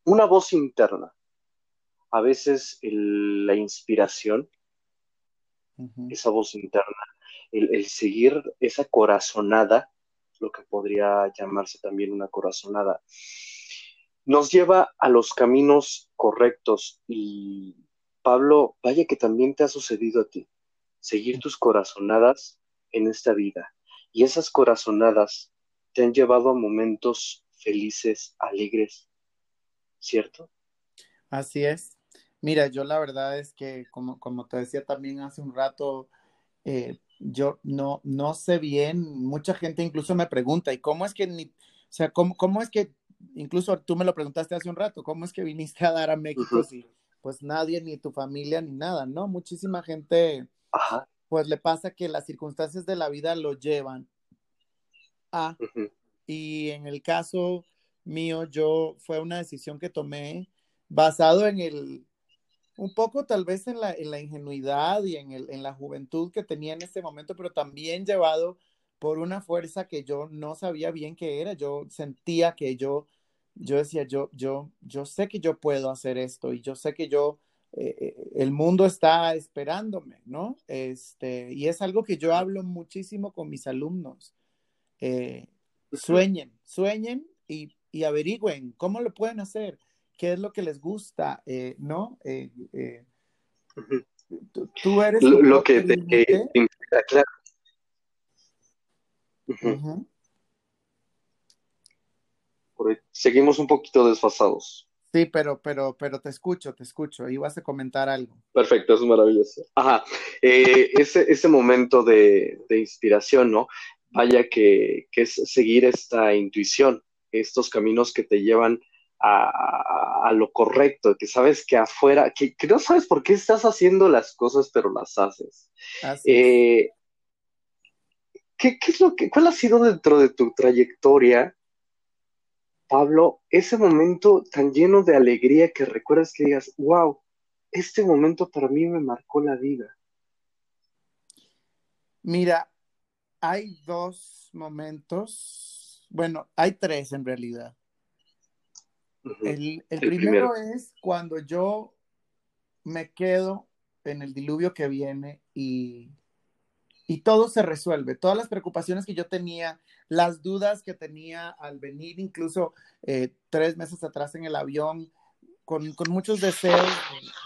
una voz interna. A veces la inspiración, esa voz interna, el seguir esa corazonada, lo que podría llamarse también una corazonada, nos lleva a los caminos correctos. Y Pablo, vaya que también te ha sucedido a ti, seguir tus corazonadas en esta vida. Y esas corazonadas te han llevado a momentos felices, alegres, ¿cierto? Así es. Mira, yo la verdad es que, como te decía también hace un rato, yo no sé bien, mucha gente incluso me pregunta, ¿y cómo es que o sea, cómo es que, incluso tú me lo preguntaste hace un rato, ¿cómo es que viniste a dar a México si pues nadie, ni tu familia, ni nada, ¿no? Muchísima gente, Ajá. pues le pasa que las circunstancias de la vida lo llevan a, y en el caso mío, fue una decisión que tomé basado un poco tal vez en la ingenuidad y en la juventud que tenía en ese momento, pero también llevado por una fuerza que yo no sabía bien qué era. Yo sentía que yo decía, yo sé que yo puedo hacer esto y yo sé que el mundo está esperándome, ¿no? Y es algo que yo hablo muchísimo con mis alumnos. Sueñen y averigüen cómo lo pueden hacer, qué es lo que les gusta, ¿no? Tú eres tu Lo propio que te límite. inspira, claro. Uh-huh. Seguimos un poquito desfasados. Sí, pero te escucho. Ibas a comentar algo. Perfecto, es maravilloso. Ajá, ese momento de inspiración, ¿no? Vaya que es seguir esta intuición, estos caminos que te llevan a lo correcto, que sabes que afuera, que no sabes por qué estás haciendo las cosas, pero las haces. Así es. Eh, ¿Cuál ha sido dentro de tu trayectoria, Pablo, ese momento tan lleno de alegría que recuerdas que digas, wow, este momento para mí me marcó la vida? Mira, hay dos momentos, bueno, hay tres en realidad. Uh-huh. El El primero. primero es cuando yo me quedo en el diluvio que viene y todo se resuelve. Todas las preocupaciones que yo tenía, las dudas que tenía al venir, incluso 3 meses atrás en el avión, con muchos deseos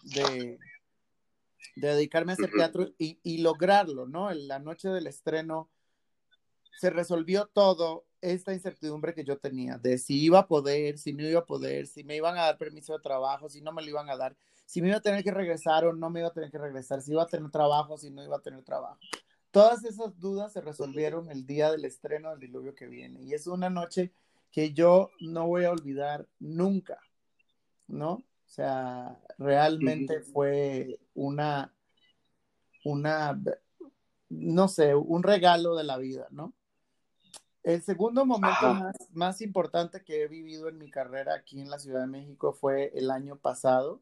de dedicarme a hacer teatro y lograrlo, ¿no? En la noche del estreno se resolvió todo esta incertidumbre que yo tenía de si iba a poder, si no iba a poder, si me iban a dar permiso de trabajo, si no me lo iban a dar, si me iba a tener que regresar o no me iba a tener que regresar, si iba a tener trabajo, si no iba a tener trabajo. Todas esas dudas se resolvieron el día del estreno del Diluvio que viene. Y es una noche que yo no voy a olvidar nunca, ¿no? O sea, realmente fue no sé, un regalo de la vida, ¿no? El segundo momento más importante que he vivido en mi carrera aquí en la Ciudad de México fue el año pasado,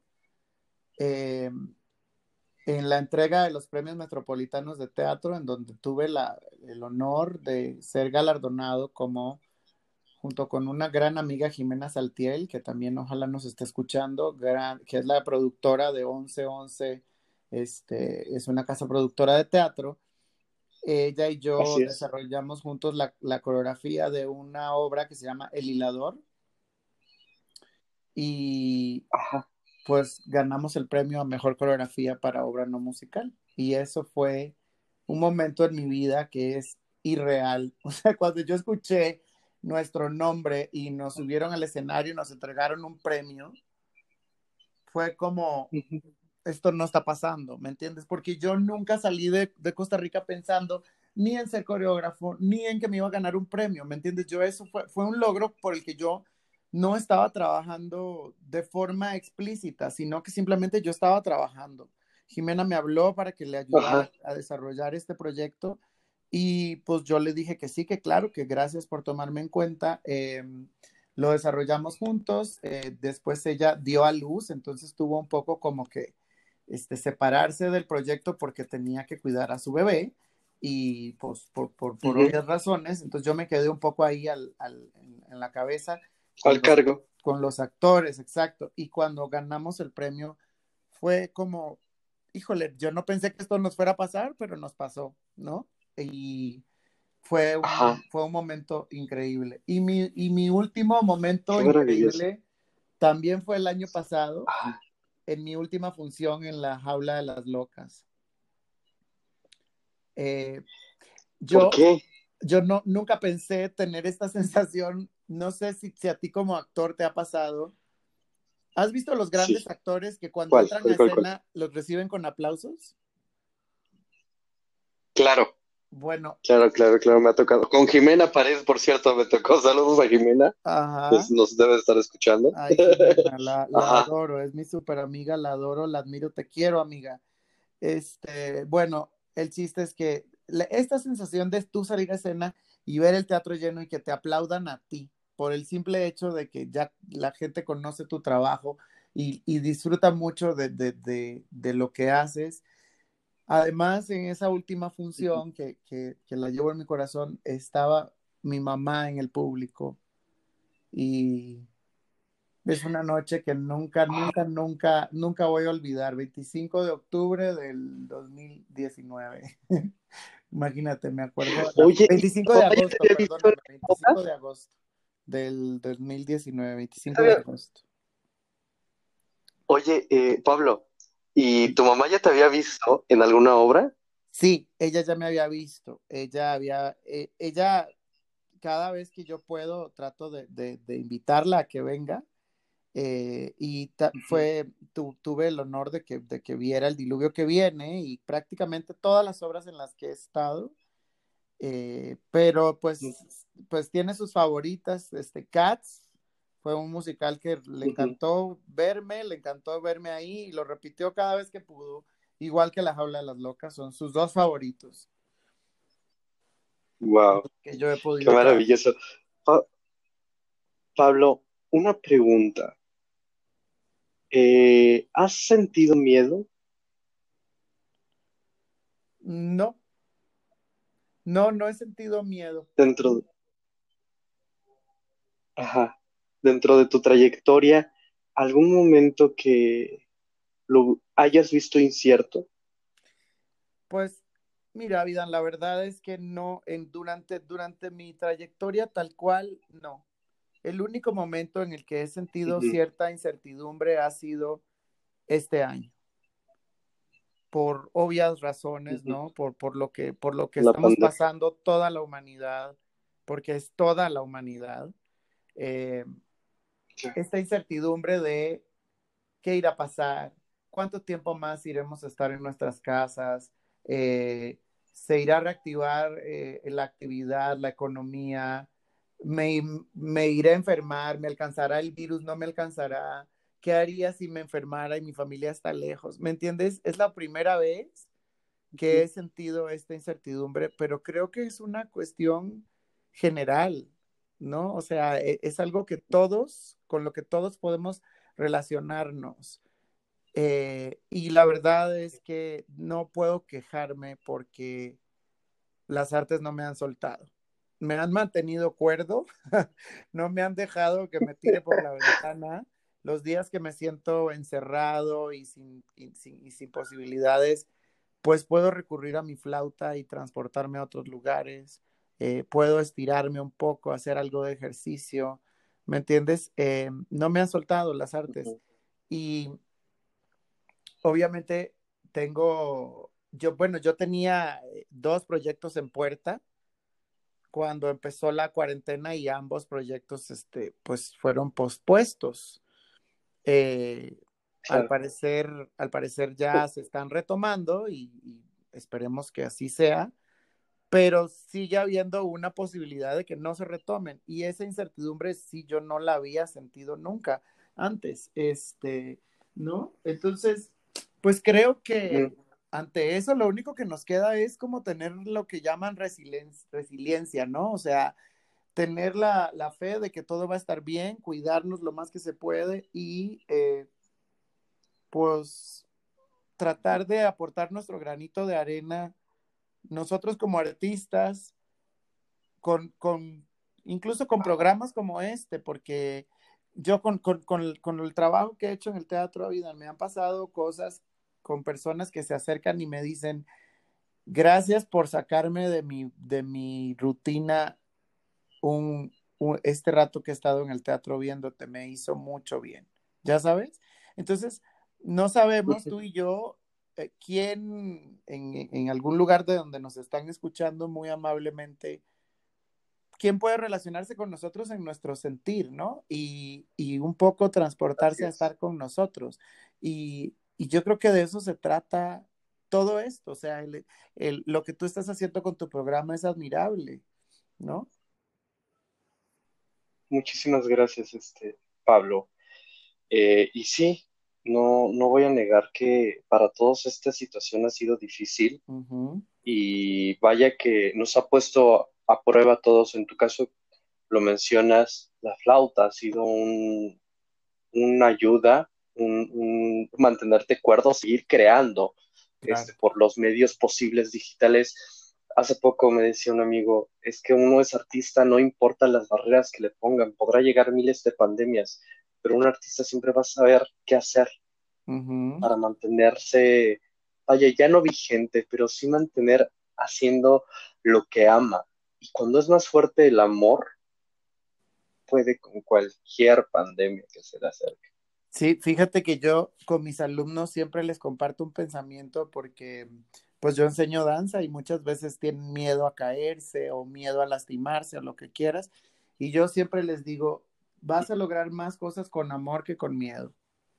en la entrega de los premios metropolitanos de teatro, en donde tuve el honor de ser galardonado junto con una gran amiga, Jimena Saltiel, que también ojalá nos esté escuchando, que es la productora de 1111, es una casa productora de teatro. Ella y yo desarrollamos juntos la coreografía de una obra que se llama El Hilador y pues ganamos el premio a mejor coreografía para obra no musical. Y eso fue un momento en mi vida que es irreal. O sea, cuando yo escuché nuestro nombre y nos subieron al escenario y nos entregaron un premio, fue como, esto no está pasando, ¿me entiendes? Porque yo nunca salí de Costa Rica pensando ni en ser coreógrafo, ni en que me iba a ganar un premio, ¿me entiendes? Eso fue un logro por el que yo no estaba trabajando de forma explícita, sino que simplemente yo estaba trabajando. Jimena me habló para que le ayudara a desarrollar este proyecto y pues yo le dije que sí, que claro, que gracias por tomarme en cuenta. Lo desarrollamos juntos, después ella dio a luz, entonces tuvo un poco como que separarse del proyecto porque tenía que cuidar a su bebé y pues por obvias razones, entonces yo me quedé un poco ahí en la cabeza al cargo. con los actores, exacto. Y cuando ganamos el premio fue como, híjole, yo no pensé que esto nos fuera a pasar, pero nos pasó, ¿no? Y Ajá, fue un momento increíble. Y mi último momento qué maravilloso. increíble también fue el año pasado, Ajá, en mi última función en la Jaula de las Locas. Eh, ¿por yo qué? yo no, nunca pensé tener esta sensación, no sé si a ti como actor te ha pasado. ¿Has visto los grandes Sí, actores que cuando ¿cuál? entran a ¿Cuál, cuál, cuál? escena los reciben con aplausos? Claro, Bueno, claro, claro, claro, me ha tocado. Con Jimena Paredes, por cierto, me tocó. Saludos a Jimena, ajá, nos debe de estar escuchando. ay Jimena, la Ajá, adoro, es mi súper amiga, la adoro, la admiro, te quiero amiga. Bueno, el chiste es que esta sensación de tú salir a escena y ver el teatro lleno y que te aplaudan a ti por el simple hecho de que ya la gente conoce tu trabajo y disfruta mucho de lo que haces. Además, en esa última función que la llevo en mi corazón, estaba mi mamá en el público y es una noche que nunca, nunca, nunca, nunca voy a olvidar. 25 de octubre del 2019. Imagínate, me acuerdo. oye, ¿y tu 25 de mamá ya te agosto, había visto en perdóname, la obra? 25 de agosto del 2019, ¿Ya te 25 de había- agosto. Oye, Pablo, ¿y tu mamá ya te había visto en alguna obra? Sí, ella ya me había visto. Ella, cada vez que yo puedo, trato de invitarla a que venga. Ujú. Tuve el honor de que viera El Diluvio que viene y prácticamente todas las obras en las que he estado, pero pues tiene sus favoritas. Cats fue un musical que Ujú. le encantó verme ahí y lo repitió cada vez que pudo, igual que La Jaula de las Locas, son sus dos favoritos Wow, que yo he qué podido trabajar. maravilloso. Pa- Pablo, una pregunta. ¿Has sentido miedo No, no, no he sentido miedo. dentro de, ajá, dentro de tu trayectoria? ¿Algún momento que lo hayas visto incierto? Pues mira, Vidan, la verdad es que no, durante mi trayectoria tal cual, no. El único momento en el que he sentido Ujú, cierta incertidumbre ha sido este año, por obvias razones, ujú. ¿no? Por lo que La estamos pandemia. pasando toda la humanidad, porque es toda la humanidad. Eh, Sí. esta incertidumbre de qué irá a pasar, cuánto tiempo más iremos a estar en nuestras casas, eh, se irá a reactivar la actividad, la economía, me, me iré a enfermar, me alcanzará el virus, no me alcanzará, qué haría si me enfermara y mi familia está lejos, ¿me entiendes? Es la primera vez que he sentido esta incertidumbre, pero creo que es una cuestión general, ¿no? O sea, es algo que todos, con lo que todos podemos relacionarnos. Y la verdad es que no puedo quejarme porque las artes no me han soltado. Me han mantenido cuerdo, no me han dejado que me tire por la ventana. Los días que me siento encerrado y sin posibilidades, pues puedo recurrir a mi flauta y transportarme a otros lugares. Puedo estirarme un poco, hacer algo de ejercicio. ¿Me entiendes? No me han soltado las artes. Ujú. Y obviamente yo tenía dos proyectos en puerta cuando empezó la cuarentena y ambos proyectos, pues fueron pospuestos. Eh, al Claro. parecer, al parecer ya se están retomando y esperemos que así sea, pero sigue habiendo una posibilidad de que no se retomen y esa incertidumbre sí yo no la había sentido nunca antes, ¿no? Entonces, pues creo que Ujú. ante eso lo único que nos queda es como tener lo que llaman resiliencia, ¿no? O sea, tener la fe de que todo va a estar bien, cuidarnos lo más que se puede y pues tratar de aportar nuestro granito de arena nosotros como artistas con incluso con programas como este, porque yo con el trabajo que he hecho en el Teatro Vida, me han pasado cosas con personas que se acercan y me dicen, gracias por sacarme de mi rutina este rato que he estado en el teatro viéndote, me hizo mucho bien, ¿ya sabes? Entonces, no sabemos tú y yo quién en algún lugar de donde nos están escuchando muy amablemente, quién puede relacionarse con nosotros en nuestro sentir, ¿no? Y un poco Así transportarse a es. estar con nosotros. Y yo creo que de eso se trata todo esto, o sea, lo que tú estás haciendo con tu programa es admirable, ¿no? Muchísimas gracias, Pablo. Y sí, no voy a negar que para todos esta situación ha sido difícil Ujú. y vaya que nos ha puesto a prueba a todos. En tu caso, lo mencionas, la flauta ha sido una ayuda, mantenerte cuerdo, seguir creando Claro. por los medios posibles digitales. Hace poco me decía un amigo, es que uno es artista, no importa las barreras que le pongan, podrá llegar miles de pandemias, pero un artista siempre va a saber qué hacer Ujú. para mantenerse, vaya, ya no vigente, pero sí mantener haciendo lo que ama. Y cuando es más fuerte el amor, puede con cualquier pandemia que se le acerque. Sí, fíjate que yo con mis alumnos siempre les comparto un pensamiento porque pues yo enseño danza y muchas veces tienen miedo a caerse o miedo a lastimarse o lo que quieras. Y yo siempre les digo, vas a lograr más cosas con amor que con miedo.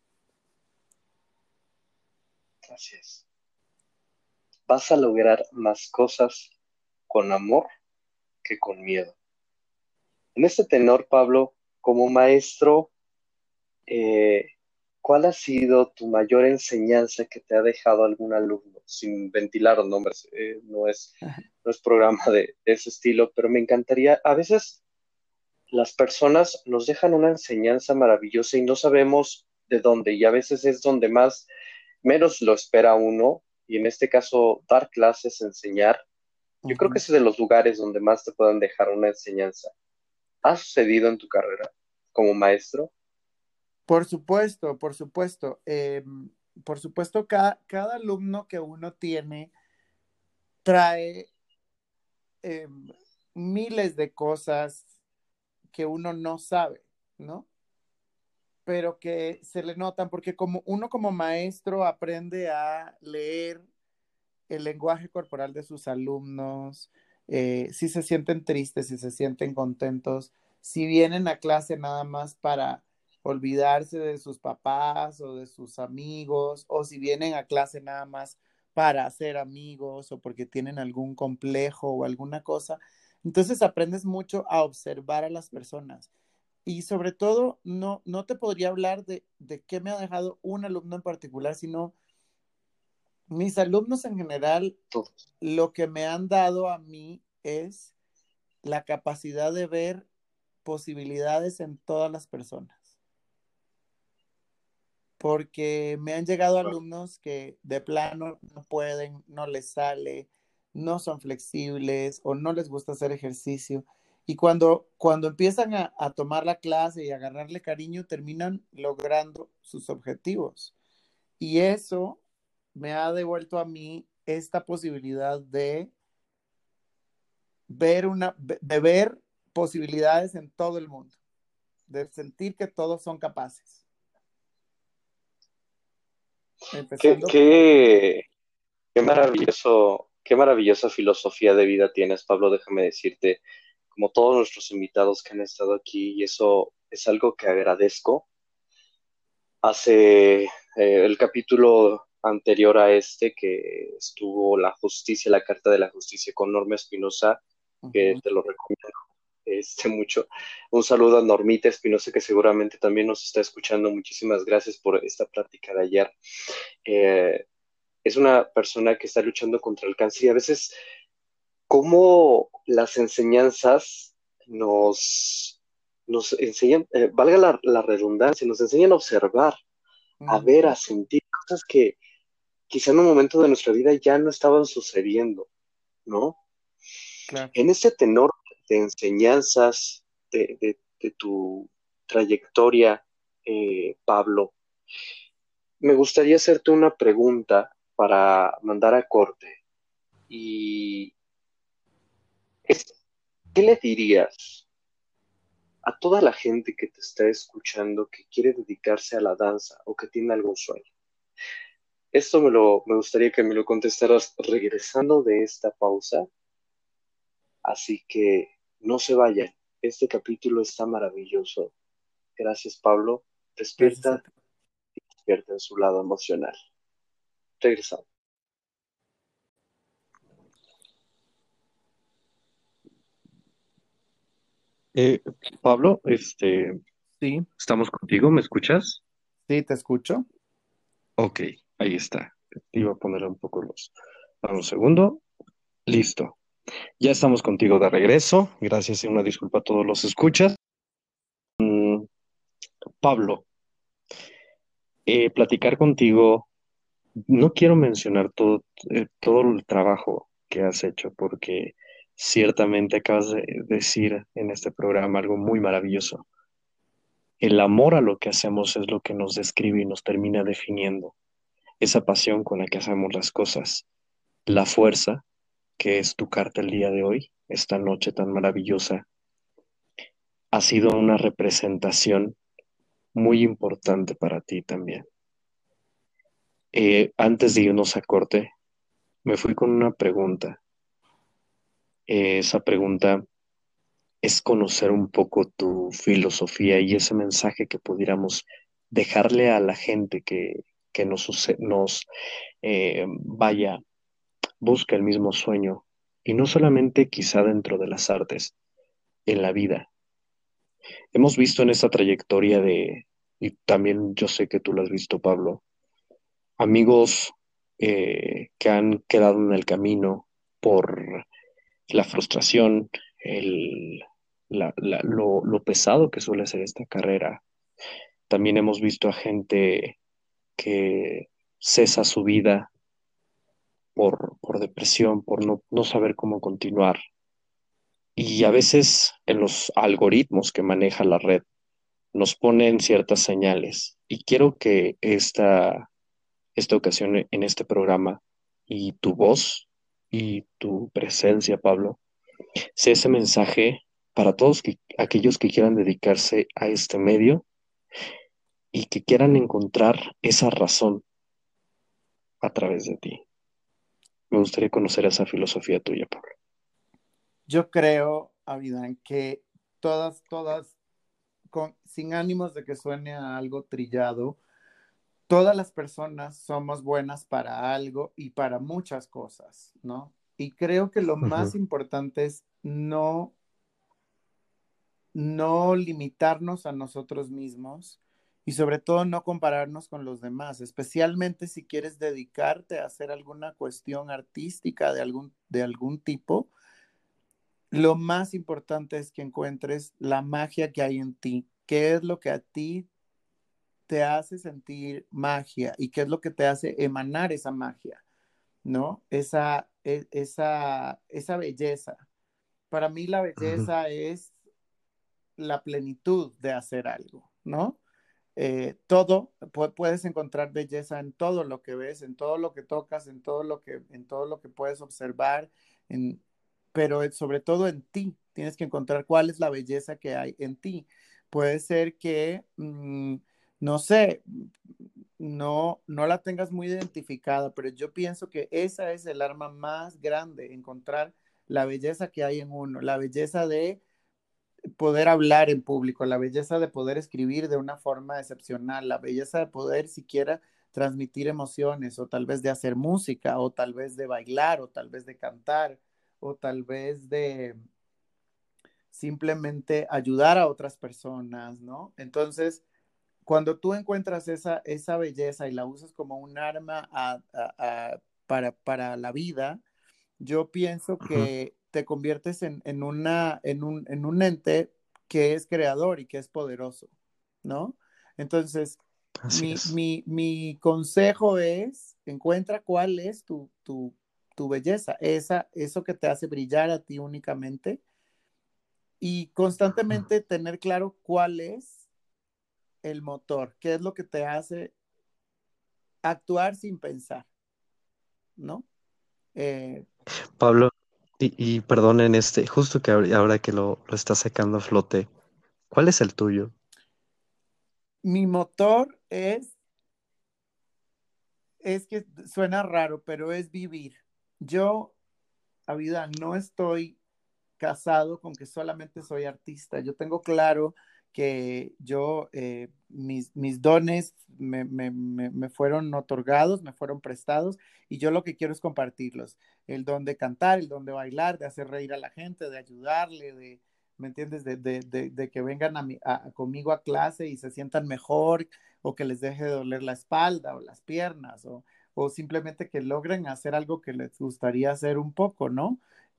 Así es. Vas a lograr más cosas con amor que con miedo. En este tenor, Pablo, como maestro, eh, ¿cuál ha sido tu mayor enseñanza que te ha dejado algún alumno? Sin ventilar nombres, no es programa de ese estilo, pero me encantaría, a veces las personas nos dejan una enseñanza maravillosa y no sabemos de dónde, y a veces es donde más, menos lo espera uno, y en este caso, dar clases, enseñar. Yo creo que Ujú. es de los lugares donde más te pueden dejar una enseñanza. ¿Ha sucedido en tu carrera como maestro? Por supuesto, por supuesto. Por supuesto, cada alumno que uno tiene trae em, miles de cosas que uno no sabe, ¿no? Pero que se le notan, porque como uno como maestro aprende a leer el lenguaje corporal de sus alumnos, si se sienten tristes, si se sienten contentos, si vienen a clase nada más para olvidarse de sus papás o de sus amigos, o si vienen a clase nada más para hacer amigos o porque tienen algún complejo o alguna cosa. Entonces aprendes mucho a observar a las personas. Y sobre todo, no te podría hablar de qué me ha dejado un alumno en particular, sino mis alumnos en general, Todos. lo que me han dado a mí es la capacidad de ver posibilidades en todas las personas. Porque me han llegado alumnos que de plano no pueden, no les sale, no son flexibles o no les gusta hacer ejercicio. Y cuando empiezan a tomar la clase y a agarrarle cariño, terminan logrando sus objetivos. Y eso me ha devuelto a mí esta posibilidad de ver posibilidades en todo el mundo, de sentir que todos son capaces. Qué, Empezando por... qué, qué maravillosa filosofía de vida tienes, Pablo. Déjame decirte, como todos nuestros invitados que han estado aquí, y eso es algo que agradezco. Hace el capítulo anterior a este, que estuvo la justicia, la Carta de la Justicia con Norma Espinosa, que Ujú. te lo recomiendo mucho. Un saludo a Normita Espinosa, que seguramente también nos está escuchando. Muchísimas gracias por esta plática de ayer. Eh, es una persona que está luchando contra el cáncer y a veces cómo las enseñanzas nos enseñan, valga la redundancia, nos enseñan a observar, a ver, Ujú. a sentir cosas que quizá en un momento de nuestra vida ya no estaban sucediendo, ¿no? Claro. En ese tenor de enseñanzas de tu trayectoria, Pablo, me gustaría hacerte una pregunta para mandar a corte. Y es, ¿qué le dirías a toda la gente que te está escuchando que quiere dedicarse a la danza o que tiene algún sueño? Esto me gustaría que me lo contestaras regresando de esta pausa, así que no se vayan. Este capítulo está maravilloso. Gracias, Pablo. Gracias a Despierta, ti. despierta en su lado emocional. Regresamos. Eh, Pablo, Sí, estamos contigo, ¿me escuchas? sí, te escucho. Ok, ahí está. Iba a poner un poco los. Dame un segundo. Listo. Ya estamos contigo de regreso. Gracias y una disculpa a todos los escuchas. Mm, Pablo, platicar contigo. No quiero mencionar todo el trabajo que has hecho porque ciertamente acabas de decir en este programa algo muy maravilloso. El amor a lo que hacemos es lo que nos describe y nos termina definiendo. Esa pasión con la que hacemos las cosas. La fuerza, que es tu carta el día de hoy, esta noche tan maravillosa, ha sido una representación muy importante para ti también. Antes de irnos a corte, me fui con una pregunta. Esa pregunta es conocer un poco tu filosofía y ese mensaje que pudiéramos dejarle a la gente que vaya, busca el mismo sueño, y no solamente quizá dentro de las artes, en la vida. Hemos visto en esta trayectoria y también yo sé que tú lo has visto, Pablo, amigos que han quedado en el camino por la frustración, lo pesado que suele ser esta carrera. También hemos visto a gente que cesa su vida por depresión, por no saber cómo continuar. Y a veces en los algoritmos que maneja la red nos ponen ciertas señales. Y quiero que esta ocasión en este programa y tu voz y tu presencia, Pablo, sea ese mensaje para todos aquellos que quieran dedicarse a este medio y que quieran encontrar esa razón a través de ti. Me gustaría conocer esa filosofía tuya, Pablo. Yo creo, Avidan, que todas, sin ánimos de que suene a algo trillado, todas las personas somos buenas para algo y para muchas cosas, ¿no? Y creo que lo más Ujú, importante es no limitarnos a nosotros mismos y sobre todo no compararnos con los demás, especialmente si quieres dedicarte a hacer alguna cuestión artística de algún tipo. Lo más importante es que encuentres la magia que hay en ti, qué es lo que a ti te hace sentir magia y qué es lo que te hace emanar esa magia, ¿no? Esa belleza. Para mí la ujú, belleza es la plenitud de hacer algo, ¿no? Todo, puedes encontrar belleza en todo lo que ves, en todo lo que tocas, en todo lo que puedes observar, en, pero sobre todo en ti. Tienes que encontrar cuál es la belleza que hay en ti. Puede ser que, no sé, no la tengas muy identificada, pero yo pienso que esa es el arma más grande, encontrar la belleza que hay en uno, la belleza de poder hablar en público, la belleza de poder escribir de una forma excepcional, la belleza de poder siquiera transmitir emociones o tal vez de hacer música o tal vez de bailar o tal vez de cantar o tal vez de simplemente ayudar a otras personas, ¿no? Entonces, cuando tú encuentras esa belleza y la usas como un arma para la vida, yo pienso ujú. que te conviertes en un ente que es creador y que es poderoso, ¿no? Entonces, Así es. mi consejo es, encuentra cuál es tu belleza, eso que te hace brillar a ti únicamente y constantemente tener claro cuál es el motor? ¿Qué es lo que te hace actuar sin pensar? ¿No? Eh, Pablo, y perdonen justo que ahora que lo está sacando a flote, ¿cuál es el tuyo? Mi motor es que suena raro, pero es vivir. Yo, a vida, no estoy casado con que solamente soy artista. Yo tengo claro que mis dones me fueron otorgados, me fueron prestados y yo lo que quiero es compartirlos. El don de cantar, el don de bailar, de hacer reír a la gente, de ayudarle, ¿me entiendes? De que vengan conmigo a clase y se sientan mejor o que les deje de doler la espalda o las piernas o simplemente que logren hacer algo que les gustaría hacer un poco, ¿no?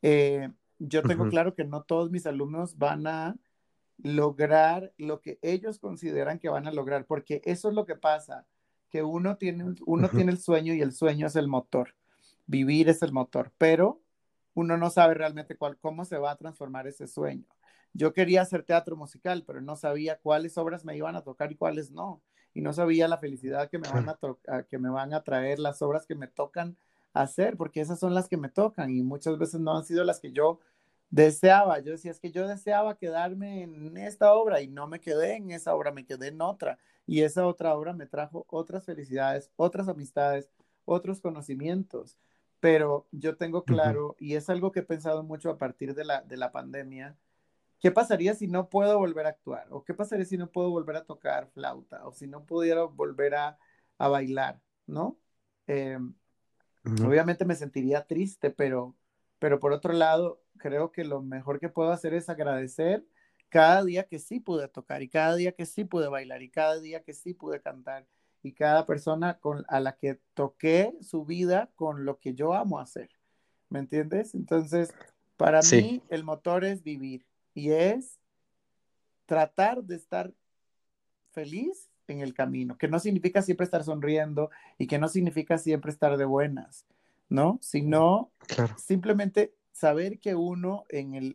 Yo tengo Ujú, claro que no todos mis alumnos van a lograr lo que ellos consideran que van a lograr, porque eso es lo que pasa, que uno ujú, tiene el sueño y el sueño es el motor, vivir es el motor, pero uno no sabe realmente cómo se va a transformar ese sueño. Yo quería hacer teatro musical, pero no sabía cuáles obras me iban a tocar y cuáles no. Y no sabía la felicidad que me van claro. que me van a traer las obras que me tocan hacer, porque esas son las que me tocan y muchas veces no han sido las que yo deseaba. Yo decía, es que yo deseaba quedarme en esta obra y no me quedé en esa obra, me quedé en otra. Y esa otra obra me trajo otras felicidades, otras amistades, otros conocimientos. Pero yo tengo Ujú, claro, y es algo que he pensado mucho a partir de la pandemia, ¿qué pasaría si no puedo volver a actuar? ¿O qué pasaría si no puedo volver a tocar flauta? ¿O si no pudiera volver a bailar? ¿No? Eh, ujú, Obviamente me sentiría triste, pero por otro lado, creo que lo mejor que puedo hacer es agradecer cada día que sí pude tocar y cada día que sí pude bailar y cada día que sí pude cantar y cada persona a la que toqué su vida con lo que yo amo hacer. ¿Me entiendes? Entonces, para sí, mí el motor es vivir y es tratar de estar feliz en el camino, que no significa siempre estar sonriendo y que no significa siempre estar de buenas, ¿no? Sino claro. simplemente saber que uno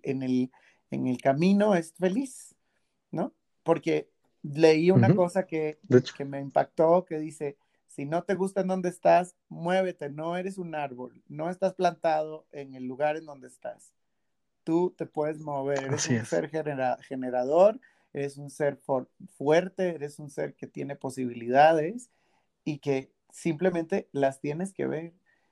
en el camino es feliz, ¿no? Porque leí una Ujú, cosa de hecho, que me impactó, que dice, si no te gusta en donde estás, muévete, no eres un árbol, no estás plantado en el lugar en donde estás, tú te puedes mover, eres así un es. ser generador, eres un ser fuerte, eres un ser que tiene posibilidades y que simplemente las tienes que ver,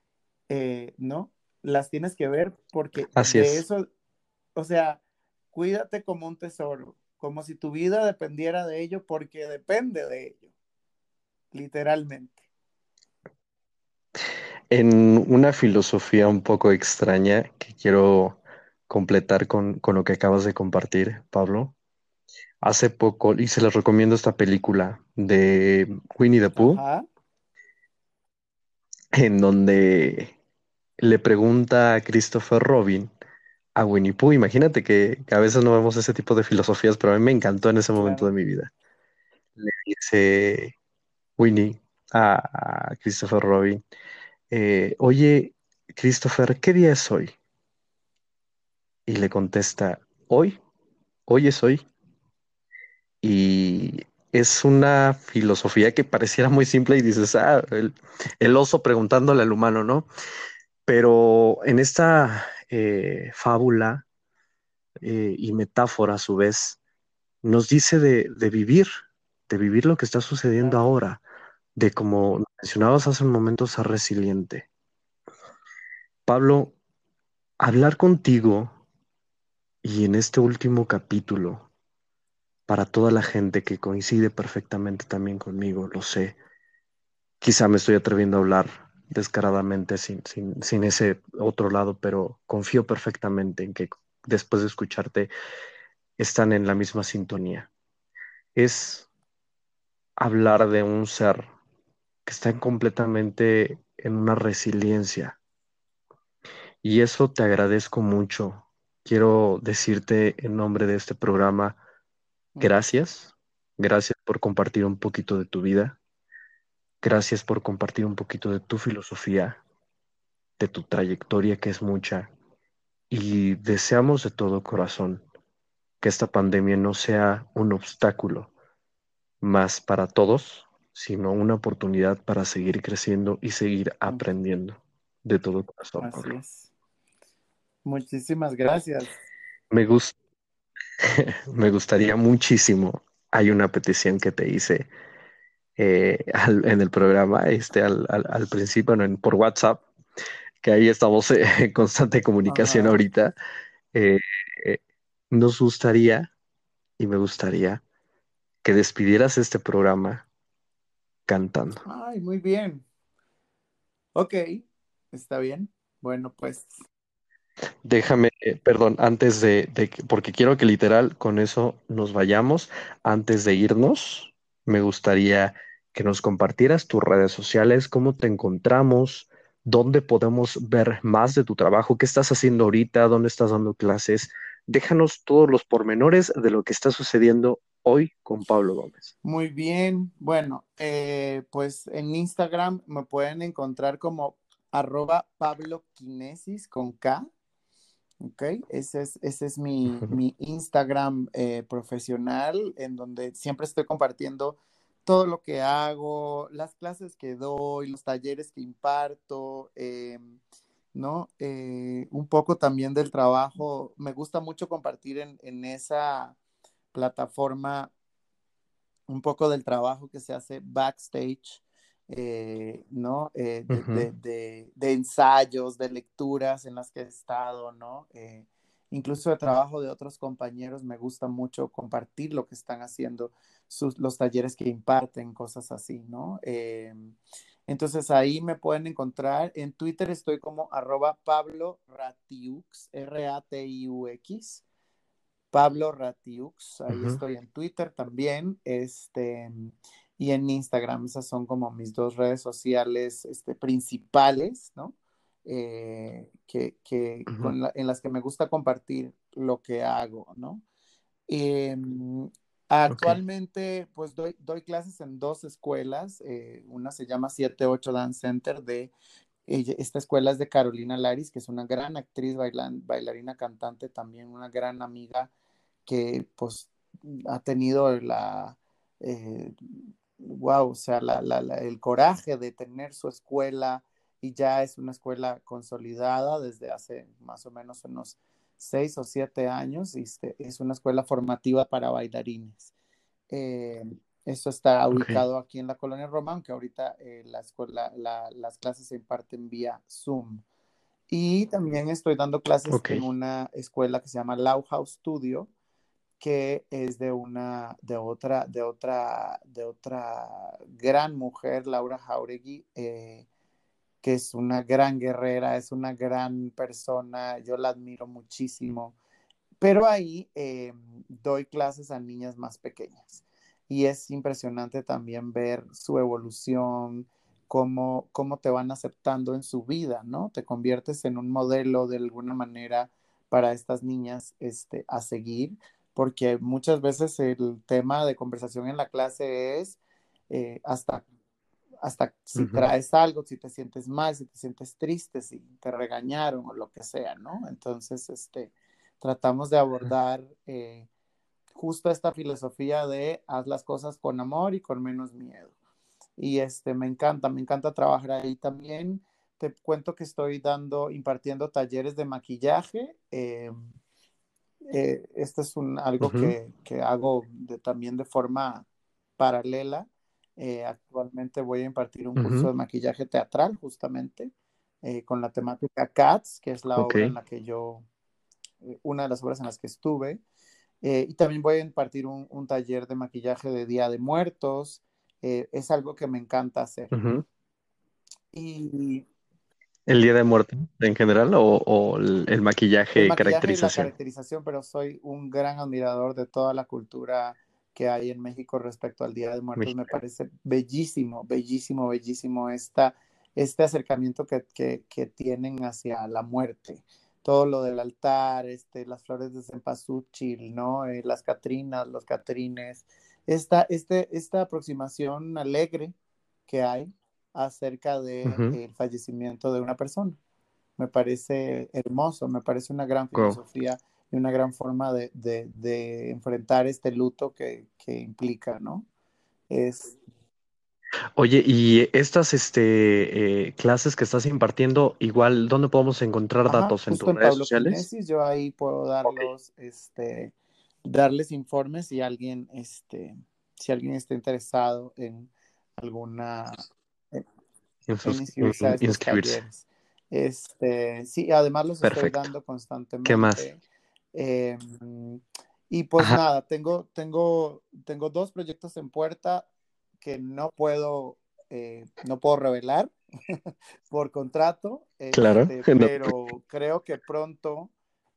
¿no? Las tienes que ver porque Así de es. eso, o sea, cuídate como un tesoro, como si tu vida dependiera de ello, porque depende de ello, literalmente. En una filosofía un poco extraña que quiero completar con lo que acabas de compartir, Pablo. Hace poco, y se les recomiendo esta película de Winnie the Pooh, Ajá, en donde le pregunta a Christopher Robin a Winnie Pooh. Imagínate que a veces no vemos ese tipo de filosofías, pero a mí me encantó en ese momento de claro. mi vida. Le dice Winnie a Christopher Robin, oye, Christopher, ¿qué día es hoy? Y le contesta, hoy, hoy es hoy. Y es una filosofía que pareciera muy simple y dices, el oso preguntándole al humano, ¿no? Pero en esta fábula y metáfora a su vez, nos dice de vivir lo que está sucediendo Claro. ahora, de como mencionabas hace un momento, ser resiliente. Pablo, hablar contigo y en este último capítulo, para toda la gente que coincide perfectamente también conmigo, lo sé. Quizá me estoy atreviendo a hablar descaradamente sin ese otro lado, pero confío perfectamente en que después de escucharte están en la misma sintonía. Es hablar de un ser que está completamente en una resiliencia y eso te agradezco mucho. Quiero decirte en nombre de este programa, Mm, gracias. Gracias por compartir un poquito de tu vida. Gracias por compartir un poquito de tu filosofía, de tu trayectoria, que es mucha. Y deseamos de todo corazón que esta pandemia no sea un obstáculo más para todos, sino una oportunidad para seguir creciendo y seguir aprendiendo de todo corazón, Así Pablo. es. Muchísimas gracias. Me gus- Me gustaría muchísimo, hay una petición que te hice en el programa, al principio, no, por WhatsApp, que ahí estamos en constante comunicación Ajá. ahorita. eh, eh, Nos gustaría y me gustaría que despidieras este programa cantando. Ay, muy bien. Ok, está bien. Bueno, pues Déjame, perdón, porque quiero que literal con eso nos vayamos. Antes de irnos, me gustaría que nos compartieras tus redes sociales, cómo te encontramos, dónde podemos ver más de tu trabajo, qué estás haciendo ahorita, dónde estás dando clases. Déjanos todos los pormenores de lo que está sucediendo hoy con Pablo Gómez. muy bien. Bueno, pues en Instagram me pueden encontrar como @PabloKinesis con K. Ok, ese es Ujú, mi Instagram profesional, en donde siempre estoy compartiendo todo lo que hago, las clases que doy, los talleres que imparto, ¿no? Un poco también del trabajo. Me gusta mucho compartir en esa plataforma un poco del trabajo que se hace backstage, ¿no? ujú. De ensayos, de lecturas en las que he estado, ¿no? Incluso de trabajo de otros compañeros, me gusta mucho compartir lo que están haciendo, los talleres que imparten, cosas así, ¿no? Entonces ahí me pueden encontrar. En Twitter estoy como @PabloRatiux, RATIUX. Pablo Ratiux, ahí Ujú. estoy en Twitter también, y en Instagram. Esas son como mis dos redes sociales, principales, ¿no? Ujú. En las que me gusta compartir lo que hago, ¿no? Eh, Ok. Actualmente, pues doy clases en dos escuelas. Una se llama 78 Dance Center esta escuela es de Carolina Laris, que es una gran actriz, bailarina, cantante, también una gran amiga que pues ha tenido eh, wow, o sea, el coraje de tener su escuela y ya es una escuela consolidada desde hace más o menos unos 6 o 7 años. Es una escuela formativa para bailarines. Eh, Esto está Ok. ubicado aquí en la Colonia Roma, aunque ahorita las clases se imparten vía Zoom. Y también estoy dando clases Ok. en una escuela que se llama Lau House Studio, que es de otra gran mujer, Laura Jauregui, que es una gran guerrera, es una gran persona, yo la admiro muchísimo, pero ahí doy clases a niñas más pequeñas y es impresionante también ver su evolución, cómo te van aceptando en su vida, ¿no? Te conviertes en un modelo de alguna manera para estas niñas a seguir, porque muchas veces el tema de conversación en la clase es hasta si Ujú, traes algo, si te sientes mal, si te sientes triste, si te regañaron o lo que sea, ¿no? Entonces, tratamos de abordar justo esta filosofía de haz las cosas con amor y con menos miedo. Y me encanta trabajar ahí también. Te cuento que estoy impartiendo talleres de maquillaje. Esto es algo ujú. que hago también de forma paralela. Actualmente voy a impartir un curso Ujú. de maquillaje teatral, justamente, con la temática Cats, que es la Ok. obra en la que una de las obras en las que estuve. Y también voy a impartir un taller de maquillaje de Día de Muertos. Es algo que me encanta hacer. Ujú. Y ¿El Día de Muertos en general o el el maquillaje y maquillaje y la caracterización? caracterización, pero soy un gran admirador de toda la cultura que hay en México respecto al Día de Muertos. Me Mexicano. parece bellísimo, bellísimo, bellísimo este acercamiento que tienen hacia la muerte. Todo lo del altar, las flores de cempasúchil, ¿no? Las catrinas, los catrines. Esta aproximación alegre que hay acerca del Ujú. fallecimiento de una persona. Me parece hermoso, me parece una gran Wow. filosofía y una gran forma de enfrentar este luto que implica, ¿no? Es, Oye, y estas clases que estás impartiendo, igual, ¿dónde podemos encontrar ajá, datos en justo tus en redes Pablo sociales? Kinesis, yo ahí puedo Ok. darles informes si alguien está interesado en alguna, en inscribirse a estos Inscribirse. talleres. Sí, además los estoy Perfecto. dando ¿Qué más? constantemente. Eh, y pues Ajá, nada, tengo dos proyectos en puerta que no puedo revelar por contrato, claro. No, pero creo que pronto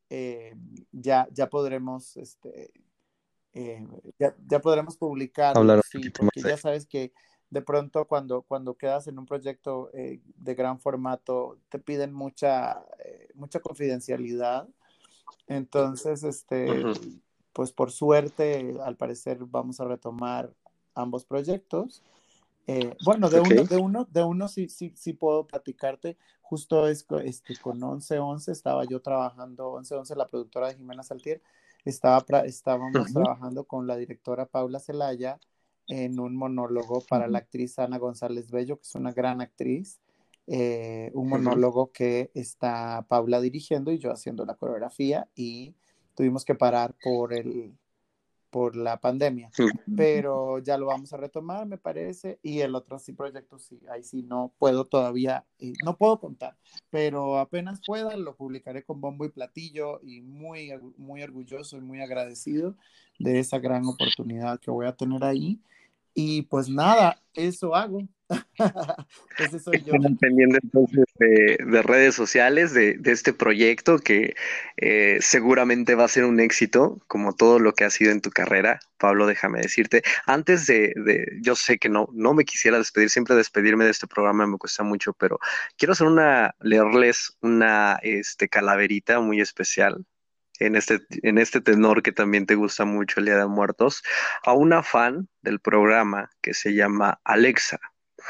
ya podremos, eh, ya podremos hablar publicarlo, un sí, poquito más porque de ya sabes que de pronto cuando quedas en un proyecto de gran formato, te piden mucha confidencialidad. Entonces, Ujú. pues por suerte, al parecer vamos a retomar ambos proyectos. Bueno, Ok. de uno sí puedo platicarte. Justo con 1111 estaba yo trabajando, 1111 la productora de Jimena Saltier, estábamos Ujú, trabajando con la directora Paula Celaya en un monólogo para la actriz Ana González Bello, que es una gran actriz. Un ujú. monólogo que está Paula dirigiendo y yo haciendo la coreografía, y tuvimos que parar por la pandemia, Sí. pero ya lo vamos a retomar, me parece, y el otro sí proyecto sí, ahí sí no puedo todavía, no puedo contar, pero apenas pueda lo publicaré con bombo y platillo, y muy orgulloso y muy agradecido de esa gran oportunidad que voy a tener ahí, y pues nada, eso hago. Ese soy yo. Estén al pendiente entonces de redes sociales de este proyecto que seguramente va a ser un éxito, como todo lo que ha sido en tu carrera. Pablo, déjame decirte, antes yo sé que no me quisiera despedir, siempre despedirme de este programa me cuesta mucho, pero quiero leerles una calaverita muy especial. En este tenor que también te gusta mucho el Día de Muertos, a una fan del programa que se llama Alexa.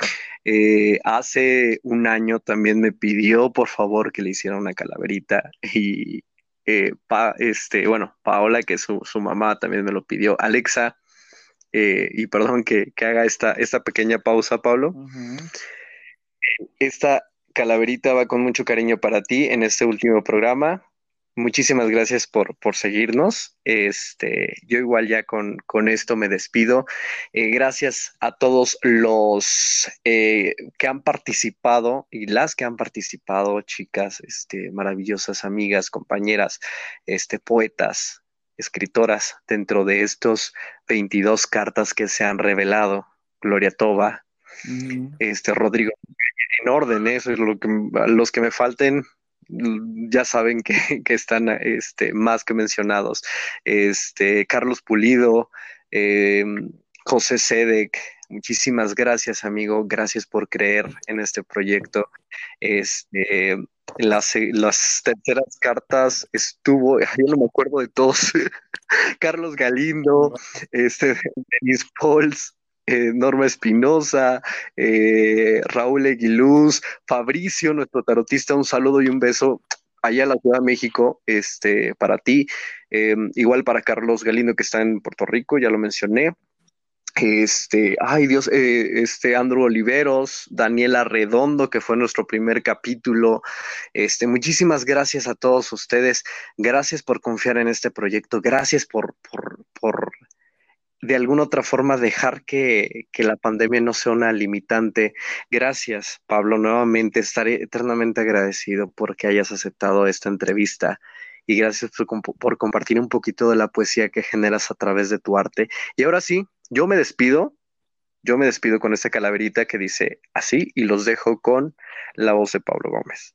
Hace un año también me pidió por favor que le hiciera una calaverita y bueno, Paola, que es su mamá, también me lo pidió. Alexa, y perdón que haga esta pequeña pausa, Pablo. Ujú. Esta calaverita va con mucho cariño para ti en este último programa. Muchísimas gracias por seguirnos. Yo igual ya con esto me despido. Gracias a todos los que han participado y las que han participado, chicas, maravillosas amigas, compañeras, poetas, escritoras, dentro de estos 22 cartas que se han revelado. Gloria Toba, Ujú. Rodrigo en orden, ¿eh? Eso es los que me falten, ya saben que, que están más que mencionados. Carlos Pulido, eh, José Sedek, muchísimas gracias, amigo. Gracias por creer en este proyecto. Este, las terceras cartas estuvo, yo no me acuerdo de todos, Carlos Galindo, Denis Pols, Norma Espinosa, Raúl Eguiluz, Fabricio, nuestro tarotista, un saludo y un beso allá a la Ciudad de México, para ti, igual para Carlos Galindo que está en Puerto Rico, ya lo mencioné. Ay Dios, Andrew Oliveros, Daniela Redondo, que fue nuestro primer capítulo. Muchísimas gracias a todos ustedes. Gracias por confiar en este proyecto. Gracias por de alguna otra forma dejar que la pandemia no sea una limitante. Gracias, Pablo. Nuevamente estaré eternamente agradecido porque hayas aceptado esta entrevista. Y gracias por compartir un poquito de la poesía que generas a través de tu arte. Y ahora sí, yo me despido con esta calaverita que dice así y los dejo con la voz de Pablo Gómez.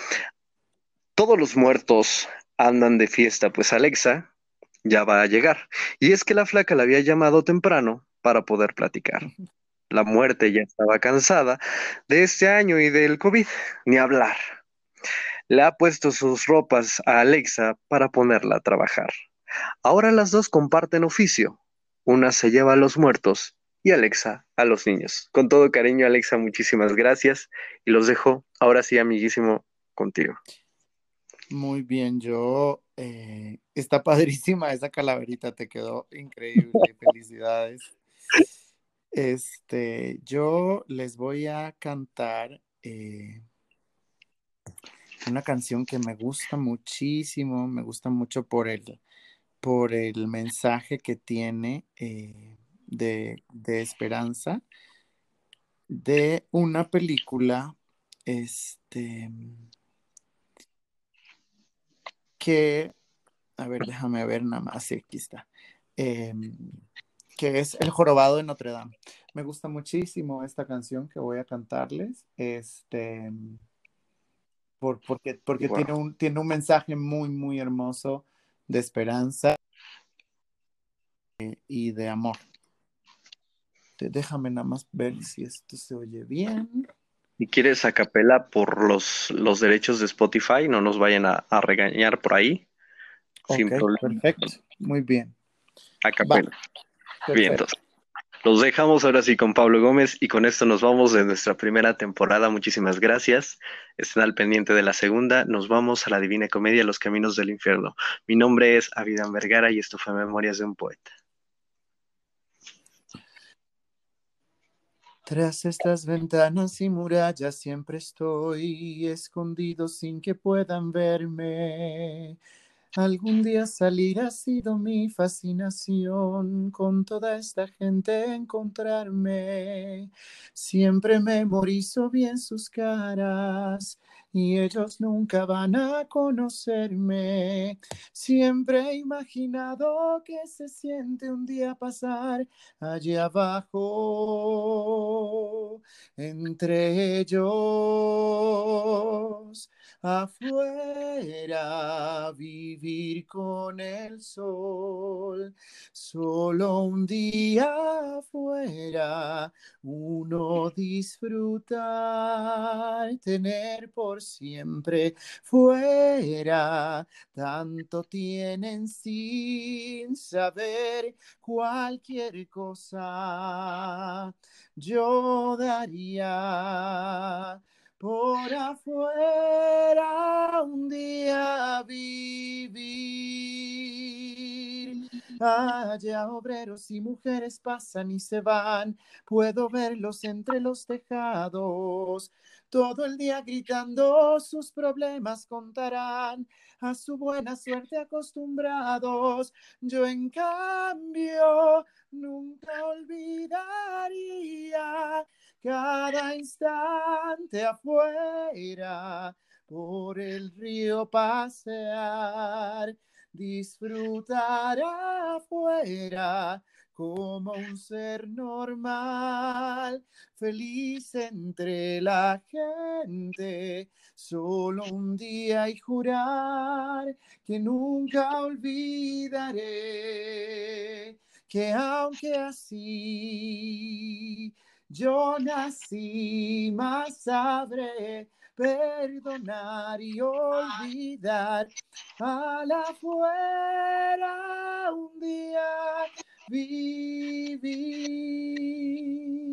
Todos los muertos andan de fiesta, pues Alexa ya va a llegar. Y es que la flaca la había llamado temprano para poder platicar. La muerte ya estaba cansada de este año y del COVID, ni hablar. Le ha puesto sus ropas a Alexa para ponerla a trabajar. Ahora las dos comparten oficio. Una se lleva a los muertos y Alexa a los niños. Con todo cariño, Alexa, muchísimas gracias y los dejo ahora sí, amiguísimo, contigo. Muy bien, está padrísima esa calaverita, te quedó increíble, felicidades. Yo les voy a cantar una canción que me gusta muchísimo, me gusta mucho por el mensaje que tiene de esperanza de una película que, a ver, déjame ver nada más, sí, aquí está, eh, que es El Jorobado de Notre Dame. Me gusta muchísimo esta canción que voy a cantarles, porque Wow. tiene un mensaje muy, muy hermoso de esperanza y de amor. Déjame nada más ver si esto se oye bien. Si quieres a capela por los derechos de Spotify, no nos vayan a regañar por ahí, sin Ok, problema. perfecto. Muy bien. A Va, capela. Bien, perfecto. entonces. Los dejamos ahora sí con Pablo Gómez y con esto nos vamos de nuestra primera temporada. Muchísimas gracias. Estén al pendiente de la segunda. Nos vamos a la Divina Comedia, Los Caminos del Infierno. Mi nombre es Avidan Vergara y esto fue Memorias de un Poeta. Tras estas ventanas y murallas siempre estoy escondido sin que puedan verme. Algún día salir ha sido mi fascinación, con toda esta gente encontrarme. Siempre memorizo bien sus caras y ellos nunca van a conocerme. Siempre he imaginado que se siente un día pasar allí abajo, entre ellos, afuera, vivir con el sol, solo un día afuera, uno disfrutar, tener por siempre fuera, tanto tienen sin saber cualquier cosa yo daría por afuera un día vivir. Allá obreros y mujeres pasan y se van, puedo verlos entre los tejados. Todo el día gritando sus problemas contarán, a su buena suerte acostumbrados. Yo en cambio nunca olvidaría cada instante afuera por el río pasear, disfrutar afuera como un ser normal, feliz entre la gente, solo un día y jurar que nunca olvidaré que aunque así yo nací, más sabré perdonar y olvidar al afuera un día vivir.